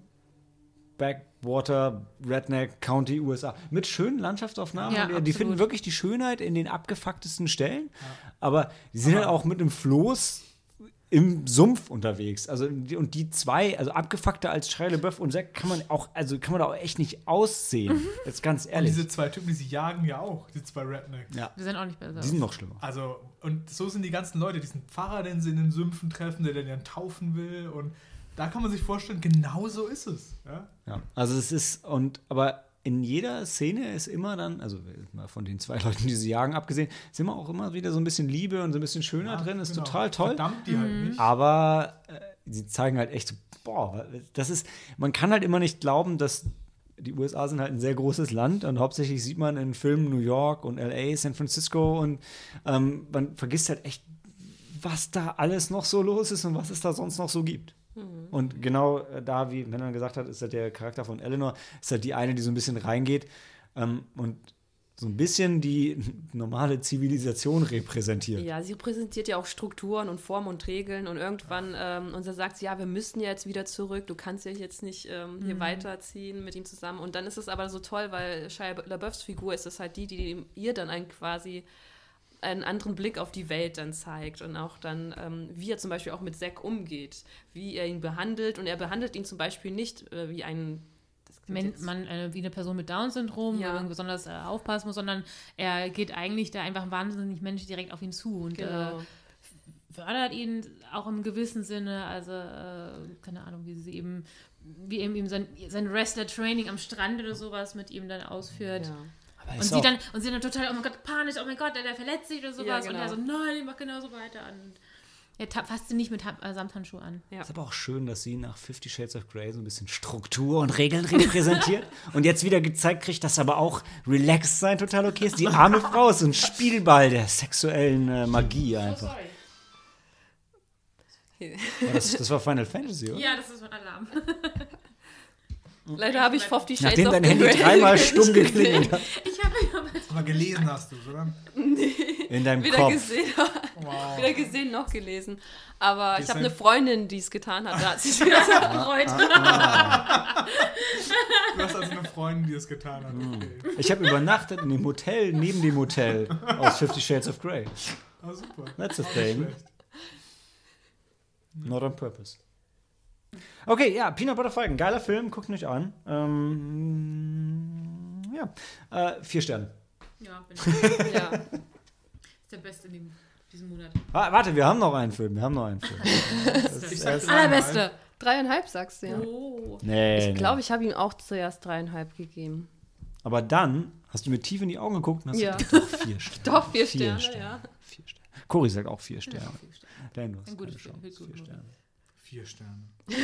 Backwater, Redneck, County, USA. Mit schönen Landschaftsaufnahmen. Ja, Und die absolut. finden wirklich die Schönheit in den abgefucktesten Stellen. Aber die sind halt auch mit einem Floß im Sumpf unterwegs. Also, und die zwei, also abgefuckter als Shia LaBeouf und Zack, kann man da auch echt nicht aussehen. Jetzt ganz Und ehrlich. diese zwei Typen, die sie jagen ja auch, die zwei Rednecks. Ja, Wir sind auch nicht besser. die sind noch schlimmer. Also, und so sind die ganzen Leute, diesen Pfarrer, den sie in den Sümpfen treffen, der dann taufen will. Und da kann man sich vorstellen, genau so ist es. Ja? Ja, also es ist, aber in jeder Szene ist immer dann, also mal von den zwei Leuten, die sie jagen, abgesehen, ist immer wieder so ein bisschen Liebe und so ein bisschen Schöner drin, ist genau. total toll. Verdammt die halt nicht. Aber sie zeigen halt echt so, boah, man kann halt immer nicht glauben, dass die USA sind halt ein sehr großes Land und hauptsächlich sieht man in Filmen New York und LA, San Francisco und man vergisst halt echt, was da alles noch so los ist und was es da sonst noch so gibt. Und genau da, wie Männer gesagt hat, ist halt der Charakter von Eleanor, ist halt die eine, die so ein bisschen reingeht und so ein bisschen die normale Zivilisation repräsentiert. Ja, sie repräsentiert ja auch Strukturen und Formen und Regeln und irgendwann und dann sagt sie, ja, wir müssen ja jetzt wieder zurück, du kannst ja jetzt nicht hier weiterziehen mit ihm zusammen und dann ist es aber so toll, weil Shia LaBeoufs Figur ist es halt die ihr dann quasi einen anderen Blick auf die Welt dann zeigt und auch dann, wie er zum Beispiel auch mit Zack umgeht, wie er ihn behandelt und er behandelt ihn zum Beispiel nicht wie einen Wie eine Person mit Down-Syndrom, Ja. wo man besonders aufpassen muss, sondern er geht eigentlich da einfach wahnsinnig Mensch direkt auf ihn zu und Genau. fördert ihn auch im gewissen Sinne, also keine Ahnung, wie ihm sein Wrestler-Training am Strand oder sowas mit ihm dann ausführt. Ja. Aber Und ist sie auch- dann total, oh mein Gott, panisch, oh mein Gott, der verletzt sich oder sowas. Ja, genau. Und er so, nein, ich mach genauso weiter. Und er fasst sie nicht mit Samthandschuh an. Ja. Ist aber auch schön, dass sie nach 50 Shades of Grey so ein bisschen Struktur und Regeln repräsentiert und jetzt wieder gezeigt kriegt, dass aber auch relaxed sein total okay ist. Die arme Frau ist so ein Spielball der sexuellen Magie einfach. Das war Final Fantasy, oder? Ja, das ist mein Alarm. Leider habe ich 50 Shades Nachdem of dein Handy Grey dreimal nicht stumm gesehen. geklingelt hat. Aber gelesen hast du es, oder? In deinem Weder Kopf. gesehen, Wow. weder gesehen noch gelesen. Aber Die ich habe sind- eine Freundin, die es getan hat. Da hat sie es wieder gefreut. Du hast also eine Freundin, die es getan hat. Okay. Ich habe übernachtet in dem Hotel neben dem Hotel aus 50 Shades of Grey. Ah, super. That's a Auch nicht thing. schlecht. Not on purpose. Okay, ja, Peanut Butter Falcon, geiler Film, guckt mich an. 4 Sterne. Ja, bin Ja. ist der Beste in diesem Monat. Warte, wir haben noch einen Film. Ich sag erst- dreimal. Allerbeste. 3,5 sagst du ja. Oh. Nee, Ich glaube, ich habe ihm auch zuerst 3,5 gegeben. Aber dann hast du mir tief in die Augen geguckt und hast Ja. gesagt, doch 4 Sterne. Doch, 4 4 Sterne, ja. 4 Sterne. Cory sagt auch 4 Sterne. Dan, du hast Ein gutes eine Film, Chance. gut, 4 gut. Sterne. 4 Sterne.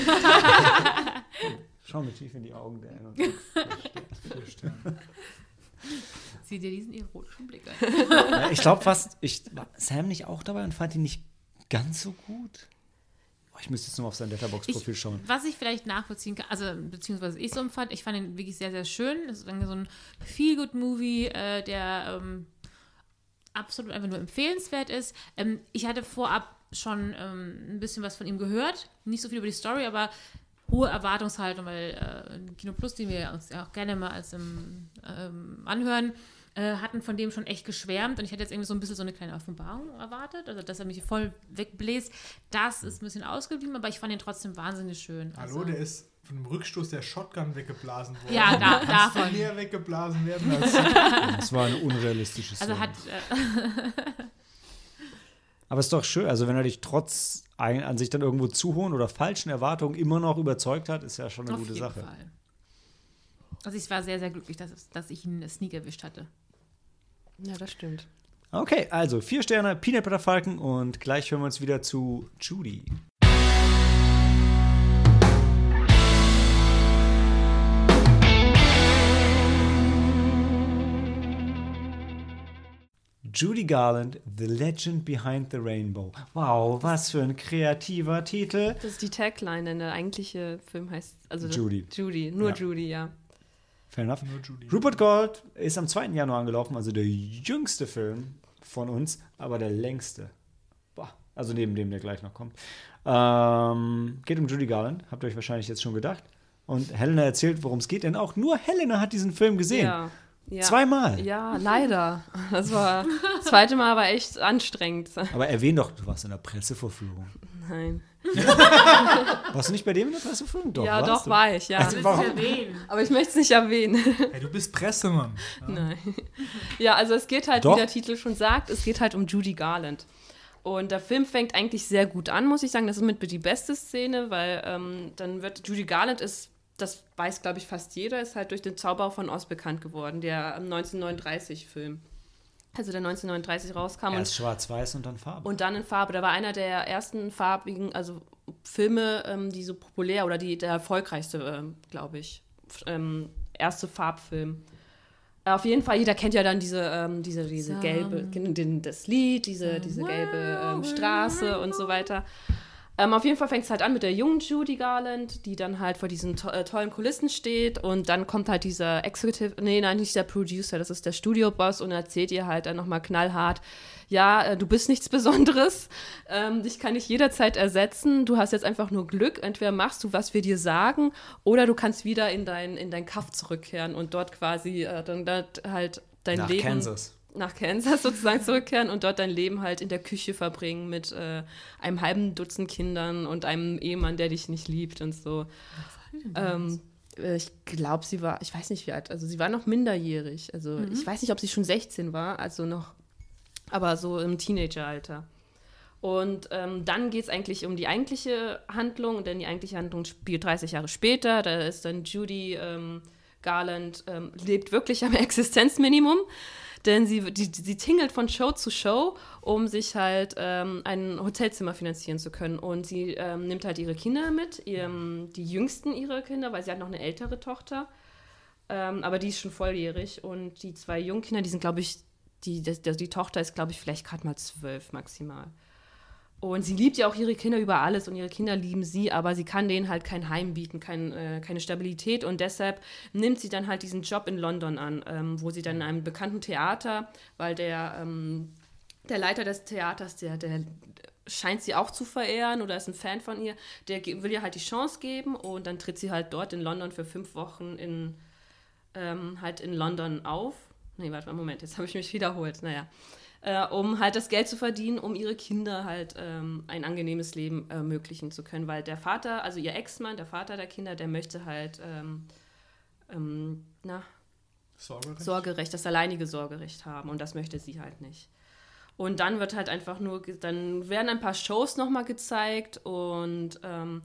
Schau mir tief in die Augen, Dan. und 4 Sterne. Sieh dir diesen erotischen Blick an. Ja, ich glaube fast, war Sam nicht auch dabei und fand ihn nicht ganz so gut? Oh, ich müsste jetzt nur auf sein Letterboxd-Profil schauen. Was ich vielleicht nachvollziehen kann, also beziehungsweise ich so empfand, ich fand ihn wirklich sehr, sehr schön. Es ist irgendwie so ein Feel-Good-Movie, der absolut einfach nur empfehlenswert ist. Ich hatte vorab schon ein bisschen was von ihm gehört. Nicht so viel über die Story, aber hohe Erwartungshaltung, weil Kino Plus, die wir uns ja auch gerne mal anhören, hatten von dem schon echt geschwärmt und ich hätte jetzt irgendwie so ein bisschen so eine kleine Offenbarung erwartet, also dass er mich voll wegbläst. Das ist ein bisschen ausgeblieben, aber ich fand ihn trotzdem wahnsinnig schön. Hallo, Also, der ist von dem Rückstoß der Shotgun weggeblasen worden. Ja, Kannst davon. du mehr weggeblasen werden als Das war eine unrealistische Szene. Also hat Aber es ist doch schön, also wenn er dich trotz an sich dann irgendwo zu hohen oder falschen Erwartungen immer noch überzeugt hat, ist ja schon eine auf gute jeden Sache. Fall. Also ich war sehr, sehr glücklich, dass ich einen Sneak erwischt hatte. Ja, das stimmt. Okay, also 4 Sterne, Peanut Butter Falcon und gleich hören wir uns wieder zu Judy. Judy Garland, The Legend Behind the Rainbow. Wow, was für ein kreativer Titel. Das ist die Tagline, denn der eigentliche Film heißt also Judy. Judy, nur Ja. Judy, ja. Fair enough. Nur Judy. Rupert Grint ist am 2. Januar angelaufen, also der jüngste Film von uns, aber der längste. Boah, also neben dem, der gleich noch kommt. Geht um Judy Garland, habt ihr euch wahrscheinlich jetzt schon gedacht. Und Helena erzählt, worum es geht, denn auch nur Helena hat diesen Film gesehen. Ja. 2-mal. Ja, leider. Das zweite Mal war echt anstrengend. Aber erwähn doch, du warst in der Pressevorführung. Nein. Warst du nicht bei dem in der Pressevorführung? Doch, Ja, warst doch, du? war ich, ja. Also, warum? Aber ich möchte es nicht erwähnen. Hey, du bist Pressemann. Ja. Nein. Ja, also es geht halt, Doch. wie der Titel schon sagt, es geht halt um Judy Garland. Und der Film fängt eigentlich sehr gut an, muss ich sagen. Das ist mit die beste Szene, weil dann wird Judy Garland das weiß, glaube ich, fast jeder, ist halt durch den Zauberer von Oz bekannt geworden, der 1939-Film. Also der 1939 rauskam. Erst schwarz-weiß und dann Farbe. Und dann in Farbe. Da war einer der ersten farbigen, also Filme, die so populär oder der erfolgreichste, glaube ich, erste Farbfilm. Auf jeden Fall, jeder kennt ja dann diese gelbe, das Lied, diese gelbe Straße und so weiter. Auf jeden Fall fängt es halt an mit der jungen Judy Garland, die dann halt vor diesen tollen Kulissen steht und dann kommt halt dieser nicht der Producer, das ist der Studioboss und erzählt ihr halt dann nochmal knallhart, ja, du bist nichts Besonderes, dich kann ich jederzeit ersetzen, du hast jetzt einfach nur Glück, entweder machst du, was wir dir sagen, oder du kannst wieder in dein Kaff zurückkehren und dort quasi dann halt dein Nach Leben... Kansas. Nach Kansas sozusagen zurückkehren und dort dein Leben halt in der Küche verbringen mit einem halben Dutzend Kindern und einem Ehemann, der dich nicht liebt und so. Ich glaube, ich weiß nicht wie alt, also sie war noch minderjährig. Also ich weiß nicht, ob sie schon 16 war, also noch, aber so im Teenageralter. Und dann geht es eigentlich um die eigentliche Handlung, denn die eigentliche Handlung spielt 30 Jahre später. Da ist dann Judy Garland, lebt wirklich am Existenzminimum. Denn sie tingelt von Show zu Show, um sich halt ein Hotelzimmer finanzieren zu können. Und sie nimmt halt ihre Kinder mit, die jüngsten ihrer Kinder, weil sie hat noch eine ältere Tochter. Aber die ist schon volljährig. Und die 2 Jungkinder, die sind, glaube ich, die Tochter ist, glaube ich, vielleicht gerade mal 12 maximal. Und sie liebt ja auch ihre Kinder über alles und ihre Kinder lieben sie, aber sie kann denen halt kein Heim bieten, keine Stabilität und deshalb nimmt sie dann halt diesen Job in London an, wo sie dann in einem bekannten Theater, weil der Leiter des Theaters, der scheint sie auch zu verehren oder ist ein Fan von ihr, der will ihr halt die Chance geben und dann tritt sie halt dort in London für 5 Wochen in London auf. Nee, warte mal, Moment, jetzt habe ich mich wiederholt, um halt das Geld zu verdienen, um ihre Kinder halt ein angenehmes Leben ermöglichen zu können. Weil der Vater, also ihr Ex-Mann, der Vater der Kinder, der möchte halt Sorgerecht, das alleinige Sorgerecht haben. Und das möchte sie halt nicht. Und dann wird halt einfach dann werden ein paar Shows nochmal gezeigt. Und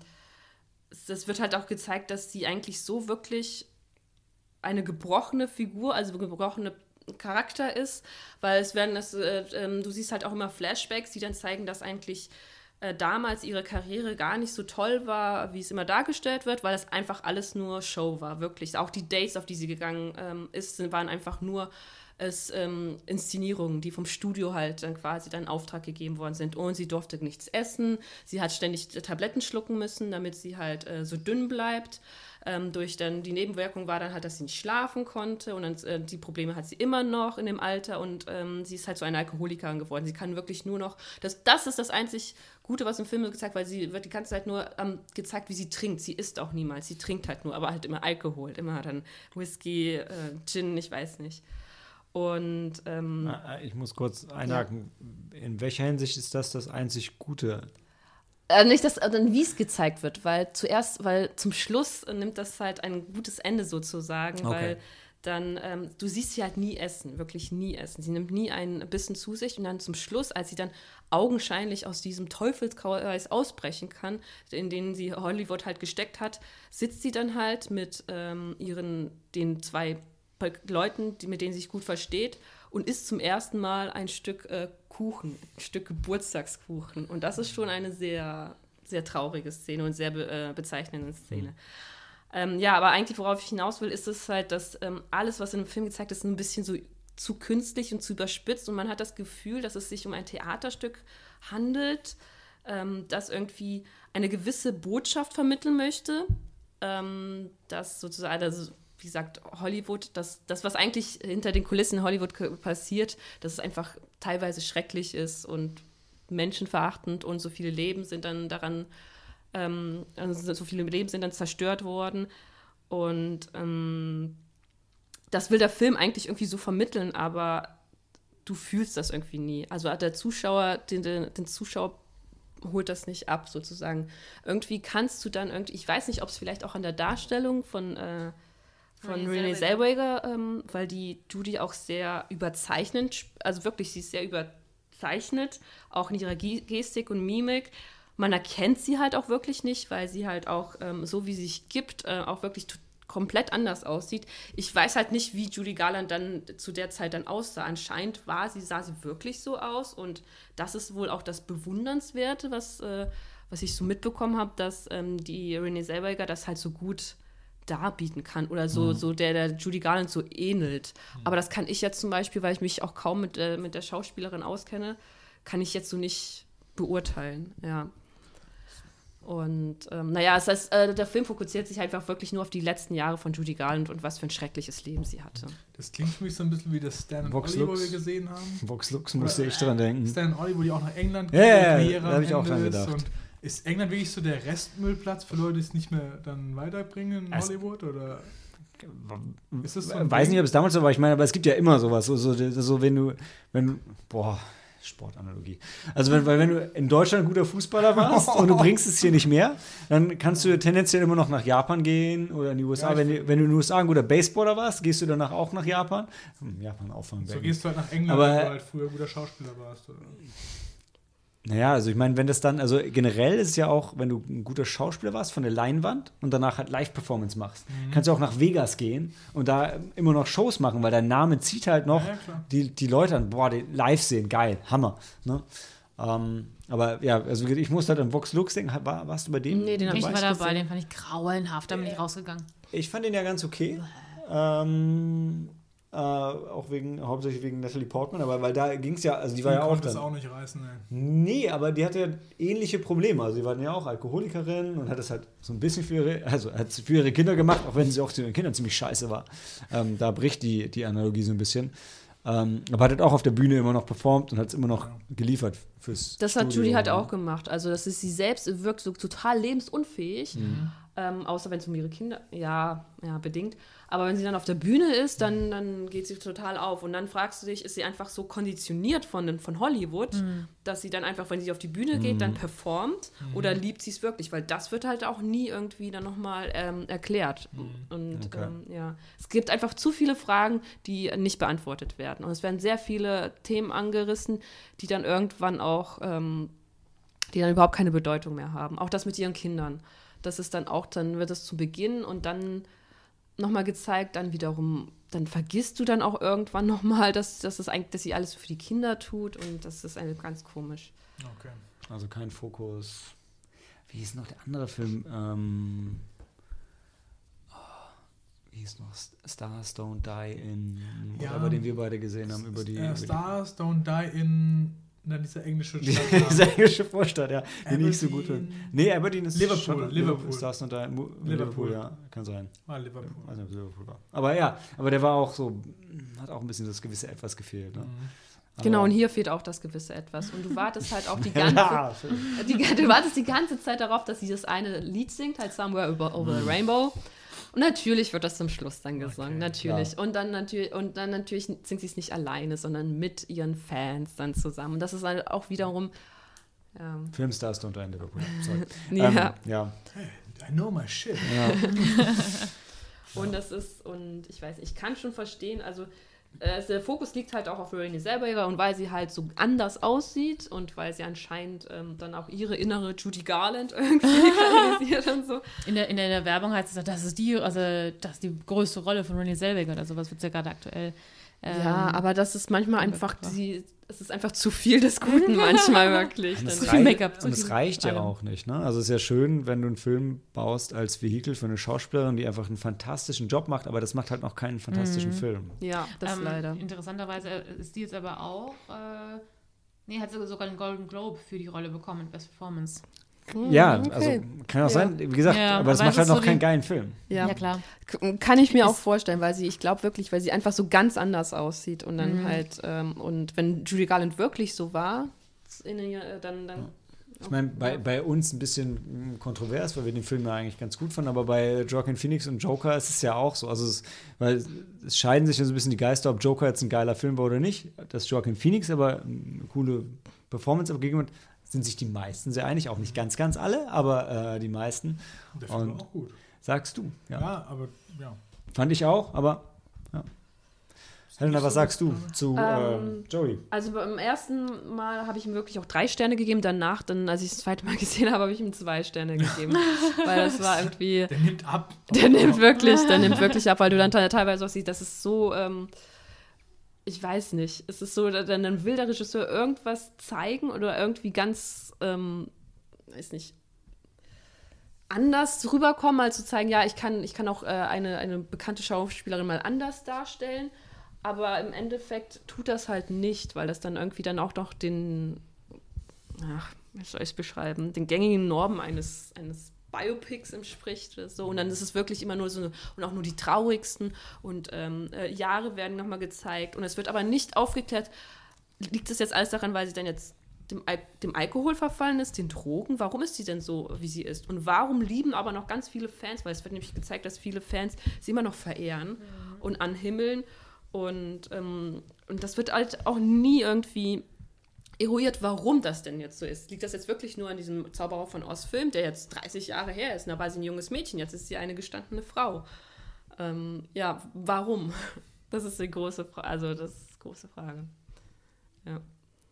es wird halt auch gezeigt, dass sie eigentlich so wirklich eine gebrochene Figur, also gebrochene Charakter ist, weil du siehst halt auch immer Flashbacks, die dann zeigen, dass eigentlich damals ihre Karriere gar nicht so toll war, wie es immer dargestellt wird, weil das einfach alles nur Show war, wirklich. Auch die Dates, auf die sie gegangen ist, waren einfach nur Inszenierungen, die vom Studio halt dann quasi dann in Auftrag gegeben worden sind. Und sie durfte nichts essen, sie hat ständig Tabletten schlucken müssen, damit sie halt so dünn bleibt. Durch dann die Nebenwirkung war dann halt, dass sie nicht schlafen konnte und dann die Probleme hat sie immer noch in dem Alter und sie ist halt so eine Alkoholikerin geworden. Sie kann wirklich nur noch, das ist das einzig Gute, was im Film gezeigt, weil sie wird die ganze Zeit nur gezeigt, wie sie trinkt. Sie isst auch niemals, sie trinkt halt nur, aber halt immer Alkohol, immer dann Whisky, Gin, ich weiß nicht. Und ich muss kurz einhaken. Ja. In welcher Hinsicht ist das einzig Gute? Nicht, wie es gezeigt wird, weil zum Schluss nimmt das halt ein gutes Ende sozusagen, okay. Weil dann, du siehst sie halt nie essen, wirklich nie essen. Sie nimmt nie ein Bissen zu sich und dann zum Schluss, als sie dann augenscheinlich aus diesem Teufelskreis ausbrechen kann, in den sie Hollywood halt gesteckt hat, sitzt sie dann halt mit den 2 Leuten, mit denen sie sich gut versteht und isst zum ersten Mal ein Stück Kuchen, ein Stück Geburtstagskuchen. Und das ist schon eine sehr, sehr traurige Szene und sehr bezeichnende Szene. Ja, aber eigentlich, worauf ich hinaus will, ist es halt, dass alles, was in dem Film gezeigt ist, ein bisschen so zu künstlich und zu überspitzt. Und man hat das Gefühl, dass es sich um ein Theaterstück handelt, das irgendwie eine gewisse Botschaft vermitteln möchte, dass sozusagen wie gesagt, Hollywood, das, was eigentlich hinter den Kulissen in Hollywood passiert, dass es einfach teilweise schrecklich ist und menschenverachtend und so viele Leben sind dann daran, so viele Leben sind dann zerstört worden. Und das will der Film eigentlich irgendwie so vermitteln, aber du fühlst das irgendwie nie. Also der Zuschauer, den Zuschauer holt das nicht ab, sozusagen. Irgendwie kannst du dann ich weiß nicht, ob es vielleicht auch an der Darstellung von Renée Zellweger, weil die Judy auch sehr überzeichnend, also wirklich, sie ist sehr überzeichnet, auch in ihrer Gestik und Mimik. Man erkennt sie halt auch wirklich nicht, weil sie halt auch, so wie sie sich gibt, auch wirklich komplett anders aussieht. Ich weiß halt nicht, wie Judy Garland dann zu der Zeit dann aussah. Anscheinend sah sie wirklich so aus und das ist wohl auch das Bewundernswerte, was ich so mitbekommen habe, dass die Renée Zellweger das halt so gut darbieten kann oder so der Judy Garland so ähnelt. Aber das kann ich jetzt zum Beispiel, weil ich mich auch kaum mit der Schauspielerin auskenne, kann ich jetzt so nicht beurteilen, ja. Und das heißt, der Film fokussiert sich einfach wirklich nur auf die letzten Jahre von Judy Garland und was für ein schreckliches Leben sie hatte. Das klingt für mich so ein bisschen wie das Stan und Ollie, wo wir gesehen haben. Vox Lux musste ich dran denken. Stan und Ollie, wo die auch nach England gehen, da habe ich auch dran gedacht. Und ist England wirklich so der Restmüllplatz für Leute, die es nicht mehr dann weiterbringen in Hollywood? Oder ist das so weiß nicht, ob es damals so war, ich meine, aber es gibt ja immer sowas. So wenn du Sportanalogie. Also wenn du in Deutschland ein guter Fußballer warst und du bringst es hier nicht mehr, dann kannst du tendenziell immer noch nach Japan gehen oder in die USA. Ja, wenn du in den USA ein guter Baseballer warst, gehst du danach auch nach Japan. Japan auffangbecken. So gehst du halt nach England, weil du halt früher guter Schauspieler warst. Oder? Naja, also ich meine, wenn das dann, also generell ist es ja auch, wenn du ein guter Schauspieler warst von der Leinwand und danach halt Live-Performance machst, kannst du auch nach Vegas gehen und da immer noch Shows machen, weil dein Name zieht halt noch die Leute an, die live sehen, geil, Hammer. Ne? Aber ja, also ich musste halt an Vox Lux denken, warst du bei dem? Nee, den habe Ich ich war nicht dabei, gesehen. den fand ich grauenhaft, da bin ich rausgegangen. Ich fand den ja ganz okay. Auch hauptsächlich wegen Natalie Portman, aber weil da ging es ja, also die war ja auch konnte dann. das auch nicht reißen, ey. Nee, aber die hatte ja ähnliche Probleme. Also sie war ja auch Alkoholikerin und hat das halt so ein bisschen hat es für ihre Kinder gemacht, auch wenn sie auch zu ihren Kindern ziemlich scheiße war. Da bricht die Analogie so ein bisschen. Aber hat halt auch auf der Bühne immer noch performt und hat es immer noch geliefert fürs Das hat Studio. Judy halt auch gemacht. Also das ist sie selbst wirkt so total lebensunfähig, außer wenn es um ihre Kinder, ja, bedingt. Aber wenn sie dann auf der Bühne ist, dann geht sie total auf. Und dann fragst du dich, ist sie einfach so konditioniert von Hollywood, dass sie dann einfach, wenn sie auf die Bühne geht, dann performt oder liebt sie es wirklich? Weil das wird halt auch nie irgendwie dann nochmal erklärt. Und Okay. es gibt einfach zu viele Fragen, die nicht beantwortet werden. Und es werden sehr viele Themen angerissen, die dann irgendwann auch, die dann überhaupt keine Bedeutung mehr haben. Auch das mit ihren Kindern. Das ist dann auch, dann wird es zu Beginn und dann nochmal gezeigt, dann wiederum, dann vergisst du dann auch irgendwann nochmal, dass sie alles für die Kinder tut und das ist ganz komisch. Okay. Also kein Fokus. Wie hieß noch der andere Film? Wie hieß noch? Stars Don't Die in, den wir beide gesehen haben. Stars Don't Die in dieser englische Stadt. Diese englische Vorstadt, ja. Die nicht so gut wird. Nee, Aberdeen ist Liverpool. Stars Don't Die. Liverpool, ja, kann sein. Liverpool. Ich weiß nicht, ob es Liverpool war. Aber der war auch so, hat auch ein bisschen das gewisse Etwas gefehlt. Ne? Genau, und hier fehlt auch das gewisse Etwas. Und du wartest halt auch du wartest die ganze Zeit darauf, dass sie das eine Lied singt, halt Somewhere Over the Rainbow. Und natürlich wird das zum Schluss dann gesungen, natürlich. Klar. Und dann natürlich singt sie es nicht alleine, sondern mit ihren Fans dann zusammen. Und das ist halt auch wiederum Filmstars Don't Die in Liverpool. Sorry. ja. I know my shit. Ja. Und ich weiß, ich kann schon verstehen, also der Fokus liegt halt auch auf Renée Zellweger und weil sie halt so anders aussieht und weil sie anscheinend dann auch ihre innere Judy Garland irgendwie kanalisiert und so. In der Werbung heißt es, das ist die größte Rolle von Renée Zellweger oder sowas, wird es ja gerade aktuell. Ja, aber das ist manchmal einfach es ist einfach zu viel des Guten manchmal wirklich. Und Dann es reicht ja auch nicht. Ne? Also es ist ja schön, wenn du einen Film baust als Vehikel für eine Schauspielerin, die einfach einen fantastischen Job macht, aber das macht halt noch keinen fantastischen Film. Ja, das leider. Interessanterweise ist die jetzt aber auch, hat sie sogar den Golden Globe für die Rolle bekommen, Best Performance. Ja, okay. also kann auch sein, wie gesagt, Ja, aber das aber macht es halt ist noch so keinen die- geilen Film. Ja, klar. Kann ich mir auch vorstellen, weil ich glaube wirklich, weil sie einfach so ganz anders aussieht und dann halt, und wenn Judy Garland wirklich so war, dann Ich meine, bei uns ein bisschen kontrovers, weil wir den Film ja eigentlich ganz gut fanden, aber bei Joaquin Phoenix und Joker ist es ja auch so. Also weil es scheiden sich ja so ein bisschen die Geister, ob Joker jetzt ein geiler Film war oder nicht. Dass Joaquin Phoenix aber eine coole Performance abgegeben hat, sind sich die meisten sehr einig. Auch nicht ganz, ganz alle, aber die meisten. Der Film Und war auch gut. sagst du, ja. Ja, aber ja. Fand ich auch, aber ja. Helena, was sagst du zu Joey? Also beim ersten Mal habe ich ihm wirklich auch 3 Sterne gegeben. Danach, dann, als ich das zweite Mal gesehen habe, habe ich ihm 2 Sterne gegeben. Weil das war irgendwie. Der nimmt ab. Der nimmt wirklich ab, weil du dann teilweise auch siehst, das ist so, ich weiß nicht, es ist so, dann will der Regisseur irgendwas zeigen oder irgendwie ganz, weiß nicht, anders rüberkommen, als zu zeigen, ja, ich kann auch eine bekannte Schauspielerin mal anders darstellen. Aber im Endeffekt tut das halt nicht, weil das dann irgendwie dann auch noch wie soll ich es beschreiben, den gängigen Normen eines Biopics entspricht. Oder so. Und dann ist es wirklich immer nur so, und auch nur die traurigsten und Jahre werden nochmal gezeigt. Und es wird aber nicht aufgeklärt, liegt es jetzt alles daran, weil sie dann jetzt dem Alkohol verfallen ist, den Drogen? Warum ist sie denn so, wie sie ist? Und warum lieben aber noch ganz viele Fans, weil es wird nämlich gezeigt, dass viele Fans sie immer noch verehren und anhimmeln. Und das wird halt auch nie irgendwie eruiert, warum das denn jetzt so ist. Liegt das jetzt wirklich nur an diesem Zauberer von Oz-Film, der jetzt 30 Jahre her ist? Da war sie ein junges Mädchen, jetzt ist sie eine gestandene Frau. Warum? Das ist die große Frage. Also, das ist die große Frage. Ja.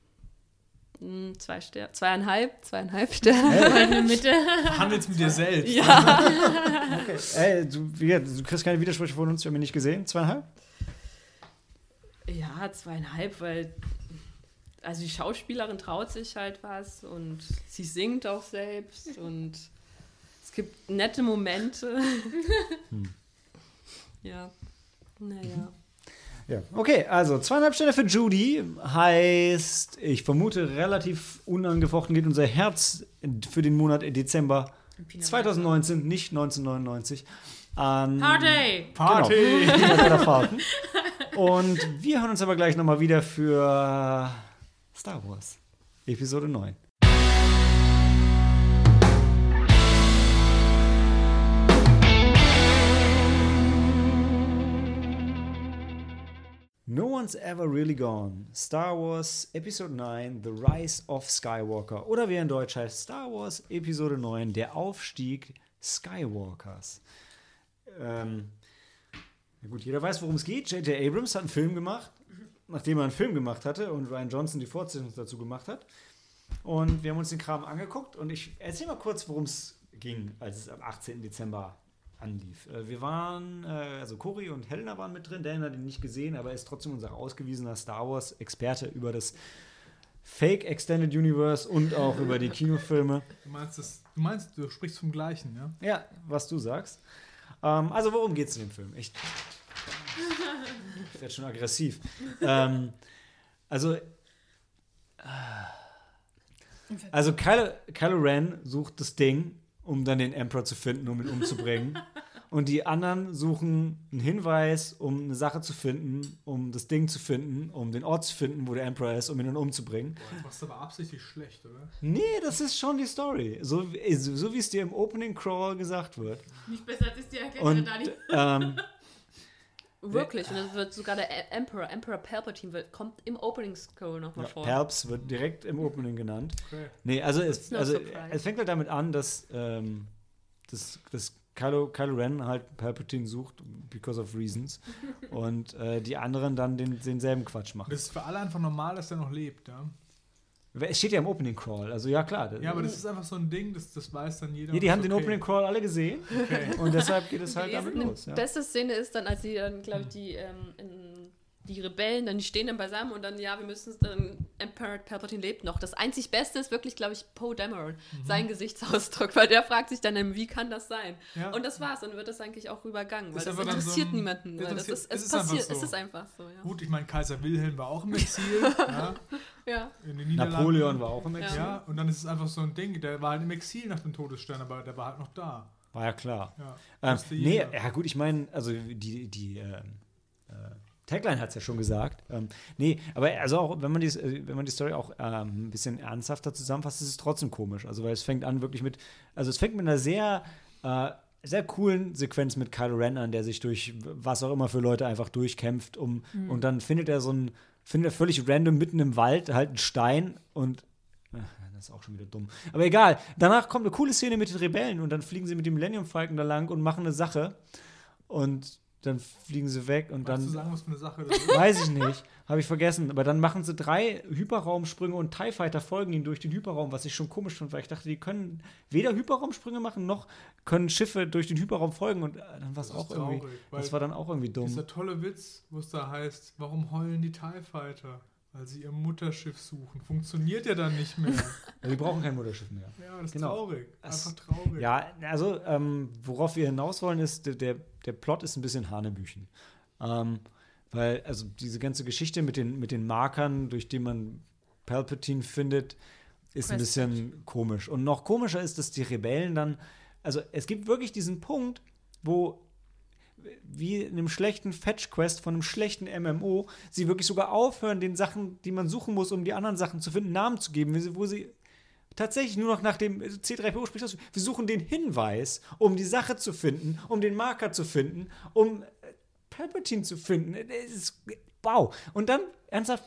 2,5 Sterne. In der Mitte. Handelst mit dir selbst. Ja. Okay. Du kriegst keine Widersprüche von uns, wir haben ihn nicht gesehen. 2,5? Ja, 2,5, weil also die Schauspielerin traut sich halt was und sie singt auch selbst und es gibt nette Momente. Ja, naja. Ja, okay, also 2,5 Sterne für Judy heißt, ich vermute, relativ unangefochten geht unser Herz für den Monat Dezember 2019, nicht 1999, an Party! Party! Genau, Peanut Butter Falcon. Und wir hören uns aber gleich nochmal wieder für Star Wars, Episode 9. No One's Ever Really Gone. Star Wars Episode 9, The Rise of Skywalker. Oder wie in Deutsch heißt, Star Wars Episode 9, der Aufstieg Skywalkers. Na gut, jeder weiß, worum es geht. J.J. Abrams hat einen Film gemacht, nachdem er einen Film gemacht hatte und Rian Johnson die Fortsetzung dazu gemacht hat. Und wir haben uns den Kram angeguckt und ich erzähle mal kurz, worum es ging, als es am 18. Dezember anlief. Wir waren, also Cory und Helena waren mit drin, Dan hat ihn nicht gesehen, aber er ist trotzdem unser ausgewiesener Star Wars-Experte über das Fake Extended Universe und auch über die Kinofilme. Du sprichst vom Gleichen, ja? Ja, was du sagst. Also worum geht es in dem Film? Ich werde schon aggressiv. Also Kylo Ren sucht das Ding, um dann den Emperor zu finden, um ihn umzubringen. Und die anderen suchen einen Hinweis, um eine Sache zu finden, um das Ding zu finden, um den Ort zu finden, wo der Emperor ist, um ihn dann umzubringen. Boah, das machst du aber absichtlich schlecht, oder? Nee, das ist schon die Story. So wie es dir im Opening Crawl gesagt wird. Nicht besser als es dir erklärt, Und Dani. Wirklich, und es wird sogar der Emperor Palpatine kommt im Opening Scroll nochmal vor. Palps wird direkt im Opening genannt. Okay. Nee, also no es surprise. fängt halt damit an, dass Kylo Ren halt Palpatine sucht, because of reasons. Und die anderen dann denselben Quatsch machen. Das ist für alle einfach normal, dass der noch lebt, ja? Es steht ja im Opening Crawl, also ja klar. Ja, aber das ist einfach so ein Ding, das weiß dann jeder. Ja, die und haben ist den okay. Opening Crawl alle gesehen. Okay. Und deshalb geht es halt damit Die los. Ja. beste Szene ist dann, als sie dann, glaube ich, die Rebellen, dann die stehen dann beisammen und dann, ja, wir müssen es dann Emperor Palpatine lebt noch. Das einzig Beste ist wirklich, glaube ich, Poe Dameron, sein Gesichtsausdruck, weil der fragt sich dann, wie kann das sein? Ja. Und das war's, dann wird das eigentlich auch übergangen, weil das interessiert niemanden. Weil es ist einfach so. Ja. Gut, ich meine, Kaiser Wilhelm war auch im Exil. Ja. Napoleon war auch im Exil. Ja, und dann ist es einfach so ein Ding, der war halt im Exil nach dem Todesstern, aber der war halt noch da. War ja klar. Ja, ja gut, ich meine, also die Tagline hat es ja schon gesagt. Aber also auch, wenn man die Story auch ein bisschen ernsthafter zusammenfasst, ist es trotzdem komisch. Also, weil es fängt an wirklich mit einer sehr, sehr coolen Sequenz mit Kylo Ren an, der sich durch was auch immer für Leute einfach durchkämpft, und dann findet er völlig random mitten im Wald halt einen Stein und das ist auch schon wieder dumm. Aber egal. Danach kommt eine coole Szene mit den Rebellen und dann fliegen sie mit dem Millennium Falcon da lang und machen eine Sache. Und dann fliegen sie weg und dann. Du sagen, was für eine Sache das ist? Weiß ich nicht. Habe ich vergessen. Aber dann machen sie 3 Hyperraumsprünge und TIE Fighter folgen ihnen durch den Hyperraum, was ich schon komisch fand, weil ich dachte, die können weder Hyperraumsprünge machen, noch können Schiffe durch den Hyperraum folgen. Und dann war es auch irgendwie. Das war dann auch irgendwie dumm. Dieser tolle Witz, wo es da heißt, warum heulen die TIE Fighter? Weil sie ihr Mutterschiff suchen. Funktioniert ja dann nicht mehr. Die brauchen kein Mutterschiff mehr. Ja, das ist traurig. Einfach traurig. Ja, also, worauf wir hinaus wollen, ist, der Plot ist ein bisschen Hanebüchen. Weil, also, diese ganze Geschichte mit den Markern, durch die man Palpatine findet, ist ein bisschen komisch. Und noch komischer ist, dass die Rebellen dann, also, es gibt wirklich diesen Punkt, wo wie in einem schlechten Fetch-Quest von einem schlechten MMO, sie wirklich sogar aufhören, den Sachen, die man suchen muss, um die anderen Sachen zu finden, Namen zu geben, wo sie tatsächlich nur noch nach dem C3PO spricht. Wir suchen den Hinweis, um die Sache zu finden, um den Marker zu finden, um Palpatine zu finden. Wow. Und dann, ernsthaft,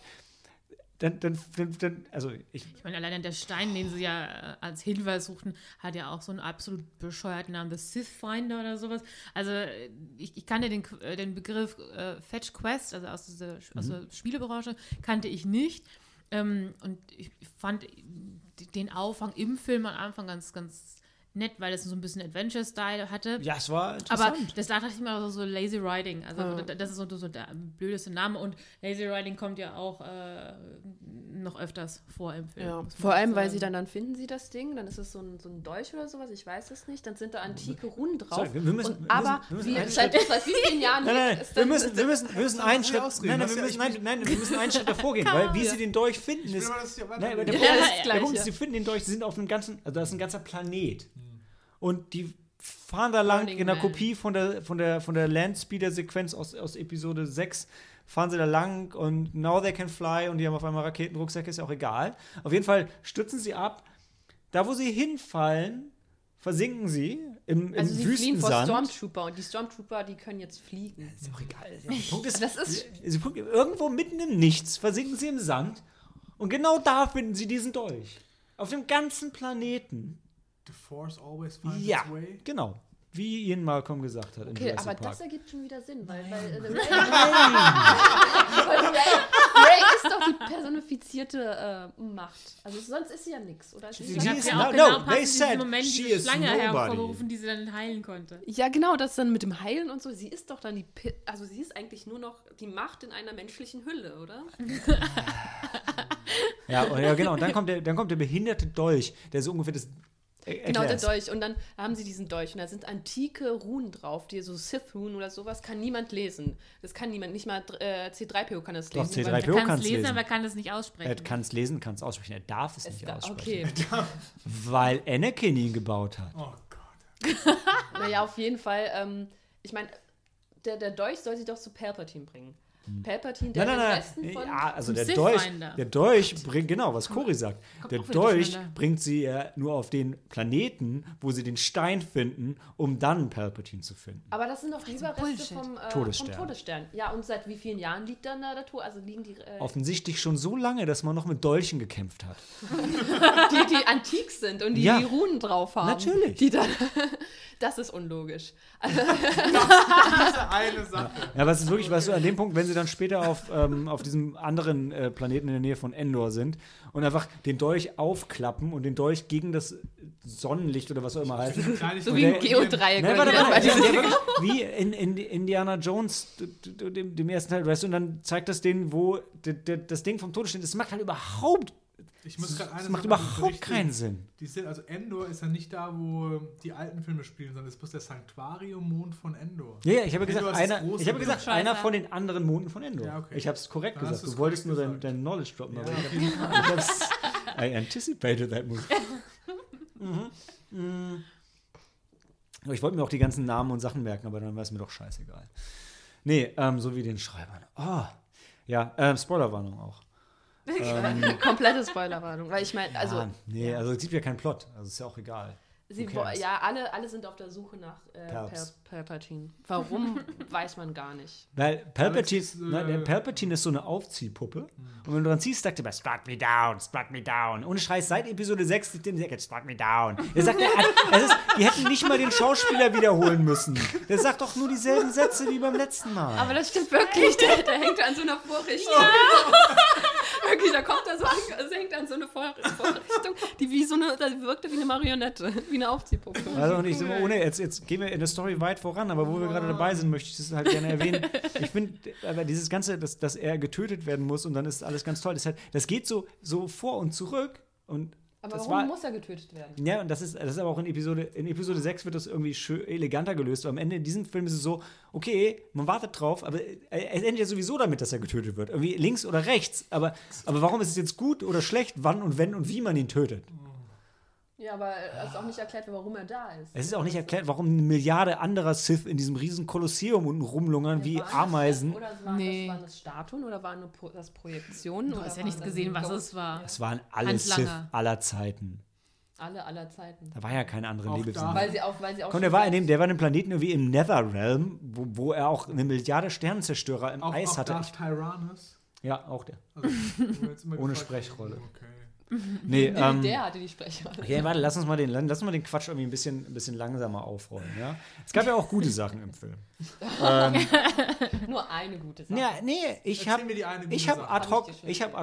also ich meine, allein der Stein, den sie ja als Hinweis suchten, hat ja auch so einen absolut bescheuerten Namen, The Sith Finder oder sowas. Also ich kannte den Begriff Fetch Quest, also aus der Spielebranche, kannte ich nicht. Und ich fand den Aufhang im Film am Anfang ganz, ganz nett, weil es so ein bisschen Adventure-Style hatte. Ja, es war interessant. Aber das dachte ich immer so Lazy Riding. Also das ist so der blödeste Name. Und Lazy Riding kommt ja auch noch öfters vor im Film. Ja. Vor allem, weil dann finden sie das Ding, dann ist es so ein Dolch oder sowas, ich weiß es nicht, dann sind da antike Runen drauf. Sorry, wir müssen seit wie vielen Jahren wir müssen einen Schritt davor gehen, weil wie sie den Dolch finden ist. Sie finden den Dolch, sie sind auf einem ganzen, also da ist ein ganzer Planet. Und die fahren da lang in der Kopie von der Landspeeder-Sequenz aus Episode 6, fahren sie da lang und now they can fly und die haben auf einmal Raketenrucksäcke, ist ja auch egal. Auf jeden Fall stürzen sie ab. Da, wo sie hinfallen, versinken sie im also sie Wüstensand. Fliehen vor Stormtrooper und die Stormtrooper, die können jetzt fliegen. Das ist auch egal. Der Punkt ist, irgendwo mitten im Nichts versinken sie im Sand und genau da finden sie diesen Dolch. Auf dem ganzen Planeten. The Force always finds its way? Genau. Wie Ian Malcolm gesagt hat. Okay, aber das ergibt schon wieder Sinn, weil Rey ist doch die personifizierte Macht. Also sonst ist sie ja nichts, oder? Sie ist ja auch genau passend in diesem Moment diese Schlange hervorgerufen, die sie dann heilen konnte. Ja, genau, das dann mit dem Heilen und so. Sie ist doch dann also sie ist eigentlich nur noch die Macht in einer menschlichen Hülle, oder? ja, genau. Und dann kommt der behinderte Dolch, der so ungefähr das. Genau, der Dolch. Und dann haben sie diesen Dolch. Und da sind antike Runen drauf, die so Sith-Runen oder sowas, kann niemand lesen. Das kann niemand, nicht mal C3PO kann das lesen. Doch, C3PO kann es lesen, aber er kann es nicht aussprechen. Er kann es lesen, kann es aussprechen. Er darf es nicht aussprechen. Okay. Weil Anakin ihn gebaut hat. Oh Gott. Naja, auf jeden Fall. Ich meine, der Dolch soll sie doch zu Palpatine bringen. Palpatine, der Nein. Westen von... Ja, also der Dolch bringt, genau, was Cory sagt. Der Dolch bringt sie ja nur auf den Planeten, wo sie den Stein finden, um dann Palpatine zu finden. Aber das sind doch Überreste vom Todesstern. Ja, und seit wie vielen Jahren liegt dann da der Tod? Also liegen die... Offensichtlich schon so lange, dass man noch mit Dolchen gekämpft hat. die antik sind und die Runen drauf haben. Natürlich. Die dann... Das ist unlogisch. Diese eine Sache. Ja, aber es ist wirklich, weißt du, an dem Punkt, wenn sie dann später auf diesem anderen Planeten in der Nähe von Endor sind und einfach den Dolch aufklappen und den Dolch gegen das Sonnenlicht oder was auch immer heißt. So wie ein Geodreieck. Nein, warte, wie in Indiana Jones, dem ersten Teil, weißt du, und dann zeigt das denen, wo das Ding vom Tod steht. Das macht halt überhaupt keinen Sinn. Also Endor ist ja nicht da, wo die alten Filme spielen, sondern es ist bloß der Sanctuarium-Mond von Endor. Ja, ich habe gesagt, Endor ist das große einer von den anderen Monden von Endor. Ja, okay. Ich habe es korrekt Dann hast gesagt. du's Du wolltest nur korrekt dein Knowledge droppen. Ja, Aber auf jeden Fall. I anticipated that move. Aber ich wollte mir auch die ganzen Namen und Sachen merken, aber dann war es mir doch scheißegal. Nee, so wie den Schreibern. Oh, ja, Spoilerwarnung auch. Komplette Spoilerwarnung. Weil ich meine, also. Nee, also es gibt ja keinen Plot. Also ist ja auch egal. Alle sind auf der Suche nach Palpatine. Warum, weiß man gar nicht. Weil Palpatine ist so eine Aufziehpuppe. Und wenn du dran ziehst, sagt er, strut me down. Ohne Scheiß, seit Episode 6 strut me down. Er sagt, die hätten nicht mal den Schauspieler wiederholen müssen. Der sagt doch nur dieselben Sätze wie beim letzten Mal. Aber das stimmt wirklich. Der hängt an so einer Vorrichtung. Wirklich, da kommt er so an, also hängt an so eine Vorrichtung, die wirkte wie eine Marionette, wie eine Aufziehpuppe. Also und ich so, jetzt gehen wir in der Story weit voran, aber wo wir gerade dabei sind, möchte ich das halt gerne erwähnen. Ich finde, aber dieses Ganze, dass er getötet werden muss und dann ist alles ganz toll, das geht so vor und zurück und aber warum muss er getötet werden? Ja, und das ist aber auch in Episode 6 wird das irgendwie eleganter gelöst. Aber am Ende in diesem Film ist es so, okay, man wartet drauf, aber es endet ja sowieso damit, dass er getötet wird. Irgendwie links oder rechts. Aber warum ist es jetzt gut oder schlecht, wann und wenn und wie man ihn tötet? Ja, aber es ist auch nicht erklärt, warum er da ist. Es ist auch nicht erklärt, warum eine Milliarde anderer Sith in diesem riesen Kolosseum unten rumlungern wie Ameisen. Oder waren das Statuen oder waren das Projektionen? Du hast ja nicht gesehen, was es war. Es waren alle Sith aller Zeiten. Aller Zeiten. Da war ja keine andere Lebewesen. Weil sie auch Komm, der war in dem Planeten irgendwie im Netherrealm, wo er auch eine Milliarde Sternenzerstörer im Eis hatte. Auch Tyrannus? Ja, auch der. Also, ohne Sprechrolle. Okay. Nee, der hatte die Sprecher. Okay, warte, lass uns mal den Quatsch irgendwie ein bisschen langsamer aufrollen. Ja? Es gab ja auch gute Sachen im Film. Nur eine gute Sache. Ja, nee, ich habe ad hoc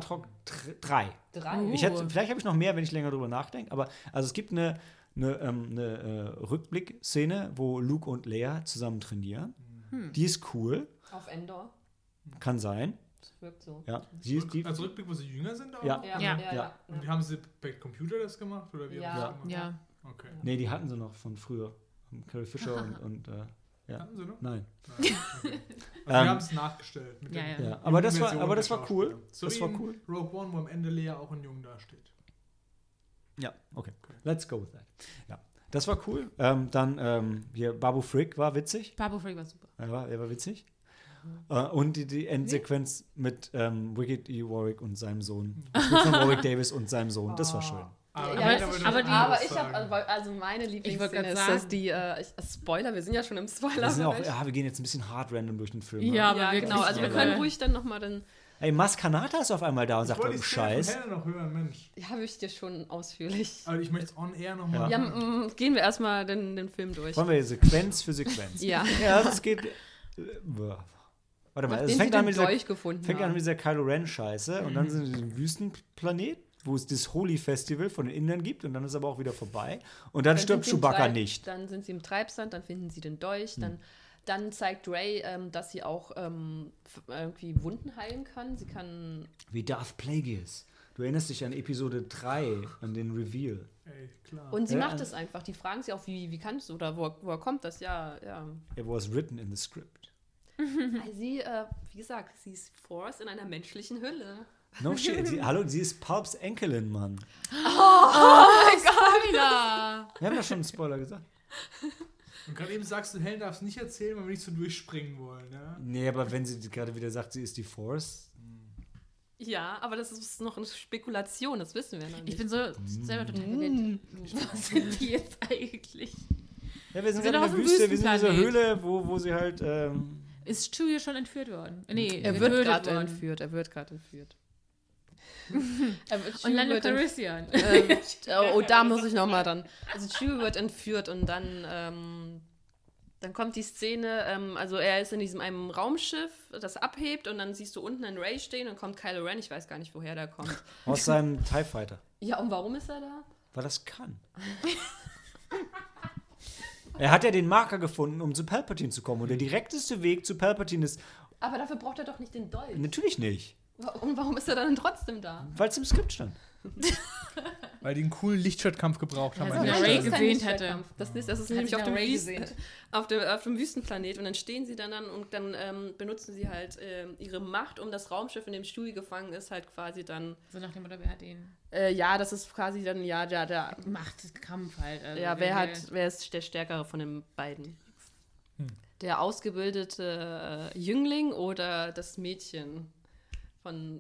3. Vielleicht habe ich noch mehr, wenn ich länger drüber nachdenke. Aber also es gibt eine Rückblick-Szene, wo Luke und Leia zusammen trainieren. Die ist cool. Auf Endor. Kann sein. Wirkt so. Ja. Als Rückblick, wo sie jünger sind? Auch? Ja. Und haben sie per Computer das gemacht? Oder wie haben sie das gemacht? Ja. Okay. Nee, die hatten sie noch von früher. Carrie Fisher und ja. Hatten sie noch? Nein. Okay. Also wir haben es nachgestellt. Ja. Aber das war cool. So das war cool. Rogue One, wo am Ende Leia auch ein Jungen dasteht. Ja, okay. Let's go with that. Ja. Das war cool. Dann hier Babu Frick war witzig. Babu Frick war super. Er war witzig. Und die Endsequenz mit Wicket E. Warwick und seinem Sohn. Von Warwick Davis und seinem Sohn. Das war schön. Aber ich habe, also meine Lieblingsszene ist, dass die, Spoiler, wir sind ja schon im Spoiler. Wir gehen jetzt ein bisschen hard random durch den Film. Ja, aber genau, also wir können ruhig dann nochmal den... Ey, Maskanata ist auf einmal da und sagt irgendeinen Scheiß. Ich noch hören, Mensch. Ja, habe ich dir schon ausführlich. Aber ich möchte es on air nochmal. Ja, gehen wir erstmal den Film durch. Wollen wir Sequenz für Sequenz? Ja. Ja, das geht... Warte mal, es fängt an mit dieser Kylo Ren-Scheiße und dann sind wir in diesem Wüstenplanet, wo es das Holy Festival von den Indern gibt und dann ist aber auch wieder vorbei und dann stirbt Chewbacca nicht. Dann sind sie im Treibsand, dann finden sie den Dolch, dann zeigt Rey, dass sie auch irgendwie Wunden heilen kann. Sie kann... Wie Darth Plagueis. Du erinnerst dich an Episode 3, an den Reveal. Ey, klar. Und sie macht es einfach. Die fragen sie auch, wie kannst du oder woher kommt das? Ja. It was written in the script. Sie, wie gesagt, sie ist Force in einer menschlichen Hülle. No shit. Sie ist Pulps Enkelin, Mann. Oh mein Gott. Wieder. Wir haben ja schon einen Spoiler gesagt. Und gerade eben sagst du, Helen darf es nicht erzählen, weil wir nicht so durchspringen wollen, ja? Nee, aber wenn sie gerade wieder sagt, sie ist die Force. Ja, aber das ist noch eine Spekulation, das wissen wir noch nicht. Ich bin so selber total verwirrt. Was sind die jetzt eigentlich? Ja, wir sind gerade in der Wüste, wir sind in dieser Höhle, wo sie halt... Ist Chewie schon entführt worden? Nee, er wird gerade entführt. Und Lando Calrissian. Da muss ich nochmal dann. Also Chewie wird entführt und dann kommt die Szene, also er ist in diesem einem Raumschiff, das abhebt und dann siehst du unten einen Rey stehen und kommt Kylo Ren, ich weiß gar nicht, woher der kommt. Aus seinem TIE Fighter. Ja, und warum ist er da? Weil das kann. Er hat ja den Marker gefunden, um zu Palpatine zu kommen. Und der direkteste Weg zu Palpatine ist... Aber dafür braucht er doch nicht den Dolch. Natürlich nicht. Und warum ist er dann trotzdem da? Weil es im Skript stand. Weil die einen coolen Lichtschwertkampf gebraucht haben. Ja, an der so Stelle. Ray gesehen hatte. Das ist Hat nämlich sich auf dem, Ray auf dem Wüstenplanet und dann stehen sie dann und dann benutzen sie halt ihre Macht, um das Raumschiff, in dem Stewie gefangen ist, halt quasi dann... So nach dem Motto, wer hat den ja, das ist quasi dann, der Machtkampf halt. Also wer ist der Stärkere von den beiden? Der ausgebildete Jüngling oder das Mädchen von...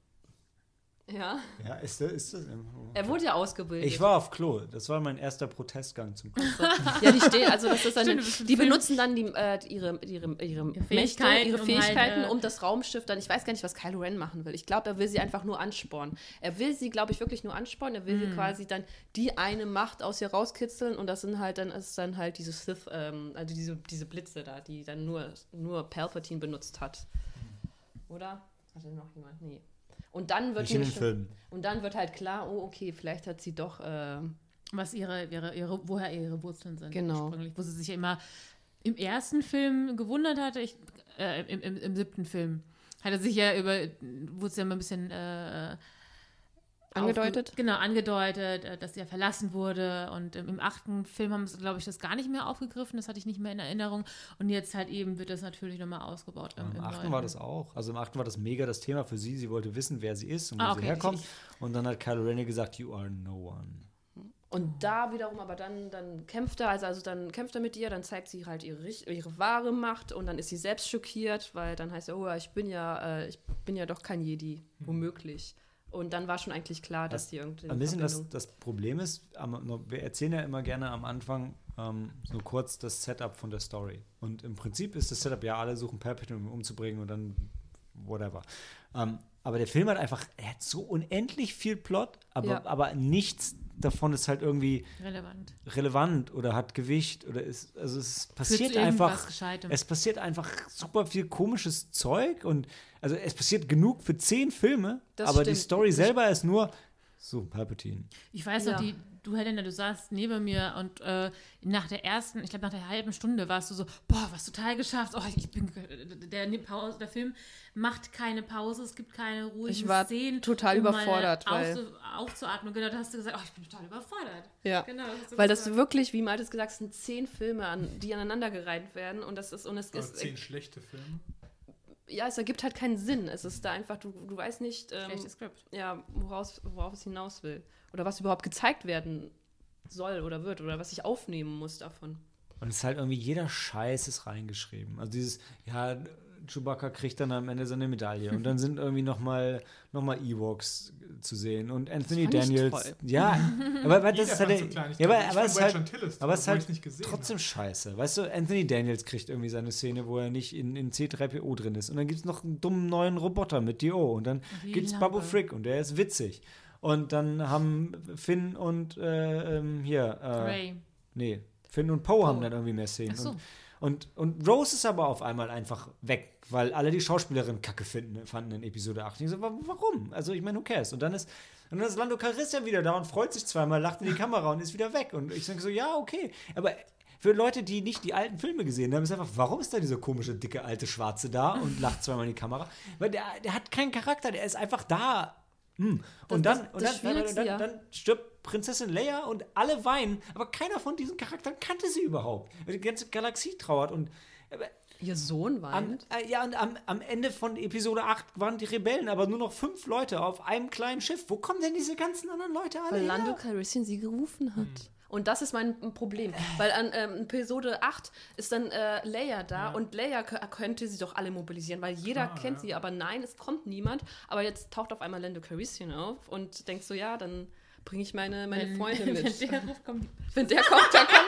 Ja. Ja, ist das? Er wurde ja ausgebildet. Ich war auf Klo. Das war mein erster Protestgang zum Klo. Ja, die stehen, also das ist eine, Stimmt, die benutzen dann ihre Fähigkeiten, halt, um das Raumschiff dann, ich weiß gar nicht, was Kylo Ren machen will. Ich glaube, er will sie einfach nur anspornen. Er will sie, glaube ich, wirklich nur anspornen. Er will sie quasi dann die eine Macht aus ihr rauskitzeln und das sind halt dann, ist dann halt diese Sith, also diese Blitze da, die dann nur Palpatine benutzt hat. Oder? Hatte noch jemand? Nee. Und dann wird halt klar, oh, okay, vielleicht hat sie doch was woher ihre Wurzeln sind. Genau. Wo sie sich ja immer im ersten Film gewundert hatte, im 7. Film, hatte sich ja wurde es ja immer ein bisschen angedeutet? Angedeutet, dass sie ja verlassen wurde. Und im 8. Film haben sie, glaube ich, das gar nicht mehr aufgegriffen. Das hatte ich nicht mehr in Erinnerung. Und jetzt halt eben wird das natürlich nochmal ausgebaut. Im 8. war das auch. Also im 8. war das mega das Thema für sie. Sie wollte wissen, wer sie ist und wo sie okay. herkommt. Und dann hat Kylo Ren gesagt, you are no one. Und da wiederum, aber dann kämpft er, also dann kämpft er mit ihr, dann zeigt sie halt ihre wahre Macht und dann ist sie selbst schockiert, weil dann heißt er, ich bin ja doch kein Jedi, womöglich. Und dann war schon eigentlich klar, dass die irgendwie... Ein bisschen das Problem ist, wir erzählen ja immer gerne am Anfang so kurz das Setup von der Story. Und im Prinzip ist das Setup, ja, alle suchen Palpatine, um ihn umzubringen und dann whatever. Aber der Film hat er hat so unendlich viel Plot, aber nichts davon ist halt irgendwie relevant oder hat Gewicht oder es passiert einfach super viel komisches Zeug und also es passiert genug für 10 Filme, das aber stimmt. die Story selber ist nur so Palpatine. Ich weiß noch, du Helena, du saßt neben mir und nach der halben Stunde warst du so, boah, was total geschafft. Oh, der Film macht keine Pause, es gibt keine ruhigen Ich war Szenen, total überfordert, weil aufzuatmen. Genau, da hast du gesagt, ich bin total überfordert. Ja, genau, weil das wirklich, wie Malte es gesagt hat, sind 10 Filme, die aneinandergereiht werden und es ist 10 schlechte Filme. Ja, es ergibt halt keinen Sinn. Es ist da einfach, du weißt nicht, Schlechtes Skript. Ja, worauf es hinaus will. Oder was überhaupt gezeigt werden soll oder wird oder was ich aufnehmen muss davon. Und es ist halt irgendwie jeder Scheiß ist reingeschrieben. Also dieses, ja, Chewbacca kriegt dann am Ende seine Medaille und dann sind irgendwie noch mal Ewoks zu sehen und Anthony Daniels. Ja, aber das ist halt, aber es ist halt trotzdem scheiße. Weißt du, Anthony Daniels kriegt irgendwie seine Szene, wo er nicht in C-3PO drin ist und dann gibt es noch einen dummen neuen Roboter mit D.O. und dann gibt es Babu Frick und der ist witzig. Und dann haben Finn und Ray. Nee, Finn und Poe haben dann irgendwie mehr Szenen. Ach so. Und Rose ist aber auf einmal einfach weg, weil alle die Schauspielerin kacke fanden in Episode 8. Und ich so, warum? Also ich meine, who cares? Und dann ist Lando Calrissian wieder da und freut sich zweimal, lacht in die Kamera und ist wieder weg. Und ich denke so, ja, okay. Aber für Leute, die nicht die alten Filme gesehen haben, ist einfach, warum ist da dieser komische, dicke, alte Schwarze da und lacht zweimal in die Kamera? Weil der hat keinen Charakter, der ist einfach da. Und dann stirbt Prinzessin Leia und alle weinen, aber keiner von diesen Charakteren kannte sie überhaupt. Die ganze Galaxie trauert und Ihr Sohn weint? und am Ende von Episode 8 waren die Rebellen aber nur noch 5 Leute auf einem kleinen Schiff. Wo kommen denn diese ganzen anderen Leute alle Weil her? Lando Calrissian sie gerufen hat. Und das ist mein Problem. Weil an Episode 8 ist dann Leia da und Leia könnte sie doch alle mobilisieren, weil jeder kennt sie, aber nein, es kommt niemand. Aber jetzt taucht auf einmal Lando Calrissian auf und denkst so, ja, dann bringe ich meine Freunde mit. Wenn der kommt, dann kommt.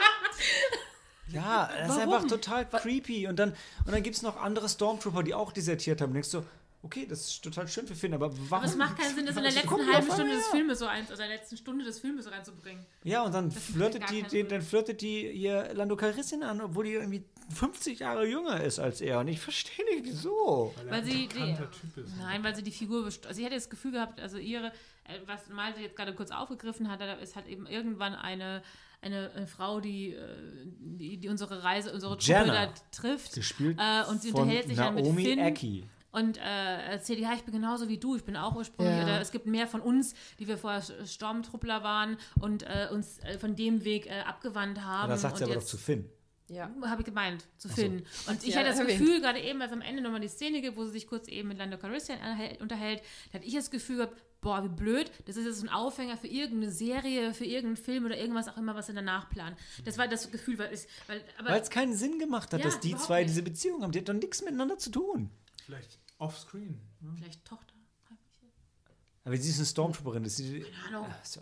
Ja, das ist einfach total creepy. Und dann gibt es noch andere Stormtrooper, die auch desertiert haben. Und denkst du, okay, das ist total schön für Finn, aber warum? Aber es macht keinen Sinn, das in der letzten halben Stunde des Filmes oder der letzten Stunde des Filmes so reinzubringen. Ja, und dann Das macht flirtet gar die, keinen Sinn. dann flirtet die ihr Lando Calrissian an, obwohl die irgendwie 50 Jahre jünger ist als er. Und ich verstehe nicht, wieso. Weil sie bekannter Typ ist. Nein, weil sie die Figur also ich hatte das Gefühl gehabt, also ihre, was Malte jetzt gerade kurz aufgegriffen hat, da ist halt eben irgendwann eine Frau, die unsere Truppe Jenna. da trifft. Gespielt Und sie von unterhält sich dann mit Naomi Finn. Ackie. Und erzählt, ja, ich bin genauso wie du, ich bin auch ursprünglich, oder es gibt mehr von uns, die wir vorher Stormtruppler waren und uns von dem Weg abgewandt haben. Das sagt sie und aber doch jetzt, zu Finn. Ja. habe ich gemeint, zu Finn. Und ich Ja, hatte das erwähnt. Gefühl, gerade eben, als am Ende nochmal die Szene gibt, wo sie sich kurz eben mit Lando Calrissian unterhält, da hatte ich das Gefühl gehabt, boah, wie blöd, das ist jetzt ein Aufhänger für irgendeine Serie, für irgendeinen Film oder irgendwas auch immer, was sie danach planen. Das war das Gefühl, weil es keinen Sinn gemacht hat, Ja, dass die überhaupt zwei nicht. diese Beziehung haben. Die hat doch nichts miteinander zu tun. Vielleicht offscreen. Ne? vielleicht Tochter. Aber sie ist eine Stormtrooperin. Das ist Hallo. so.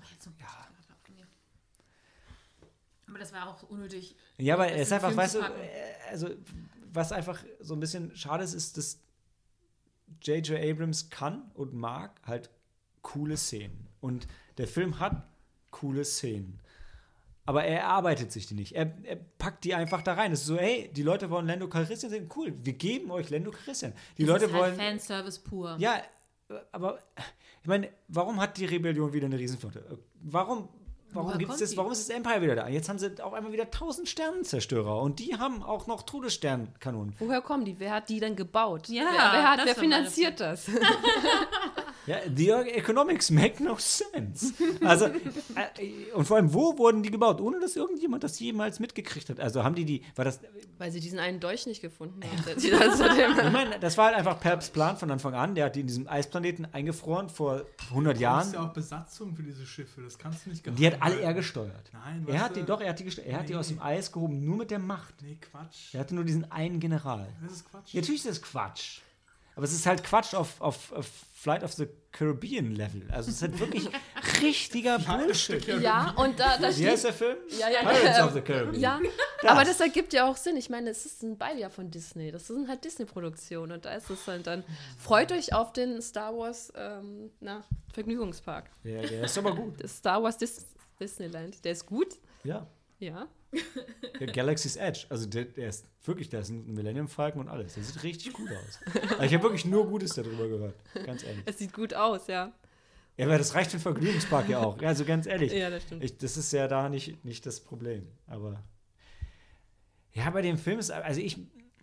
Aber das war auch unnötig. Ja, aber das es ist in den einfach, Film weißt zu du, packen. also was einfach so ein bisschen schade ist, dass J.J. Abrams kann und mag halt coole Szenen. Und der Film hat coole Szenen. Aber er erarbeitet sich die nicht. Er packt die einfach da rein. Es ist so, hey, die Leute wollen Lando Calrissian sehen. Cool, wir geben euch Lando Calrissian. Die Das Leute ist halt wollen... Fanservice pur. Ja, aber ich meine, warum hat die Rebellion wieder eine Riesenflotte? Warum Woher gibt's kommt das? die? Warum ist das Empire wieder da? Jetzt haben sie auch einmal wieder 1000 Sternenzerstörer und die haben auch noch Todessternkanonen. Woher kommen die? Wer hat die denn gebaut? Ja, wer das war finanziert das? Ja, the economics make no sense. Also, und vor allem, wo wurden die gebaut? Ohne dass irgendjemand das jemals mitgekriegt hat. Also haben war das, Weil sie diesen einen Dolch nicht gefunden haben. ich meine, das war halt einfach Perbs Plan von Anfang an. Der hat die in diesem Eisplaneten eingefroren vor 100 Das ist Jahren. ja auch Besatzung für diese Schiffe. Das kannst du nicht geheim Die hat alle halten. er gesteuert. Nein, Er hat weißt die, du- er hat die gesteuert. Er hat die Nee. aus dem Eis gehoben, nur mit der Macht. Nee, Quatsch. Er hatte nur diesen einen General. Das ist Quatsch. Ja, natürlich ist das Quatsch. Aber es ist halt Quatsch auf Flight of the Caribbean Level. Also es ist halt wirklich richtiger Bullshit. Ja, und da Wie steht... heißt der Film? Ja, ja, Pirates of the Caribbean. Ja, Das. aber das ergibt ja auch Sinn. Ich meine, sind beide ja von Disney. Das sind halt Disney-Produktionen. Und da ist es halt dann... Freut euch auf den Star Wars Vergnügungspark. Ja, der ist aber gut. Das Star Wars Disneyland. Der ist gut. Ja. Ja. Der Galaxy's Edge. Also der ist wirklich, da ist ein Millennium Falcon und alles. Der sieht richtig gut aus. Also ich habe wirklich nur Gutes darüber gehört. Ganz ehrlich. Es sieht gut aus, ja. Ja, aber das reicht für den Vergnügungspark ja auch. Also ganz ehrlich. Ja, das stimmt. Das ist ja da nicht das Problem. Aber ja, bei dem Film ist, also ich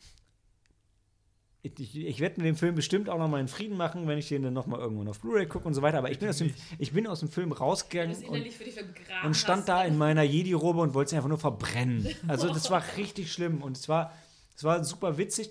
werde mit dem Film bestimmt auch noch mal in Frieden machen, wenn ich den dann noch mal irgendwann auf Blu-ray gucke und so weiter. Aber ich bin aus dem Film rausgegangen und stand da in meiner Jedi-Robe und wollte es einfach nur verbrennen. Also das war richtig schlimm und es war super witzig.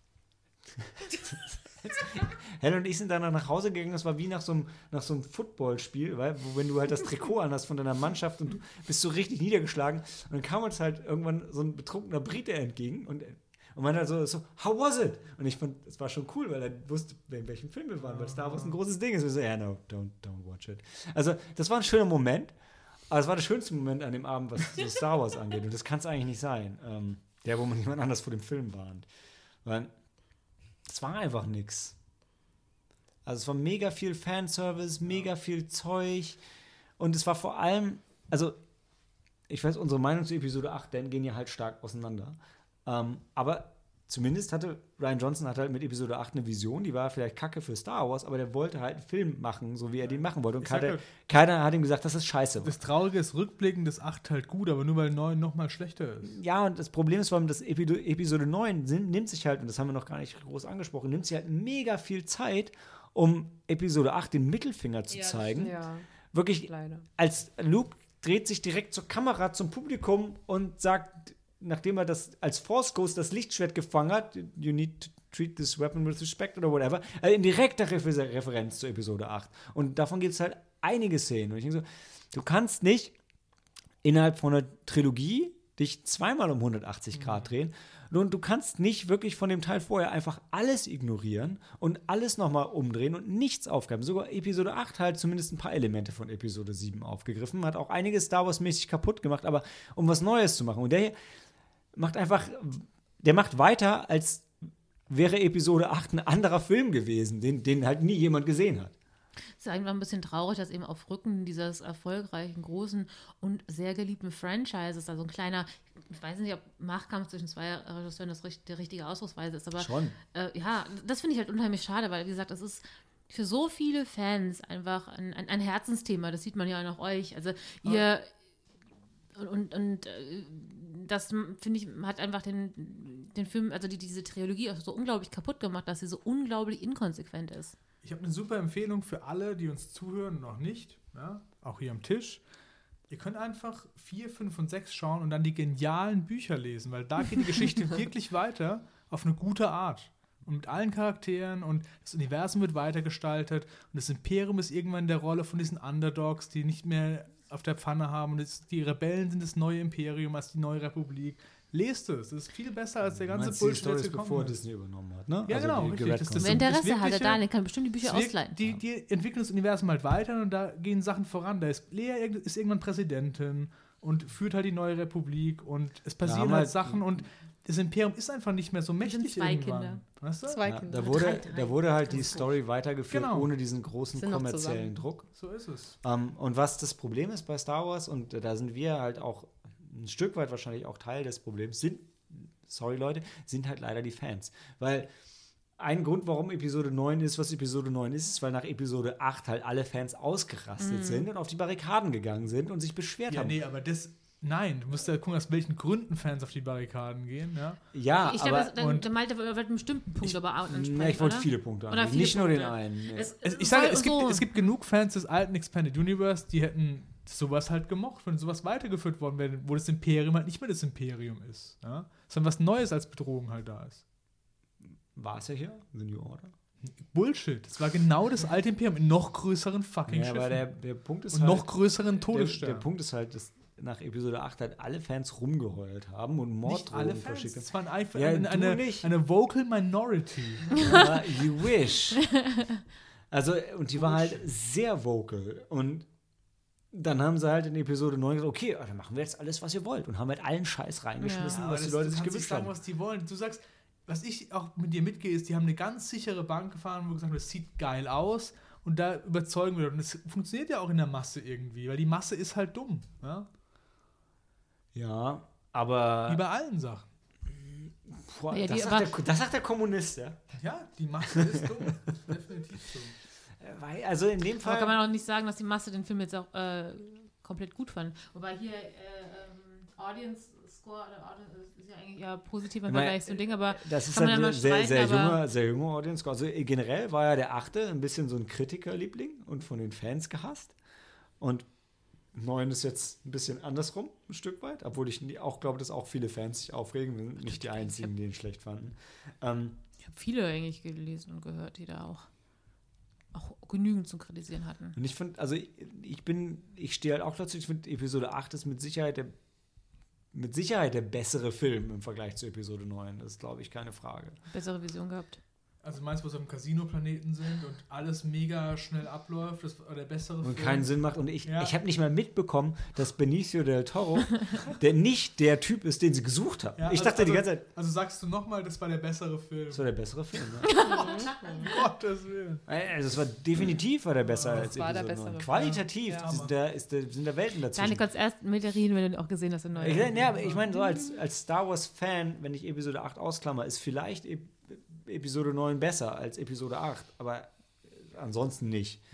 Helen und ich sind danach nach Hause gegangen, das war wie nach so einem Footballspiel, wo wenn du halt das Trikot anhast von deiner Mannschaft und du bist so richtig niedergeschlagen und dann kam uns halt irgendwann so ein betrunkener Brite entgegen und meinte halt so, how was it? Und ich fand, es war schon cool, weil er wusste, in welchem Film wir waren, weil Star Wars ein großes Ding ist. Und so, ja, no, don't watch it. Also, das war ein schöner Moment, aber es war der schönste Moment an dem Abend, was so Star Wars angeht. Und das kann es eigentlich nicht sein. Wo man jemand anders vor dem Film warnt. Weil es war einfach nix. Also, es war mega viel Fanservice, mega viel Zeug. Und es war vor allem, also, ich weiß, unsere Meinung zu Episode 8 gehen ja halt stark auseinander. Aber zumindest Rian Johnson halt mit Episode 8 eine Vision, die war vielleicht kacke für Star Wars, aber der wollte halt einen Film machen, so wie er den machen wollte. Und keiner hat ihm gesagt, dass das scheiße war. Das Traurige ist, rückblickend ist 8 halt gut, aber nur weil 9 noch mal schlechter ist. Ja, und das Problem ist vor allem, dass Episode 9 nimmt sich halt, und das haben wir noch gar nicht groß angesprochen, nimmt sich halt mega viel Zeit, um Episode 8 den Mittelfinger zu zeigen. Ja, Wirklich, leider. als Luke dreht sich direkt zur Kamera, zum Publikum und sagt, nachdem er das als Force Ghost das Lichtschwert gefangen hat, you need to treat this weapon with respect oder whatever, also in direkter Referenz zur Episode 8. Und davon gibt es halt einige Szenen. Und ich denke so, du kannst nicht innerhalb von einer Trilogie dich zweimal um 180 Grad drehen. Und du kannst nicht wirklich von dem Teil vorher einfach alles ignorieren und alles nochmal umdrehen und nichts aufgreifen. Sogar Episode 8 halt zumindest ein paar Elemente von Episode 7 aufgegriffen, hat auch einiges Star Wars-mäßig kaputt gemacht, aber um was Neues zu machen. Und der macht weiter, als wäre Episode 8 ein anderer Film gewesen, den halt nie jemand gesehen hat. Es ist einfach ein bisschen traurig, dass eben auf Rücken dieses erfolgreichen, großen und sehr geliebten Franchises, also ein kleiner, ich weiß nicht, ob Machtkampf zwischen zwei Regisseuren die richtige Ausdrucksweise ist, aber Schon. Ja, das finde ich halt unheimlich schade, weil, wie gesagt, das ist für so viele Fans einfach ein Herzensthema, das sieht man ja auch euch, also ihr und das, finde ich, hat einfach den Film, also diese Trilogie auch so unglaublich kaputt gemacht, dass sie so unglaublich inkonsequent ist. Ich habe eine super Empfehlung für alle, die uns zuhören, noch nicht, ja, auch hier am Tisch. Ihr könnt einfach 4, 5 und 6 schauen und dann die genialen Bücher lesen, weil da geht die Geschichte wirklich weiter auf eine gute Art. Und mit allen Charakteren und das Universum wird weitergestaltet und das Imperium ist irgendwann in der Rolle von diesen Underdogs, die nicht mehr auf der Pfanne haben und die Rebellen sind das neue Imperium als die neue Republik. Lest es, das ist viel besser als der ganze Bullshit, der jetzt gekommen bevor ist. Disney übernommen hat, ne? Ja, also genau, die richtig. Wer Interesse hat, der Daniel kann bestimmt die Bücher ausleihen. Die entwickeln das Universum halt weiter und da gehen Sachen voran. Da ist Lea ist irgendwann Präsidentin und führt halt die neue Republik und es passieren halt Sachen und das Imperium ist einfach nicht mehr so mächtig zwei irgendwann. Kinder. Weißt du? Zwei Kinder. Da wurde halt die Story weitergeführt, Genau. ohne diesen großen Sind noch kommerziellen zusammen. Druck. So ist es. Und was das Problem ist bei Star Wars, und da sind wir halt auch ein Stück weit wahrscheinlich auch Teil des Problems, sind halt leider die Fans. Weil ein Grund, warum Episode 9 ist, was Episode 9 ist, weil nach Episode 8 halt alle Fans ausgerastet sind und auf die Barrikaden gegangen sind und sich beschwert haben. Nee, aber nein, du musst ja gucken, aus welchen Gründen Fans auf die Barrikaden gehen. Ja? Ja, Ich aber glaube, der Malte wollte einen bestimmten Punkt aber ansprechen, ich wollte oder? viele Punkte Oder ansprechen, viele nicht nur den Punkte. einen. Nee. Ich sage, so. es gibt genug Fans des alten Expanded Universe, die hätten sowas halt gemocht, wenn sowas weitergeführt worden wäre, wo das Imperium halt nicht mehr das Imperium ist. Ja? Sondern was Neues als Bedrohung halt da ist. War es ja hier? The New Order? Bullshit. Es war genau das alte Imperium in noch größeren fucking Ja, aber Schiffen. der Punkt ist Und halt, noch größeren der Todessternen. Punkt ist halt, dass nach Episode 8 halt alle Fans rumgeheult haben und Nicht alle Morddrohungen Fans. verschickt haben. Es waren einfach Ja, du eine nicht. Vocal Minority. Aber you wish. Also, und die war halt sehr vocal. Und dann haben sie halt in Episode 9 gesagt, okay, dann machen wir jetzt alles, was ihr wollt. Und haben halt allen Scheiß reingeschmissen, Aber was die Leute sich du kannst nicht gewünscht sagen, haben. was die wollen. Du sagst, was ich auch mit dir mitgehe, ist, die haben eine ganz sichere Bank gefahren, wo gesagt haben, das sieht geil aus. Und da überzeugen wir. Und das funktioniert ja auch in der Masse irgendwie, weil die Masse ist halt dumm. Ja? Ja, aber Wie bei allen Sachen. boah, Ja, das sagt der Kommunist, ja. Ja, die Masse ist dumm. Definitiv so. Also in dem Aber Fall. kann man auch nicht sagen, dass die Masse den Film jetzt auch komplett gut fand. Wobei hier Audience Score ist ja eigentlich eher positiv im Ich meine, Vergleich zum Ding, aber Das ist kann man halt ja eine mal streiten, sehr junge Audience. Also generell war ja der 8. ein bisschen so ein Kritikerliebling und von den Fans gehasst. Und 9 ist jetzt ein bisschen andersrum, ein Stück weit. Obwohl ich auch glaube, dass auch viele Fans sich aufregen. Wir sind nicht die Einzigen, die ihn schlecht fanden. ich habe viele eigentlich gelesen und gehört, die da auch genügend zu kritisieren hatten. Und ich finde, also ich stehe halt auch dazu, ich finde, Episode 8 ist mit Sicherheit der bessere Film im Vergleich zu Episode 9. Das ist, glaube ich, keine Frage. Bessere Vision gehabt. Also meinst du, wo sie auf dem Casino-Planeten sind und alles mega schnell abläuft? Das war der bessere Und Film? keinen Sinn macht. Und ich Ja. habe nicht mal mitbekommen, dass Benicio del Toro nicht der Typ ist, den sie gesucht haben. Ja, Ich dachte die ganze Zeit, Also sagst du nochmal, das war der bessere Film. das war der bessere Film. Ja. Um Gottes Willen. Also es war definitiv besser als war der Episode 9. bessere Qualitativ Film. sind da Welten Daniel, dazwischen. kannst erst mit dir reden, wenn du auch gesehen hast, in neuen. Ja, aber ich meine, so als Star Wars-Fan, wenn ich Episode 8 ausklammer, ist vielleicht Episode 9 besser als Episode 8, aber ansonsten nicht.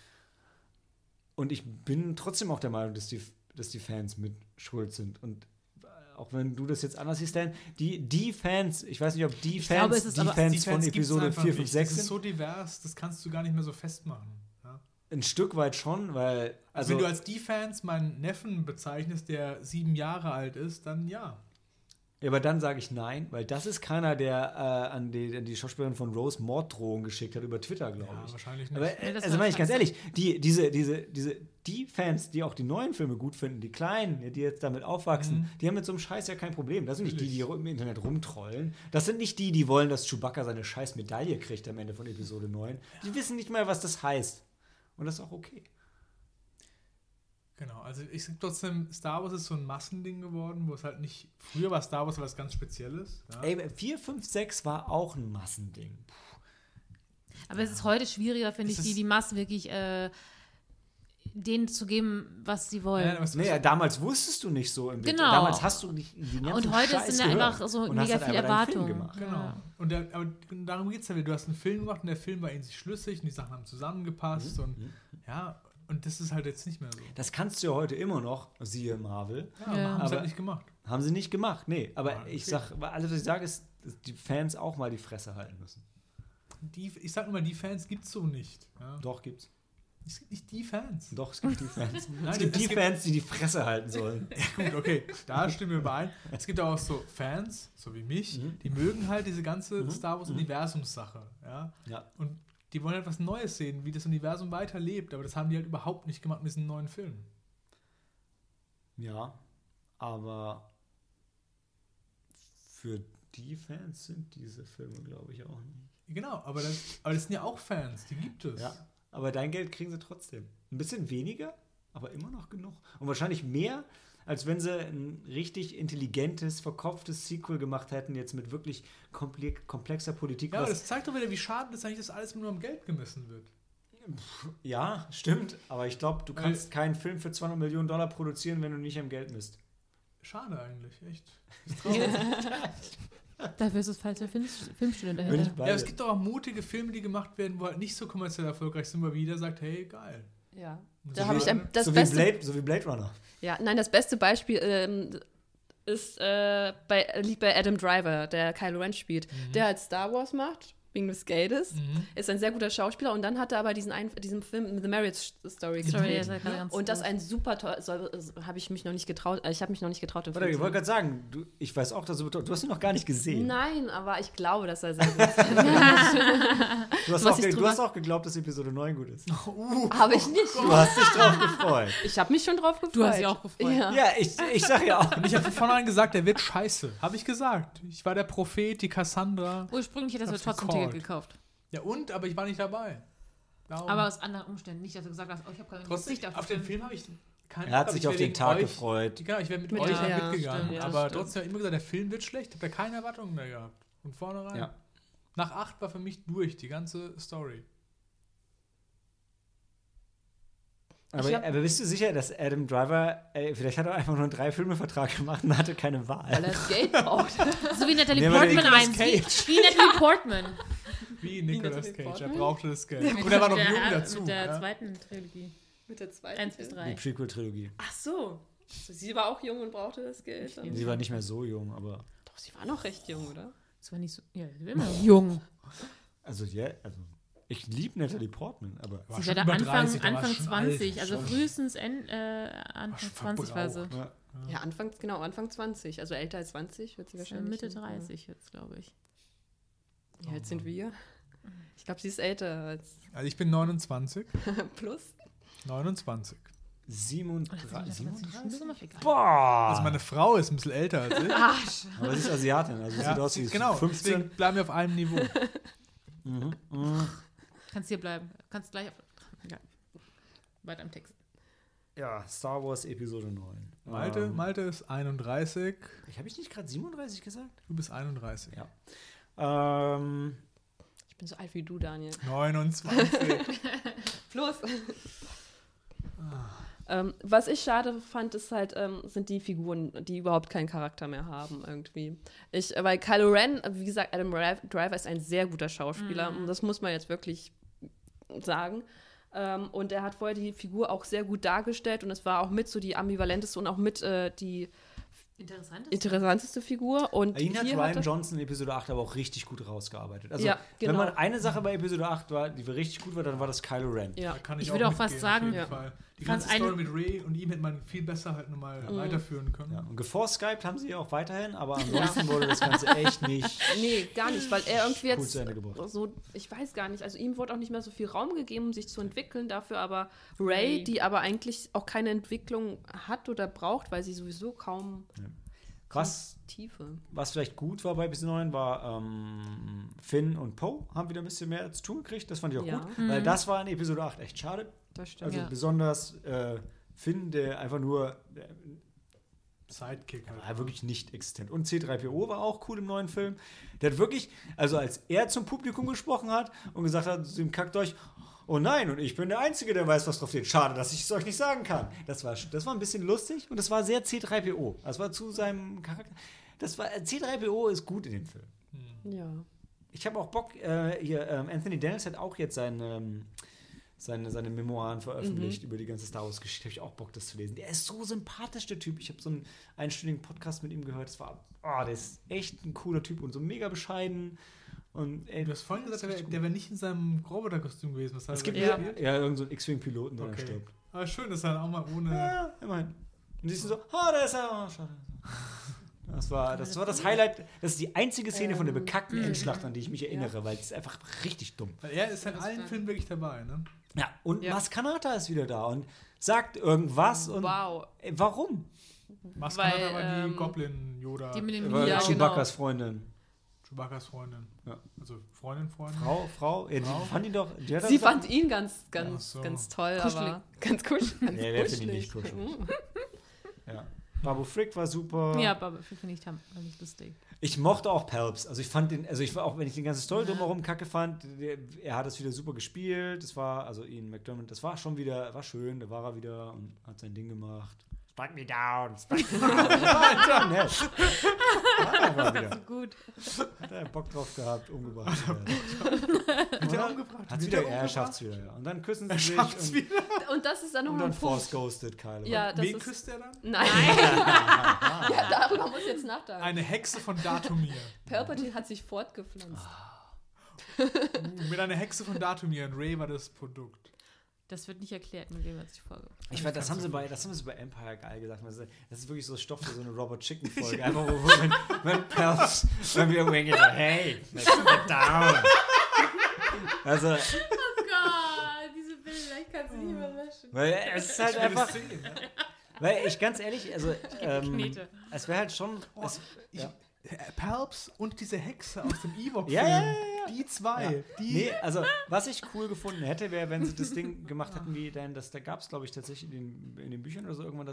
Und ich bin trotzdem auch der Meinung, dass die Fans mit schuld sind. Und auch wenn du das jetzt anders siehst, Dan, die Fans, ich weiß nicht, ob die glaube, Fans, es ist die aber- Fans Die von Fans gibt's Episode einfach 4, 5, nicht. 6 Das ist sind, so divers, das kannst du gar nicht mehr so festmachen. Ja? ein Stück weit schon, weil Also wenn du als die Fans meinen Neffen bezeichnest, der 7 Jahre alt ist, dann ja. ja, aber dann sage ich nein, weil das ist keiner, der an die Schauspielerin von Rose Morddrohungen geschickt hat über Twitter, glaube Ja, ich. wahrscheinlich nicht. Aber, Nee, das also war meine ich ganz scheiße. ehrlich, die Fans, die auch die neuen Filme gut finden, die Kleinen, die jetzt damit aufwachsen, die haben mit so einem Scheiß ja kein Problem. Das sind nicht die im Internet rumtrollen. Das sind nicht die wollen, dass Chewbacca seine scheiß Medaille kriegt am Ende von Episode 9. Die wissen nicht mal, was das heißt. Und das ist auch okay. Genau, also ich sag trotzdem, Star Wars ist so ein Massending geworden, wo es halt nicht, früher war Star Wars was ganz Spezielles. Ja. Ey, 4, 5, 6 war auch ein Massending. Aber es ist heute schwieriger, finde ich, die Masse wirklich denen zu geben, was sie wollen. Ja, Damals wusstest du nicht so im Detail. Genau. Damals hast du nicht die ganzen Und heute Scheiß sind ja gehört einfach so und mega hast viel halt einfach deinen Film Erwartung. gemacht. Genau. Ja. Und aber darum geht es ja wieder. Du hast einen Film gemacht und der Film war in sich schlüssig und die Sachen haben zusammengepasst und das ist halt jetzt nicht mehr so. Das kannst du ja heute immer noch, siehe Marvel. Ja, Ja. haben sie Aber- halt nicht gemacht. Haben sie nicht gemacht, nee. Aber Ja, ich okay. sag, alles, was ich sage, ist, dass die Fans auch mal die Fresse halten müssen. Ich sag immer, die Fans gibt's so nicht. Ja. Doch, gibt's. Es gibt nicht die Fans. Doch, es gibt die Fans. Nein, es gibt es die gibt- Fans, die die Fresse halten sollen. Gut, okay, da stimmen wir überein. Es gibt auch so Fans, so wie mich, die mögen halt diese ganze Star Wars-Universums-Sache. Ja? Ja. Und die wollen halt was Neues sehen, wie das Universum weiterlebt. Aber das haben die halt überhaupt nicht gemacht mit diesen neuen Filmen. Ja, aber für die Fans sind diese Filme, glaube ich, auch nicht. Genau, aber das sind ja auch Fans, die gibt es. Ja, aber dein Geld kriegen sie trotzdem. Ein bisschen weniger, aber immer noch genug. Und wahrscheinlich mehr, als wenn sie ein richtig intelligentes, verkopftes Sequel gemacht hätten, jetzt mit wirklich komplexer Politik. Ja, aber was- das zeigt doch wieder, wie schade das eigentlich, dass alles nur am Geld gemessen wird. Ja, stimmt. Aber ich glaube, du kannst keinen Film für $200 Millionen produzieren, wenn du nicht am Geld misst. Schade eigentlich, echt. Das ist traurig. Dafür ist das falsche Filmstudio Bin ich dahinter. bei Ja, es dir. gibt doch auch mutige Filme, die gemacht werden, wo halt nicht so kommerziell erfolgreich sind, weil jeder sagt, hey, geil. Ja. Und Da so habe ich wie- das so, beste. wie Blade Runner. Ja, nein, das beste Beispiel liegt bei Adam Driver, der Kylo Ren spielt, der halt Star Wars macht, wegen des Geldes, ist ein sehr guter Schauspieler und dann hat er aber diesen Film The Marriage Story Sorry, gedreht. das ist gerade ganz Und das groß. ein super toll, habe ich mich noch nicht getraut, ich habe mich noch nicht getraut, den Warte, Film ich zu wollte sehen. gerade sagen, ich weiß auch, dass du hast ihn noch gar nicht gesehen. Nein, aber ich glaube, dass er sehr gut ist. Du hast auch geglaubt, dass Episode 9 gut ist. Habe ich nicht. Du hast dich drauf gefreut. Ich habe mich schon drauf gefreut. Du hast dich auch gefreut. Ja. Ja, ich sag ja auch. Und ich habe von vornherein gesagt, der wird scheiße. Habe ich gesagt. Ich war der Prophet, die Cassandra. Ursprünglich hättest du Hab's trotzdem ein gecallt. Ticket gekauft. Ja und? Aber ich war nicht dabei. Darum- Aber aus anderen Umständen. Nicht, dass du gesagt hast, oh, ich habe keine trotzdem, Lust auf den Film habe ich keinen Er hat Bock, sich aber auf ich den wär Tag wegen euch- gefreut. Genau, ich wäre mit Mit euch dir, ja, mitgegangen. stimmt, ja, aber stimmt. trotzdem habe ich immer gesagt, der Film wird schlecht. Ich habe da keine Erwartungen mehr gehabt. Von vornherein. Ja. Nach 8 war für mich durch, die ganze Story. Aber bist du sicher, dass Adam Driver, vielleicht hat er einfach nur einen 3-Filme-Vertrag gemacht und hatte keine Weil Wahl? er das Geld braucht. So wie Natalie Nehmen wir den Portman Nicolas 1. Wie Natalie Portman. Wie Nicolas Natalie Cage. Er Portman? brauchte das Geld. Und er war noch Mit jung der- dazu. Mit der ja. zweiten Trilogie. Mit der zweiten. 1 bis Die 3. Prequel-Trilogie. Ach so. Sie war auch jung und brauchte das Geld. Dann. Sie war nicht mehr so jung, aber. Doch, sie war noch recht jung, oder? Das war nicht so. Ja, sie war immer noch jung. Also, ja, ich liebe Natalie Portman, aber. War Sie schon war da über Anfang, 30, da war Anfang schon 20, alt, also schon. frühestens Anfang schon 20 war sie. verbraucht. Ja. Ja, Anfang 20. Also älter als 20 wird sie wahrscheinlich. Mitte sein. 30 jetzt, glaube ich. Wie alt sind wir? Ich glaube, sie ist älter als Also ich bin 29. plus. 29. 37. Boah! Also Boah! meine Frau ist ein bisschen älter als ich. Aber sie ist Asiatin, also sieht aus wie genau, 15. deswegen bleiben wir auf einem Niveau. Kannst hier bleiben. Kannst gleich auf. Ja. Weiter am Text. Ja, Star Wars Episode 9. Malte ist 31. Habe ich nicht gerade 37 gesagt? Du bist 31. Ja. Ich bin so alt wie du, Daniel. 29. Plus. Was ich schade fand, ist halt, sind die Figuren, die überhaupt keinen Charakter mehr haben irgendwie. Weil Kylo Ren, wie gesagt, Adam Driver ist ein sehr guter Schauspieler und das muss man jetzt wirklich sagen. Und er hat vorher die Figur auch sehr gut dargestellt und es war auch mit so die ambivalenteste und auch mit die interessanteste Figur. Und Ihn hat hier Ryan er- Johnson in Episode 8 aber auch richtig gut rausgearbeitet. Also, Ja, genau. wenn man eine Sache bei Episode 8 war, die richtig gut war, dann war das Kylo Ren. Ja. Da kann Ich ich würde auch mitgehen, fast auf sagen, jeden ja. Fall. Die fand's ganze Story mit Rey und ihm hätte man viel besser halt nochmal weiterführen können. Ja, und geforskypt haben sie ja auch weiterhin, aber ansonsten wurde das Ganze echt nicht Nee, gar nicht, weil er irgendwie gut jetzt zu Ende gebracht. so, ich weiß gar nicht, also ihm wurde auch nicht mehr so viel Raum gegeben, um sich zu entwickeln, dafür aber Rey, die aber eigentlich auch keine Entwicklung hat oder braucht, weil sie sowieso kaum Was Tiefe. vielleicht gut war bei Episode 9, war Finn und Poe haben wieder ein bisschen mehr zu tun gekriegt. Das fand ich auch Ja. gut, weil das war in Episode 8 echt schade. Das stimmt. Also Ja. besonders Finn, der einfach nur Sidekick halt. war wirklich nicht existent. Und C3PO war auch cool im neuen Film. Der hat wirklich, also als er zum Publikum gesprochen hat und gesagt hat, zu dem Kackdolch, oh nein, und ich bin der Einzige, der weiß, was drauf steht. Schade, dass ich es euch nicht sagen kann. Das war ein bisschen lustig und das war sehr C3PO. Das war zu seinem Charakter. C3PO ist gut in dem Film. Ja. Ich habe auch Bock, Anthony Daniels hat auch jetzt seine Memoiren veröffentlicht über die ganze Star Wars-Geschichte. Habe ich auch Bock, das zu lesen. Der ist so sympathisch, der Typ. Ich habe so einen einstündigen Podcast mit ihm gehört. Der ist echt ein cooler Typ und so mega bescheiden. Und, Du hast vorhin gesagt, der wäre nicht in seinem Roboterkostüm gewesen. Was es gibt irgend so einen X-Wing-Piloten, der da stirbt. Aber schön, dass er auch mal ohne... Ja, immerhin. Und siehst du so, da ist er. Schade. Das war das Highlight. Das ist die einzige Szene von der bekackten Endschlacht, an die ich mich erinnere, weil es ist einfach richtig dumm. Weil er ist in allen Filmen wirklich dabei, ne? Ja, und Maskanata ist wieder da und sagt irgendwas. Und Wow. Warum? Maskanata war die Goblin-Yoda. Die mit dem Weil Ja, Chewbacca's Freundin. Chewbacca's Freundin. Ja. Also Freundin. Frau. Ja, die fand ihn doch. Sie fand ihn ganz so. toll, Kuschelig. aber ganz kuschelig. Ganz Nee, wer findet ihn nicht kuschelig? Ja. Babu Frick war super. Ja, aber finde ich nicht lustig. Ich mochte auch Palps. Also ich fand den, ich war auch, wenn ich die ganze Story drumherum kacke fand, er hat es wieder super gespielt. Das war, also Ian McDermott, das war schon wieder, war schön, da war er wieder und hat sein Ding gemacht. Spike me down, spike me down. Das war schon nett. War wieder. Gut. Hat er Bock drauf gehabt, umgebracht zu werden. Wird er umgebracht? Hat's wieder, er schafft's wieder, ja. Und dann küssen sie sich Und das ist dann und nochmal dann ein Punkt. Force ghosted Kylo. Ja, das Wen ist, küsst er dann? Nein. Ja, darüber muss ich jetzt nachdenken. Eine Hexe von Datumir. Palpatine hat sich fortgepflanzt. Mit einer Hexe von Datumir. Und Rey war das Produkt. Das wird nicht erklärt, mit wem er sich vorgeht. Ich fand, das haben sie bei Empire geil gesagt. Das ist wirklich so Stoff für so eine Robert Chicken-Folge. Einfach, wenn Palps, wenn wir irgendwie so, hey, let's get down. Also, Oh Gott, diese Bilder, ich kann sie nicht mehr löschen. weil es ist halt einfach, weil ich ganz ehrlich, also, Knete. es wäre halt schon, Palps und diese Hexe aus dem Ewok-Film. Ja. Die zwei. Ja. Die Nee, also, was ich cool gefunden hätte, wäre, wenn sie das Ding gemacht hätten, wie denn, da gab es, glaube ich, tatsächlich in den Büchern oder so irgendwann,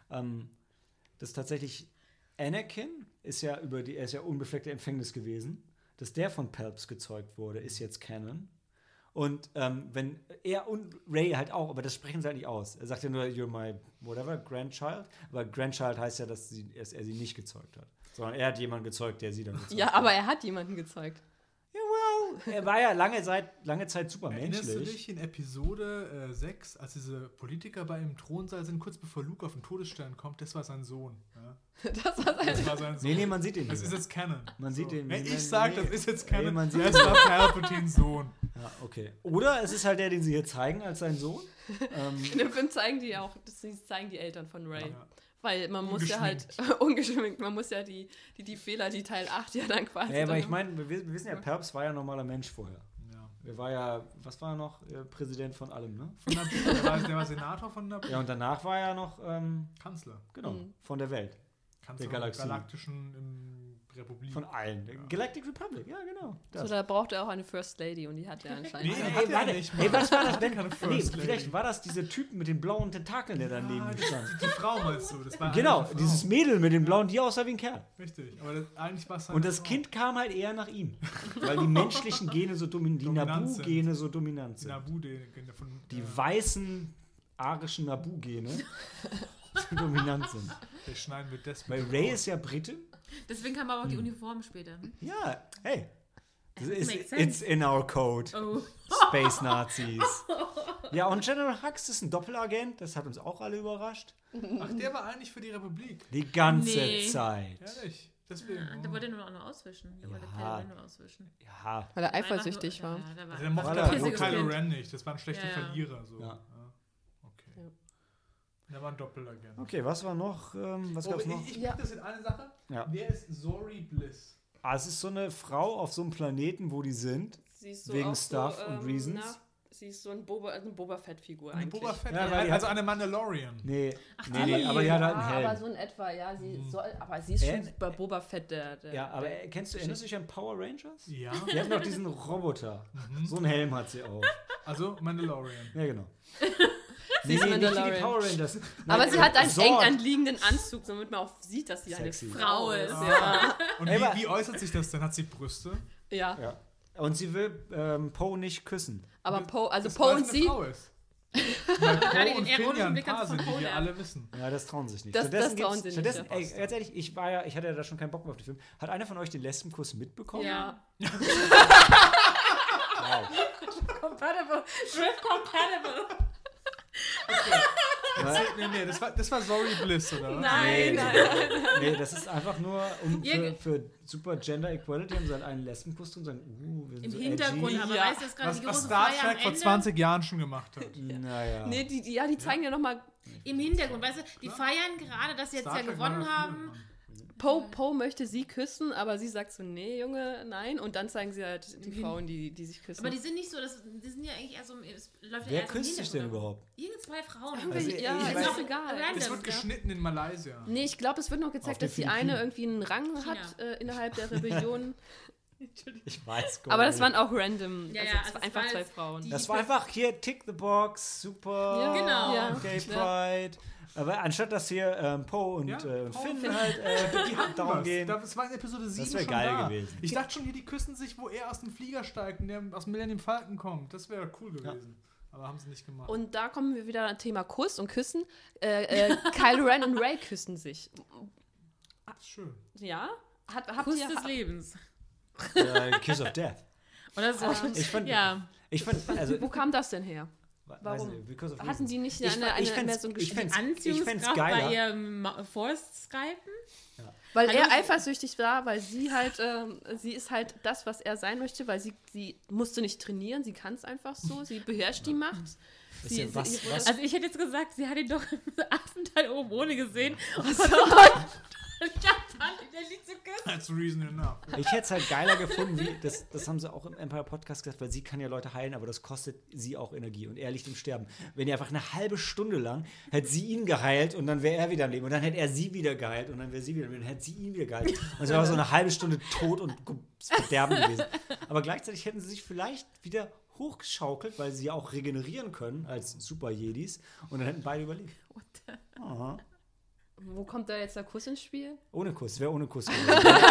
dass tatsächlich Anakin er ist ja unbefleckte Empfängnis gewesen, dass der von Palps gezeugt wurde, ist jetzt Canon. Und wenn er und Rey halt auch, aber das sprechen sie halt nicht aus. Er sagt ja nur, you're my whatever, grandchild. Aber Grandchild heißt ja, dass er sie nicht gezeugt hat. Sondern er hat jemanden gezeugt, der sie dann gezeugt hat. Ja, aber er hat jemanden gezeugt. Ja, well, er war ja lange Zeit super Erinnerst du menschlich. dich in Episode 6, als diese Politiker bei ihm im Thronsaal sind, kurz bevor Luke auf den Todesstern kommt? Das war sein Sohn. Ja? Das war sein Das war sein Sohn. Nee, man sieht ihn Das nicht. ist jetzt Canon. Man sieht den. Wenn ich sage, das ist jetzt Canon, man sieht das war Palpatines Sohn. Ja, okay. Oder es ist halt der, den sie hier zeigen als sein Sohn. In dem Film zeigen die zeigen die Eltern von Rey. Ja. Weil man muss ja halt, ungeschminkt, man muss ja die Fehler, die Teil 8 ja dann quasi. Ja, aber dann ich meine, wir wissen ja, Palps war ja ein normaler Mensch vorher. Ja. Er war ja, was war er noch? Präsident von allem, ne? Von Naboo. Der war Senator von Naboo. Ja, und danach war er noch, Kanzler. genau, von der Welt. Kanzler Der Galaxie. Galaktischen Republik. Von allen. Galactic Republic, ja, genau. So, Das. da braucht er auch eine First Lady und die hat er anscheinend. Nee, auch. hat er nicht mal. Ey, was war das? Hat keine First Lady. Vielleicht war das dieser Typ mit den blauen Tentakeln, der daneben Ah, stand. die Frau meinst du? Das war Genau, eigentlich eine dieses Frau. Mädel mit den blauen, die aussah wie ein Kerl. Richtig, aber eigentlich war es Und das Kind kam halt eher nach ihm. Weil die menschlichen Gene so die Dominant sind. Nabu-Gene so dominant Die sind. Naboo, von Die weißen, arischen Nabu-Gene so dominant sind. der schneiden wir das Weil mit Rey raus. ist ja Brite. Deswegen kam aber auch die Uniform später. Hm? Ja, hey. Makes It's sense. in our code. Oh. Space Nazis. Ja, und General Hux ist ein Doppelagent. Das hat uns auch alle überrascht. Ach, der war eigentlich für die Republik. Die ganze Nee. Zeit. Ehrlich. Deswegen. Da wollte er nur noch auswischen. Der wollte Ja. Kylo Ren nur auswischen. Ja. Weil er eifersüchtig war. Ja, der Also der mochte Weil er- auch riesiges Kylo Kind. Ren nicht. Das war ein schlechter Ja, ja. Verlierer. So. Ja. Okay. Ja. Der war ein Doppelagent. Okay, was war noch? Was gab's noch? Ich merke das in eine Sache. Ja. Wer ist Zori Bliss? Ah, es ist so eine Frau auf so einem Planeten, wo die sind. Sie ist so Wegen auch Stuff und Reasons. sie ist so eine Boba Fett-Figur Eine eigentlich. Boba Fett. Ja, weil die Also eine Mandalorian. Nee, nee, aber die hat halt einen aber Helm. so in etwa, ja. Aber sie ist schon bei Boba Fett der Ja, aber der erinnerst du dich an Power Rangers? Ja. Die hat noch diesen Roboter. So einen Helm hat sie auch. Also Mandalorian. Ja, genau. Nee, ist nicht wie die Mandalorian. Power Rangers. Aber Nein, sie hat einen eng Sord. anliegenden Anzug, damit man auch sieht, dass sie Sexy. eine Frau ist. Und Aber- wie äußert sich das denn? Hat sie Brüste? Ja. Ja. Und sie will Poe nicht küssen. Aber Poe, also Das Poe weiß und eine sie, Frau ist. Weil Poe den und Finn ja erotischen ein Blick Paar kannst du sind, von wie wir Poe alle wissen. Ja, das trauen sie sich nicht. Das trauen gibt's- sie nicht, stattdessen, ja. ey, ganz ehrlich, ich hatte ja da schon keinen Bock mehr auf den Film. Hat einer von euch den Lesbenkuss mitbekommen? ja. Wow. Compatible. Drift compatible. Nee, das war Sorry Bliss, oder was? Nein, nein. Nee, das ist einfach nur, Ihr- für super Gender Equality haben sie halt einen Lesbenkuss und sagen, wir sind Im so Hintergrund, edgy. aber Ja. weißt du, das gerade die Was große Star Feier am Trek vor Ende? 20 Jahren schon gemacht hat. Naja. Nee, die zeigen ja nochmal, Im Hintergrund, weißt du, die feiern gerade, dass sie jetzt Star ja Trek gewonnen 904, haben. Mann. Poe möchte sie küssen, aber sie sagt so, nee, Junge, nein. Und dann zeigen sie halt die Frauen, die sich küssen. Aber die sind nicht so, die sind ja eigentlich eher so, es läuft ja Wer erst im küsst sich denn Hintergrund. überhaupt? Irgend zwei Frauen. Also, ja, ich ist weiß- auch egal. Random, Es wird geschnitten in Malaysia. Nee, ich glaube, es wird noch Auf gezeigt, den dass die Philippinen. eine irgendwie einen Rang hat innerhalb der Rebellion. Ich weiß Aber das waren auch random. Ja, also ja, es also war es einfach war zwei jetzt Frauen. Das war einfach hier Tick the Box, super. Ja, Genau. Ja. Gay Pride. Aber anstatt dass hier Poe und Poe und Finn Finn. halt Die hatten darum was. gehen. Das war in Episode 7 wär schon geil da. gewesen. Ich dachte schon, hier, die küssen sich, wo er aus dem Flieger steigt und der aus dem Millennium Falcon kommt. Das wäre cool gewesen. Aber haben sie nicht gemacht. Und da kommen wir wieder an Thema Kuss und Küssen. Kylo Ren und Rey küssen sich. Das ist schön. Ja? Habt Kuss ihr, des Lebens. Kiss of Death. Oder so. Ich fand, Ja. also, wo kam das denn her? weiß Warum? nicht, because of Hatten reasons. die nicht Ich eine fänd's- mehr so ein ich Geschwister? fänd's- ich fänd's Anziehungskraft bei geiler. ihrem Force-Skypen? Weil Hallo? er eifersüchtig war, weil sie halt, sie ist halt das, was er sein möchte, weil sie musste nicht trainieren, sie kann es einfach so, sie beherrscht die Macht. Ist ja was- Also ich hätte jetzt gesagt, sie hat ihn doch im ersten Teil oben ohne gesehen. Und der liegt so küssen. That's reason enough. Ich hätte es halt geiler gefunden, wie, das haben sie auch im Empire Podcast gesagt, weil sie kann ja Leute heilen, aber das kostet sie auch Energie und er liegt im Sterben. Wenn er einfach eine halbe Stunde lang hätte sie ihn geheilt und dann wäre er wieder am Leben und dann hätte er sie wieder geheilt und dann wäre sie wieder am Leben und dann hätte sie ihn wieder geheilt. Und es wäre so eine halbe Stunde tot und Verderben gewesen. Aber gleichzeitig hätten sie sich vielleicht wieder hochgeschaukelt, weil sie ja auch regenerieren können als Super-Jedis und dann hätten beide überlebt. Aha. Wo kommt da jetzt der Kuss ins Spiel? Ohne Kuss, wäre ohne Kuss gewesen.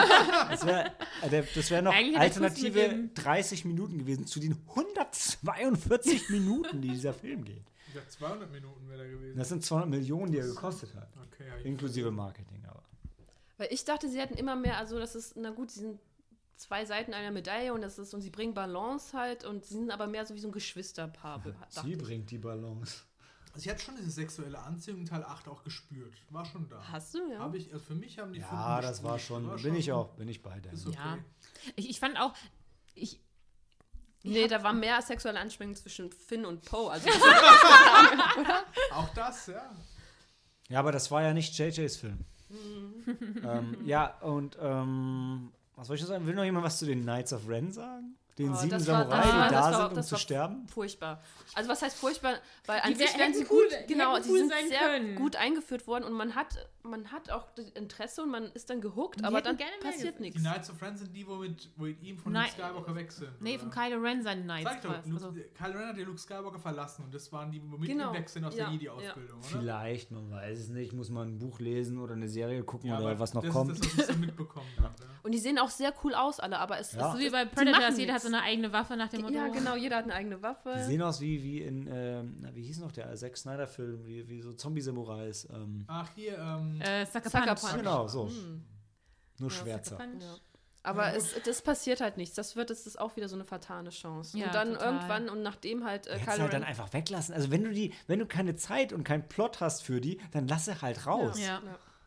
Das wäre noch Eigentlich hätte der Kuss mit alternative dem- 30 Minuten gewesen zu den 142 Minuten, die dieser Film geht. Ich dachte, 200 Minuten wäre da gewesen. Das sind 200 Millionen, die er gekostet hat. Okay, ja, Inklusive Marketing, aber. Weil ich dachte, sie hätten immer mehr, also das ist, na gut, sie sind zwei Seiten einer Medaille und das ist, und sie bringen Balance halt und sie sind aber mehr so wie so ein Geschwisterpaar. dachte Sie ich. bringt die Balance. Also ich hatte schon diese sexuelle Anziehung in Teil 8 auch gespürt. War schon da. Hast du, ja? Habe ich, also für mich haben die Ja, Funken das war gesprungen. schon, War bin ich bei dir. Ist okay. Ja. Ich fand auch, Nee, da war mehr sexuelle Anspannung zwischen Finn und Poe. Also Auch das, ja. Ja, aber das war ja nicht JJs Film. Ja, und was soll ich noch sagen? Will noch jemand was zu den Knights of Ren sagen? Den 7 das war- Samurai, das war- die das da war- sind, um das zu war sterben? furchtbar. Also was heißt furchtbar? Weil an Die sich werden sie hätten gut, cool- die genau, hätten die cool sind sein sehr können. gut eingeführt worden und man hat auch das Interesse und man ist dann gehuckt, Die aber hätten dann gerne mehr passiert Die nichts. Knights of Ren sind die, wo mit ihm von Nein. Luke Skywalker weg sind. nee, oder? von Kylo Ren seine Knights. Sag doch, quasi. Luke, Also, Kylo Ren hat ja Luke Skywalker verlassen und das waren die, wo mit Genau. ihm weg sind aus Ja, der Jedi-Ausbildung, oder? Vielleicht, man weiß es nicht. Muss man ein Buch lesen oder eine Serie gucken Ja, oder aber was noch das kommt. ist das, was ich so mitbekommen habe. Ja. Und die sehen auch sehr cool aus alle, aber es Ja. ist so wie bei die Predators, machen jeder hat so nichts. eine eigene Waffe nach dem Motto. Ja, genau, jeder hat eine eigene Waffe. Die sehen aus wie in, wie hieß noch der Zack Snyder-Film, wie so Zombie-Samurais. Ach, hier, Sucker Sucker Punch. Punch. Genau, so. Hm. Nur Ja, Schwärzer. Sucker Punch. Ja. Aber das passiert halt nichts. Das ist auch wieder so eine fatale Chance. Ja, und dann total. irgendwann, und nachdem halt Hättest Kylo halt dann Ren... einfach weglassen. Also wenn du keine Zeit und keinen Plot hast für die, dann lass sie halt raus. Ja.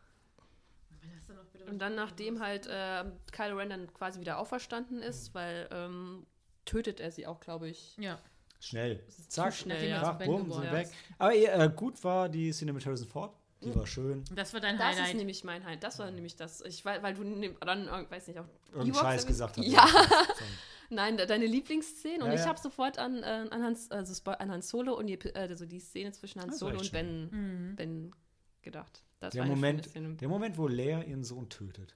Und dann, nachdem halt Kylo Ren dann quasi wieder auferstanden ist, weil tötet er sie auch, glaube ich. Ja. Schnell. zu Zack, schnell, nachdem er ja. zu zack, Ben bumm, geworden sind weg. ist. Aber gut war die Szene mit Harrison Ford. Die war schön. Das war dein Das ist Highlight. nämlich mein Highlight. Das war nämlich das. weil du dann, weiß nicht, auch Irgendeinen Ewoks Scheiß irgendwie- gesagt hat. Ja. Nein, deine Lieblingsszene. Und Ja, ich ja. habe sofort an Han Solo und die Szene zwischen Han Das war Solo echt und schön. Ben gedacht. Das Der war eine Moment, schöne Szene. der Moment, wo Leia ihren Sohn tötet.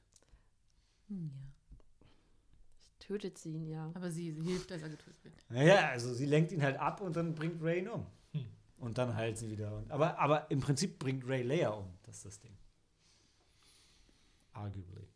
Tötet sie ihn, ja. Aber sie hilft, dass er getötet wird. Naja, also sie lenkt ihn halt ab und dann bringt Rey ihn um. Und dann heilt sie wieder. Aber im Prinzip bringt Rey Leia um. Das ist das Ding. Arguably.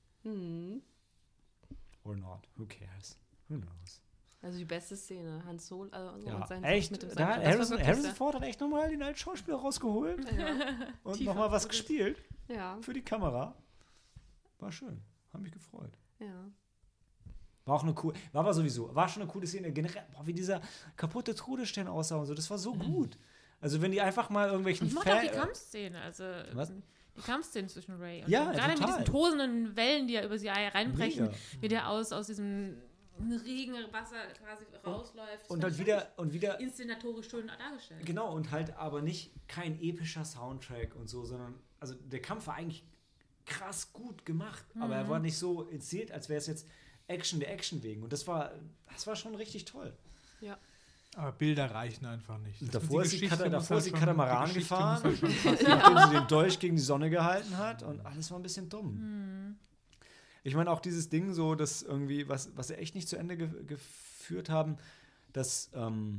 Or not. Who cares? Who knows? Also die beste Szene, Han Solo Ja, und sein echt. mit dem Da Sandschutz. Das war wirklich Harrison Ford hat echt nochmal den alten Schauspieler rausgeholt und Tiefer nochmal was wurde. gespielt Ja, für die Kamera. War schön. Hat mich gefreut. ja. War auch eine cool, war aber sowieso, war schon eine coole Szene. Generell, boah, wie dieser kaputte Todesstern aussah und so, das war so gut. Also wenn die einfach mal irgendwelchen Ich mochte auch die Kampfszene, also Was? die Kampfszene zwischen Rey und Ja, gerade mit total. diesen tosenden Wellen, die ja über sie reinbrechen, Mega. wie der aus diesem Regenwasser quasi rausläuft. Das und fand dann ich wieder inszenatorisch schön dargestellt. genau, und halt aber nicht kein epischer Soundtrack und so, sondern, also der Kampf war eigentlich krass gut gemacht, aber er war nicht so inszeniert, als wäre es jetzt Action der Action wegen. Und das war schon richtig toll. Ja. Aber Bilder reichen einfach nicht. Und davor ist sie Katamaran die Geschichte gefahren, muss halt schon passen. nachdem sie den Dolch gegen die Sonne gehalten hat und alles war ein bisschen dumm. Ich meine auch dieses Ding so, dass irgendwie, was sie echt nicht zu Ende geführt haben, dass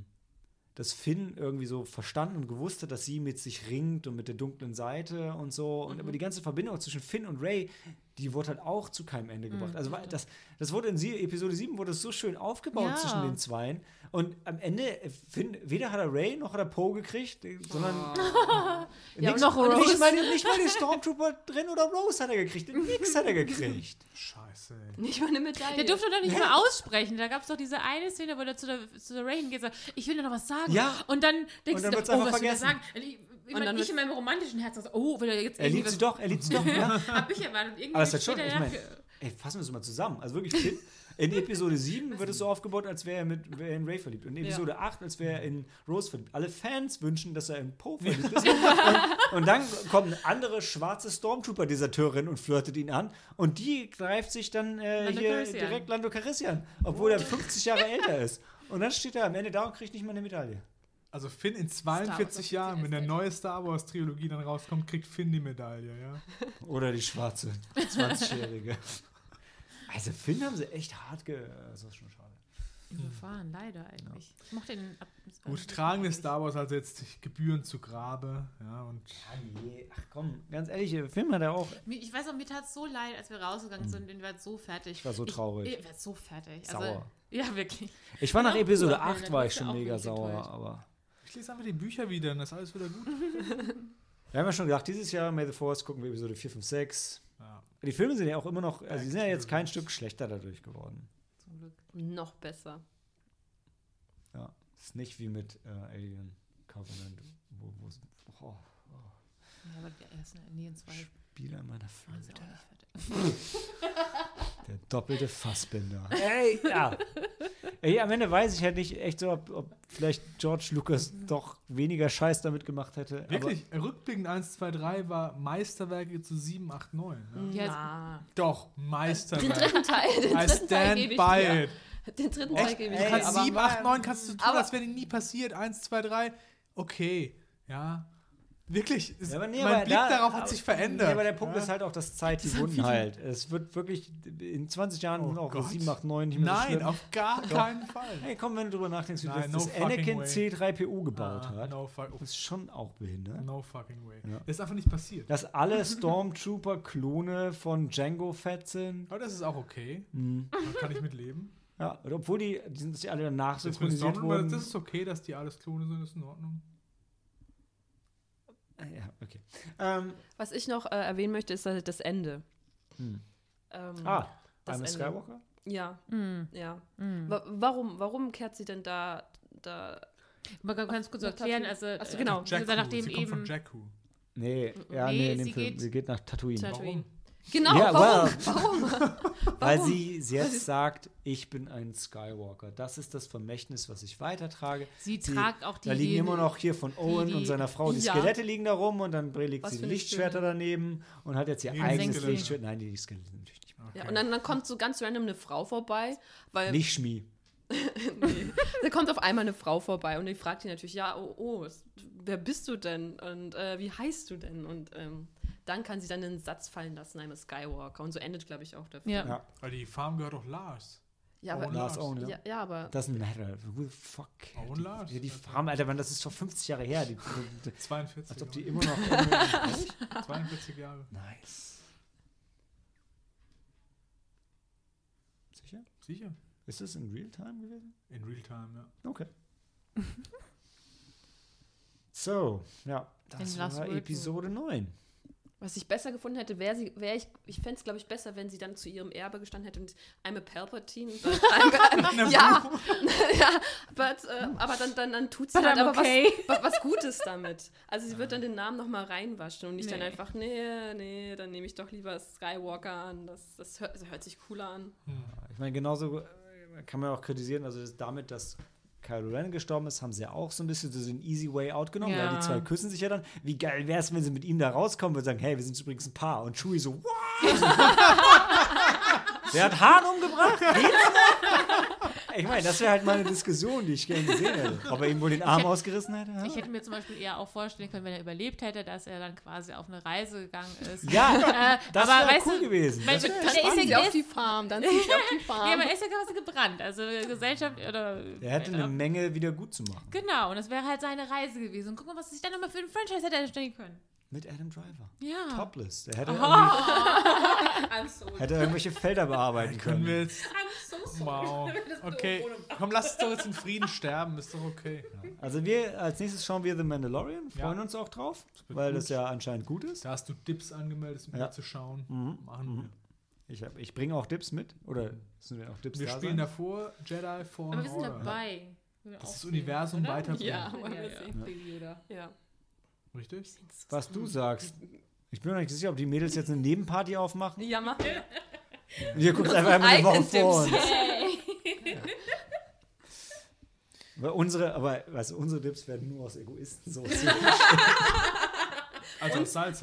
Finn irgendwie so verstanden und gewusst hat, dass sie mit sich ringt und mit der dunklen Seite und so. Und aber die ganze Verbindung zwischen Finn und Rey, die wurde halt auch zu keinem Ende gebracht. Also das wurde in Episode 7 wurde es so schön aufgebaut Ja. zwischen den Zweien. Und am Ende, Finn, weder hat er Rey noch hat er Poe gekriegt, sondern Ja, nix, noch Rose. nicht mal den Stormtrooper drin oder Rose hat er gekriegt. Nix hat er gekriegt. Scheiße, ey. Nicht mal eine Medaille. Der durfte doch nicht mal aussprechen. Da gab es doch diese eine Szene, wo der zu der Rey hingeht und sagt, ich will dir noch was sagen. Ja. Und dann denkst Und dann du, wird's einfach was will er vergessen. sagen? Und dann Ich in meinem romantischen Herzen so, will er jetzt Er liebt sie doch, ja. Hab ich erwartet. Und irgendwie Aber es hat schon, steht ich er meine, da- fassen wir es mal zusammen. Also wirklich, Finn, in Episode 7 wird es so aufgebaut, als wäre er in Rey verliebt. Und in Episode 8, als wäre er in Rose verliebt. Alle Fans wünschen, dass er in Poe verliebt ist. Und dann kommt eine andere schwarze Stormtrooper-Deserteurin und flirtet ihn an. Und die greift sich dann hier Calrissian. direkt Lando Calrissian, obwohl er 50 Jahre älter ist. Und dann steht er am Ende da und kriegt nicht mal eine Medaille. Also Finn in 42 Jahren, wenn der neue Star Wars Trilogie dann rauskommt, kriegt Finn die Medaille, ja. Oder die schwarze 20-Jährige. Also Finn haben sie echt hart das ist schon schade. Überfahren, leider eigentlich. Ich mochte den Gut, tragen wir Star Wars also jetzt Gebühren zu Grabe, ja, und Ach komm, ganz ehrlich, der Film hat er auch. Ich weiß auch, mir tat es so leid, als wir rausgegangen sind. Ich war so fertig. Ich war so traurig. Ich war so fertig. Sauer. Also, ja, wirklich. Ich war nach Auch Episode cool, 8 dann war war ich ich schon auch mega wirklich sauer, enttäuscht. aber ich lese einfach die Bücher wieder und das ist alles wieder gut. wir haben ja schon gedacht, dieses Jahr May the Force gucken wir Episode 4, 5, 6. Ja. Die Filme sind ja auch immer noch, also die sind ja jetzt kein Stück schlechter dadurch geworden. Zum Glück. Noch besser. Ja, ist nicht wie mit Alien Covenant, Ja, aber der erste Alien 2 Spieler meiner waren sie auch Flöte. nicht fertig. Der doppelte Fassbinder. Ey, ja. Ey, am Ende weiß ich halt nicht echt so, ob vielleicht George Lucas doch weniger Scheiß damit gemacht hätte. Wirklich, rückblickend 1, 2, 3 war Meisterwerke zu 7, 8, 9. Ne? Ja, Na. Doch, Den Meisterwerke. dritten Teil, den I dritten Teil stand gebe ich by dir. it. Den dritten Teil Echt? gebe Du ich kannst dir. 7, 8, 9 kannst du tun, aber- als wäre nie passiert. 1, 2, 3, okay. Ja. Wirklich, Ja, aber nee, mein aber Blick da- darauf hat sich verändert. Nee, aber der Punkt ja? ist halt auch, dass Zeit die Das ist Wunden wie- heilt. Es wird wirklich in 20 Jahren Oh auch Gott. 7, 8, 9 nicht mehr so Nein, schlimm. auf gar keinen Fall. Hey, komm, wenn du drüber nachdenkst, wie Nein, das no fucking Anakin way. C3PO gebaut Ah, hat. no, fuck, Das ist schon auch behindert. no fucking way. Ja. Das ist einfach nicht passiert. Dass alle Stormtrooper-Klone von Django Fett sind. Aber das ist auch okay. Mhm. Da kann ich mit leben. Ja, und obwohl die sind sich alle danach Das, mit synchronisiert Stormtrooper, das wurden. ist okay, dass die alles Klone sind, ist in Ordnung. Ja, okay. Was ich noch erwähnen möchte, ist halt das Ende. Hm. Das I'm a Ende. Skywalker? Ja, Mm. ja. Warum kehrt sie denn da Man kann ganz kurz Nach erklären, Tatooine. also Ach so, genau. wie gesagt, nachdem sie kommt von eben Jakku. Nee, ja, Nee, nee, in dem sie Film. geht- Sie geht nach Tatooine. Tatooine? Warum? Genau, Ja, warum? Weil Warum? sie jetzt sagt, ich bin ein Skywalker. Das ist das Vermächtnis, was ich weitertrage. sie tragt auch die Da liegen immer noch hier von Owen die- und seiner Frau die Ja. Skelette liegen da rum und dann legt Was sie für eine Lichtschwerter daneben und hat jetzt ihr Nee, eigenes Skelette. Lichtschwert. Nein, die Skelette sind natürlich nicht mehr. Ja, und dann kommt so ganz random eine Frau vorbei, weil Nicht Schmi. da kommt auf einmal eine Frau vorbei und die fragt ihn natürlich, ja, wer bist du denn und wie heißt du denn? Und dann kann sie dann einen Satz fallen lassen, I'm a Skywalker. Und so endet, glaube ich, auch der Film. Ja. Ja. Weil die Farm gehört doch Lars. Ja, aber, Lars Owen, ja. ja, aber Doesn't matter. Who the fuck? Owen Lars. Die Farm, Alter, Mann, das ist schon 50 Jahre her. 42. Als ob die immer noch... 42 Jahre. Nice. Sicher? Sicher. Ist das in Realtime gewesen? In Realtime, ja. Okay. So, ja, das In Last war Word Episode 9. was ich besser gefunden hätte, ich fände es, glaube ich, besser, wenn sie dann zu ihrem Erbe gestanden hätte und I'm a Palpatine. ja, aber dann tut sie But halt I'm aber okay. was Gutes damit. Also sie wird dann den Namen nochmal reinwaschen und nicht dann einfach, nee, dann nehme ich doch lieber Skywalker an. Das hört sich cooler an. Ich meine, genauso kann man auch kritisieren, also damit, dass Kylo Ren gestorben ist, haben sie ja auch so ein bisschen so den easy way out genommen, Ja. weil die zwei küssen sich ja dann. Wie geil wäre es, wenn sie mit ihm da rauskommen und sagen, hey, wir sind übrigens ein Paar. Und Chewie so, what? Wer hat Han umgebracht? Ich meine, das wäre halt mal eine Diskussion, die ich gerne gesehen hätte. Ob er ihm wohl den Arm ausgerissen hätte? Ja? Ich hätte mir zum Beispiel eher auch vorstellen können, wenn er überlebt hätte, dass er dann quasi auf eine Reise gegangen ist. Ja, das aber wäre weißt cool du, gewesen. weil- Das wär der spannend. ist ja- Dann auf die Farm, dann ziehe ich auf die Farm. Ja, aber er ist ja quasi gebrannt. Also Gesellschaft oder. Er hätte eine Menge wieder gut zu machen. Genau, und das wäre halt seine Reise gewesen. Und guck mal, was sich dann nochmal für ein Franchise hätte erstellen können. Mit Adam Driver. Ja. Topless. Der hätte, I'm so hätte irgendwelche Felder bearbeiten Können können. wir jetzt. Wow. Okay. Komm, lass uns doch jetzt in Frieden sterben. Ist doch okay. Also als nächstes schauen wir The Mandalorian. Freuen uns auch drauf, wird weil gut. das ja anscheinend gut ist. Da hast du Dips angemeldet, um Ja. mir zu schauen. Machen wir. Ich bringe auch Dips mit. Oder müssen wir auch Dips Wir da spielen sein? davor Jedi Fallen Aber wir sind Order. dabei. Das Universum weiterbringen. Ja, Ja. Richtig? Was du sagst. Ich bin noch nicht sicher, ob die Mädels jetzt eine Nebenparty aufmachen. Ja, mach. Wir gucken einfach einmal eine Woche eigenen vor uns. Tipps. Aber weißt du, unsere Dips werden nur aus Egoisten so. Also Salsa.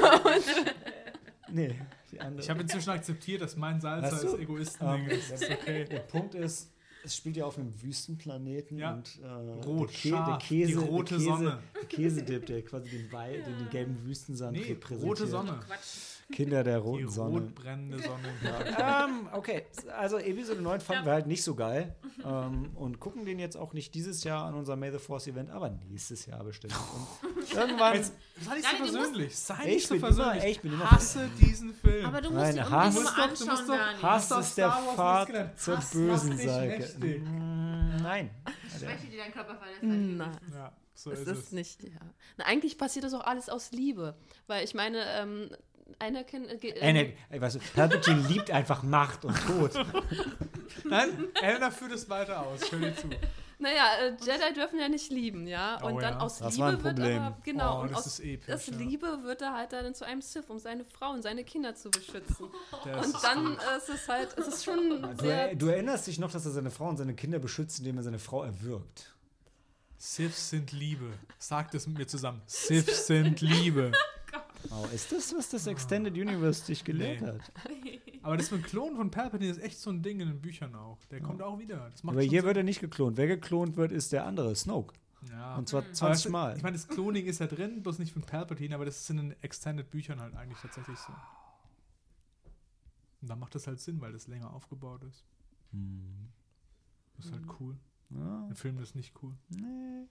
Nee, die andere. Ich habe inzwischen akzeptiert, dass mein Salsa Weißt du, als Egoisten ist. das ist okay. Der Punkt ist, es spielt ja auf einem Wüstenplaneten Ja. und Rot, der scharf, Käse, die rote der Käse, Sonne. Der Käsedip, der quasi den gelben Wüstensand Nee, repräsentiert. rote Sonne. Kinder der Die roten Sonne. rot brennende Sonne. Okay, also Episode 9 fanden wir halt nicht so geil und gucken den jetzt auch nicht dieses Jahr an unserem May the Force Event, aber nächstes Jahr bestimmt. Und irgendwann... Jetzt, sei nicht so Dani, du persönlich. Sei Ich nicht so bin persönlich. ich bin immer Hasse diesen Film. Aber du musst Nein, ihn Hass- unbedingt mal Du musst anschauen, doch- Dani. Hass doch ist der Star Wars Pfad nicht gelernt. zur Hass bösen macht dich Seite. mächtig. Nein. Schwäche, die dein Körper verletzt. Nein. Ja, so Das ist ist es. nicht, ja. Na, eigentlich passiert das auch alles aus Liebe. Weil ich meine, Anakin. Weißt du, Palpatine liebt einfach Macht und Tod. Nein, Elena führt es weiter aus. Hör dir zu. Naja, Jedi dürfen ja nicht lieben, ja. Oh Und dann ja, aus das Liebe war ein wird Problem. aber, genau, Oh, und das aus ist episch, aus ja. Liebe wird er halt dann zu einem Sith, um seine Frau und seine Kinder zu beschützen. Das Und ist dann ist es ist schon sehr. Du erinnerst dich noch, dass er seine Frau und seine Kinder beschützt, indem er seine Frau erwürgt. Siths sind Liebe. Sagt es mit mir zusammen. Siths sind Liebe. Oh, ist das, was das Extended Universe dich gelehrt Nee. hat? Aber das mit Klonen von Palpatine ist echt so ein Ding in den Büchern auch. Der kommt auch wieder. Das macht Aber schon hier Sinn. wird er nicht geklont. Wer geklont wird, ist der andere, Snoke. Ja. Und zwar Aber 20 Mal. Ich meine, das Cloning ist ja drin, bloß nicht von Palpatine, aber das ist in den Extended Büchern halt eigentlich tatsächlich so. Und da macht das halt Sinn, weil das länger aufgebaut ist. Das ist halt cool. Ja, Im Film ist nicht cool. nee.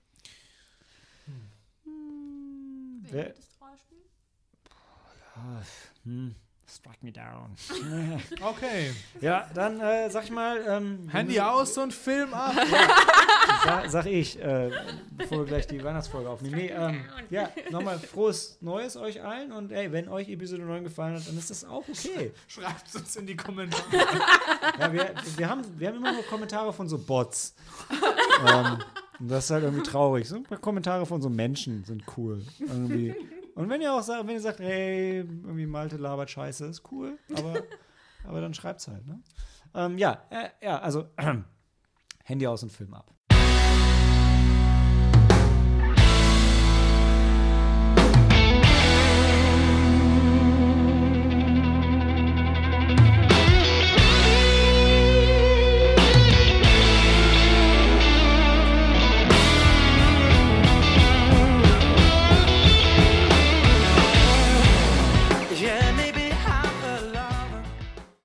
Wer das Trauerspiel? Strike me down. Okay. Ja, dann sag ich mal. Handy aus und Film ab. Sag ich, bevor wir gleich die Weihnachtsfolge aufnehmen. Nee, ja, nochmal frohes Neues euch allen und ey, wenn euch Episode 9 gefallen hat, dann ist das auch okay. Schreibt es uns in die Kommentare. Ja, wir haben immer nur Kommentare von so Bots. Und das ist halt irgendwie traurig. So ein paar Kommentare von so Menschen sind cool. Irgendwie. Und wenn ihr sagt, hey, irgendwie Malte labert Scheiße, ist cool, aber dann schreibt's halt, ne? Also Handy aus und Film ab.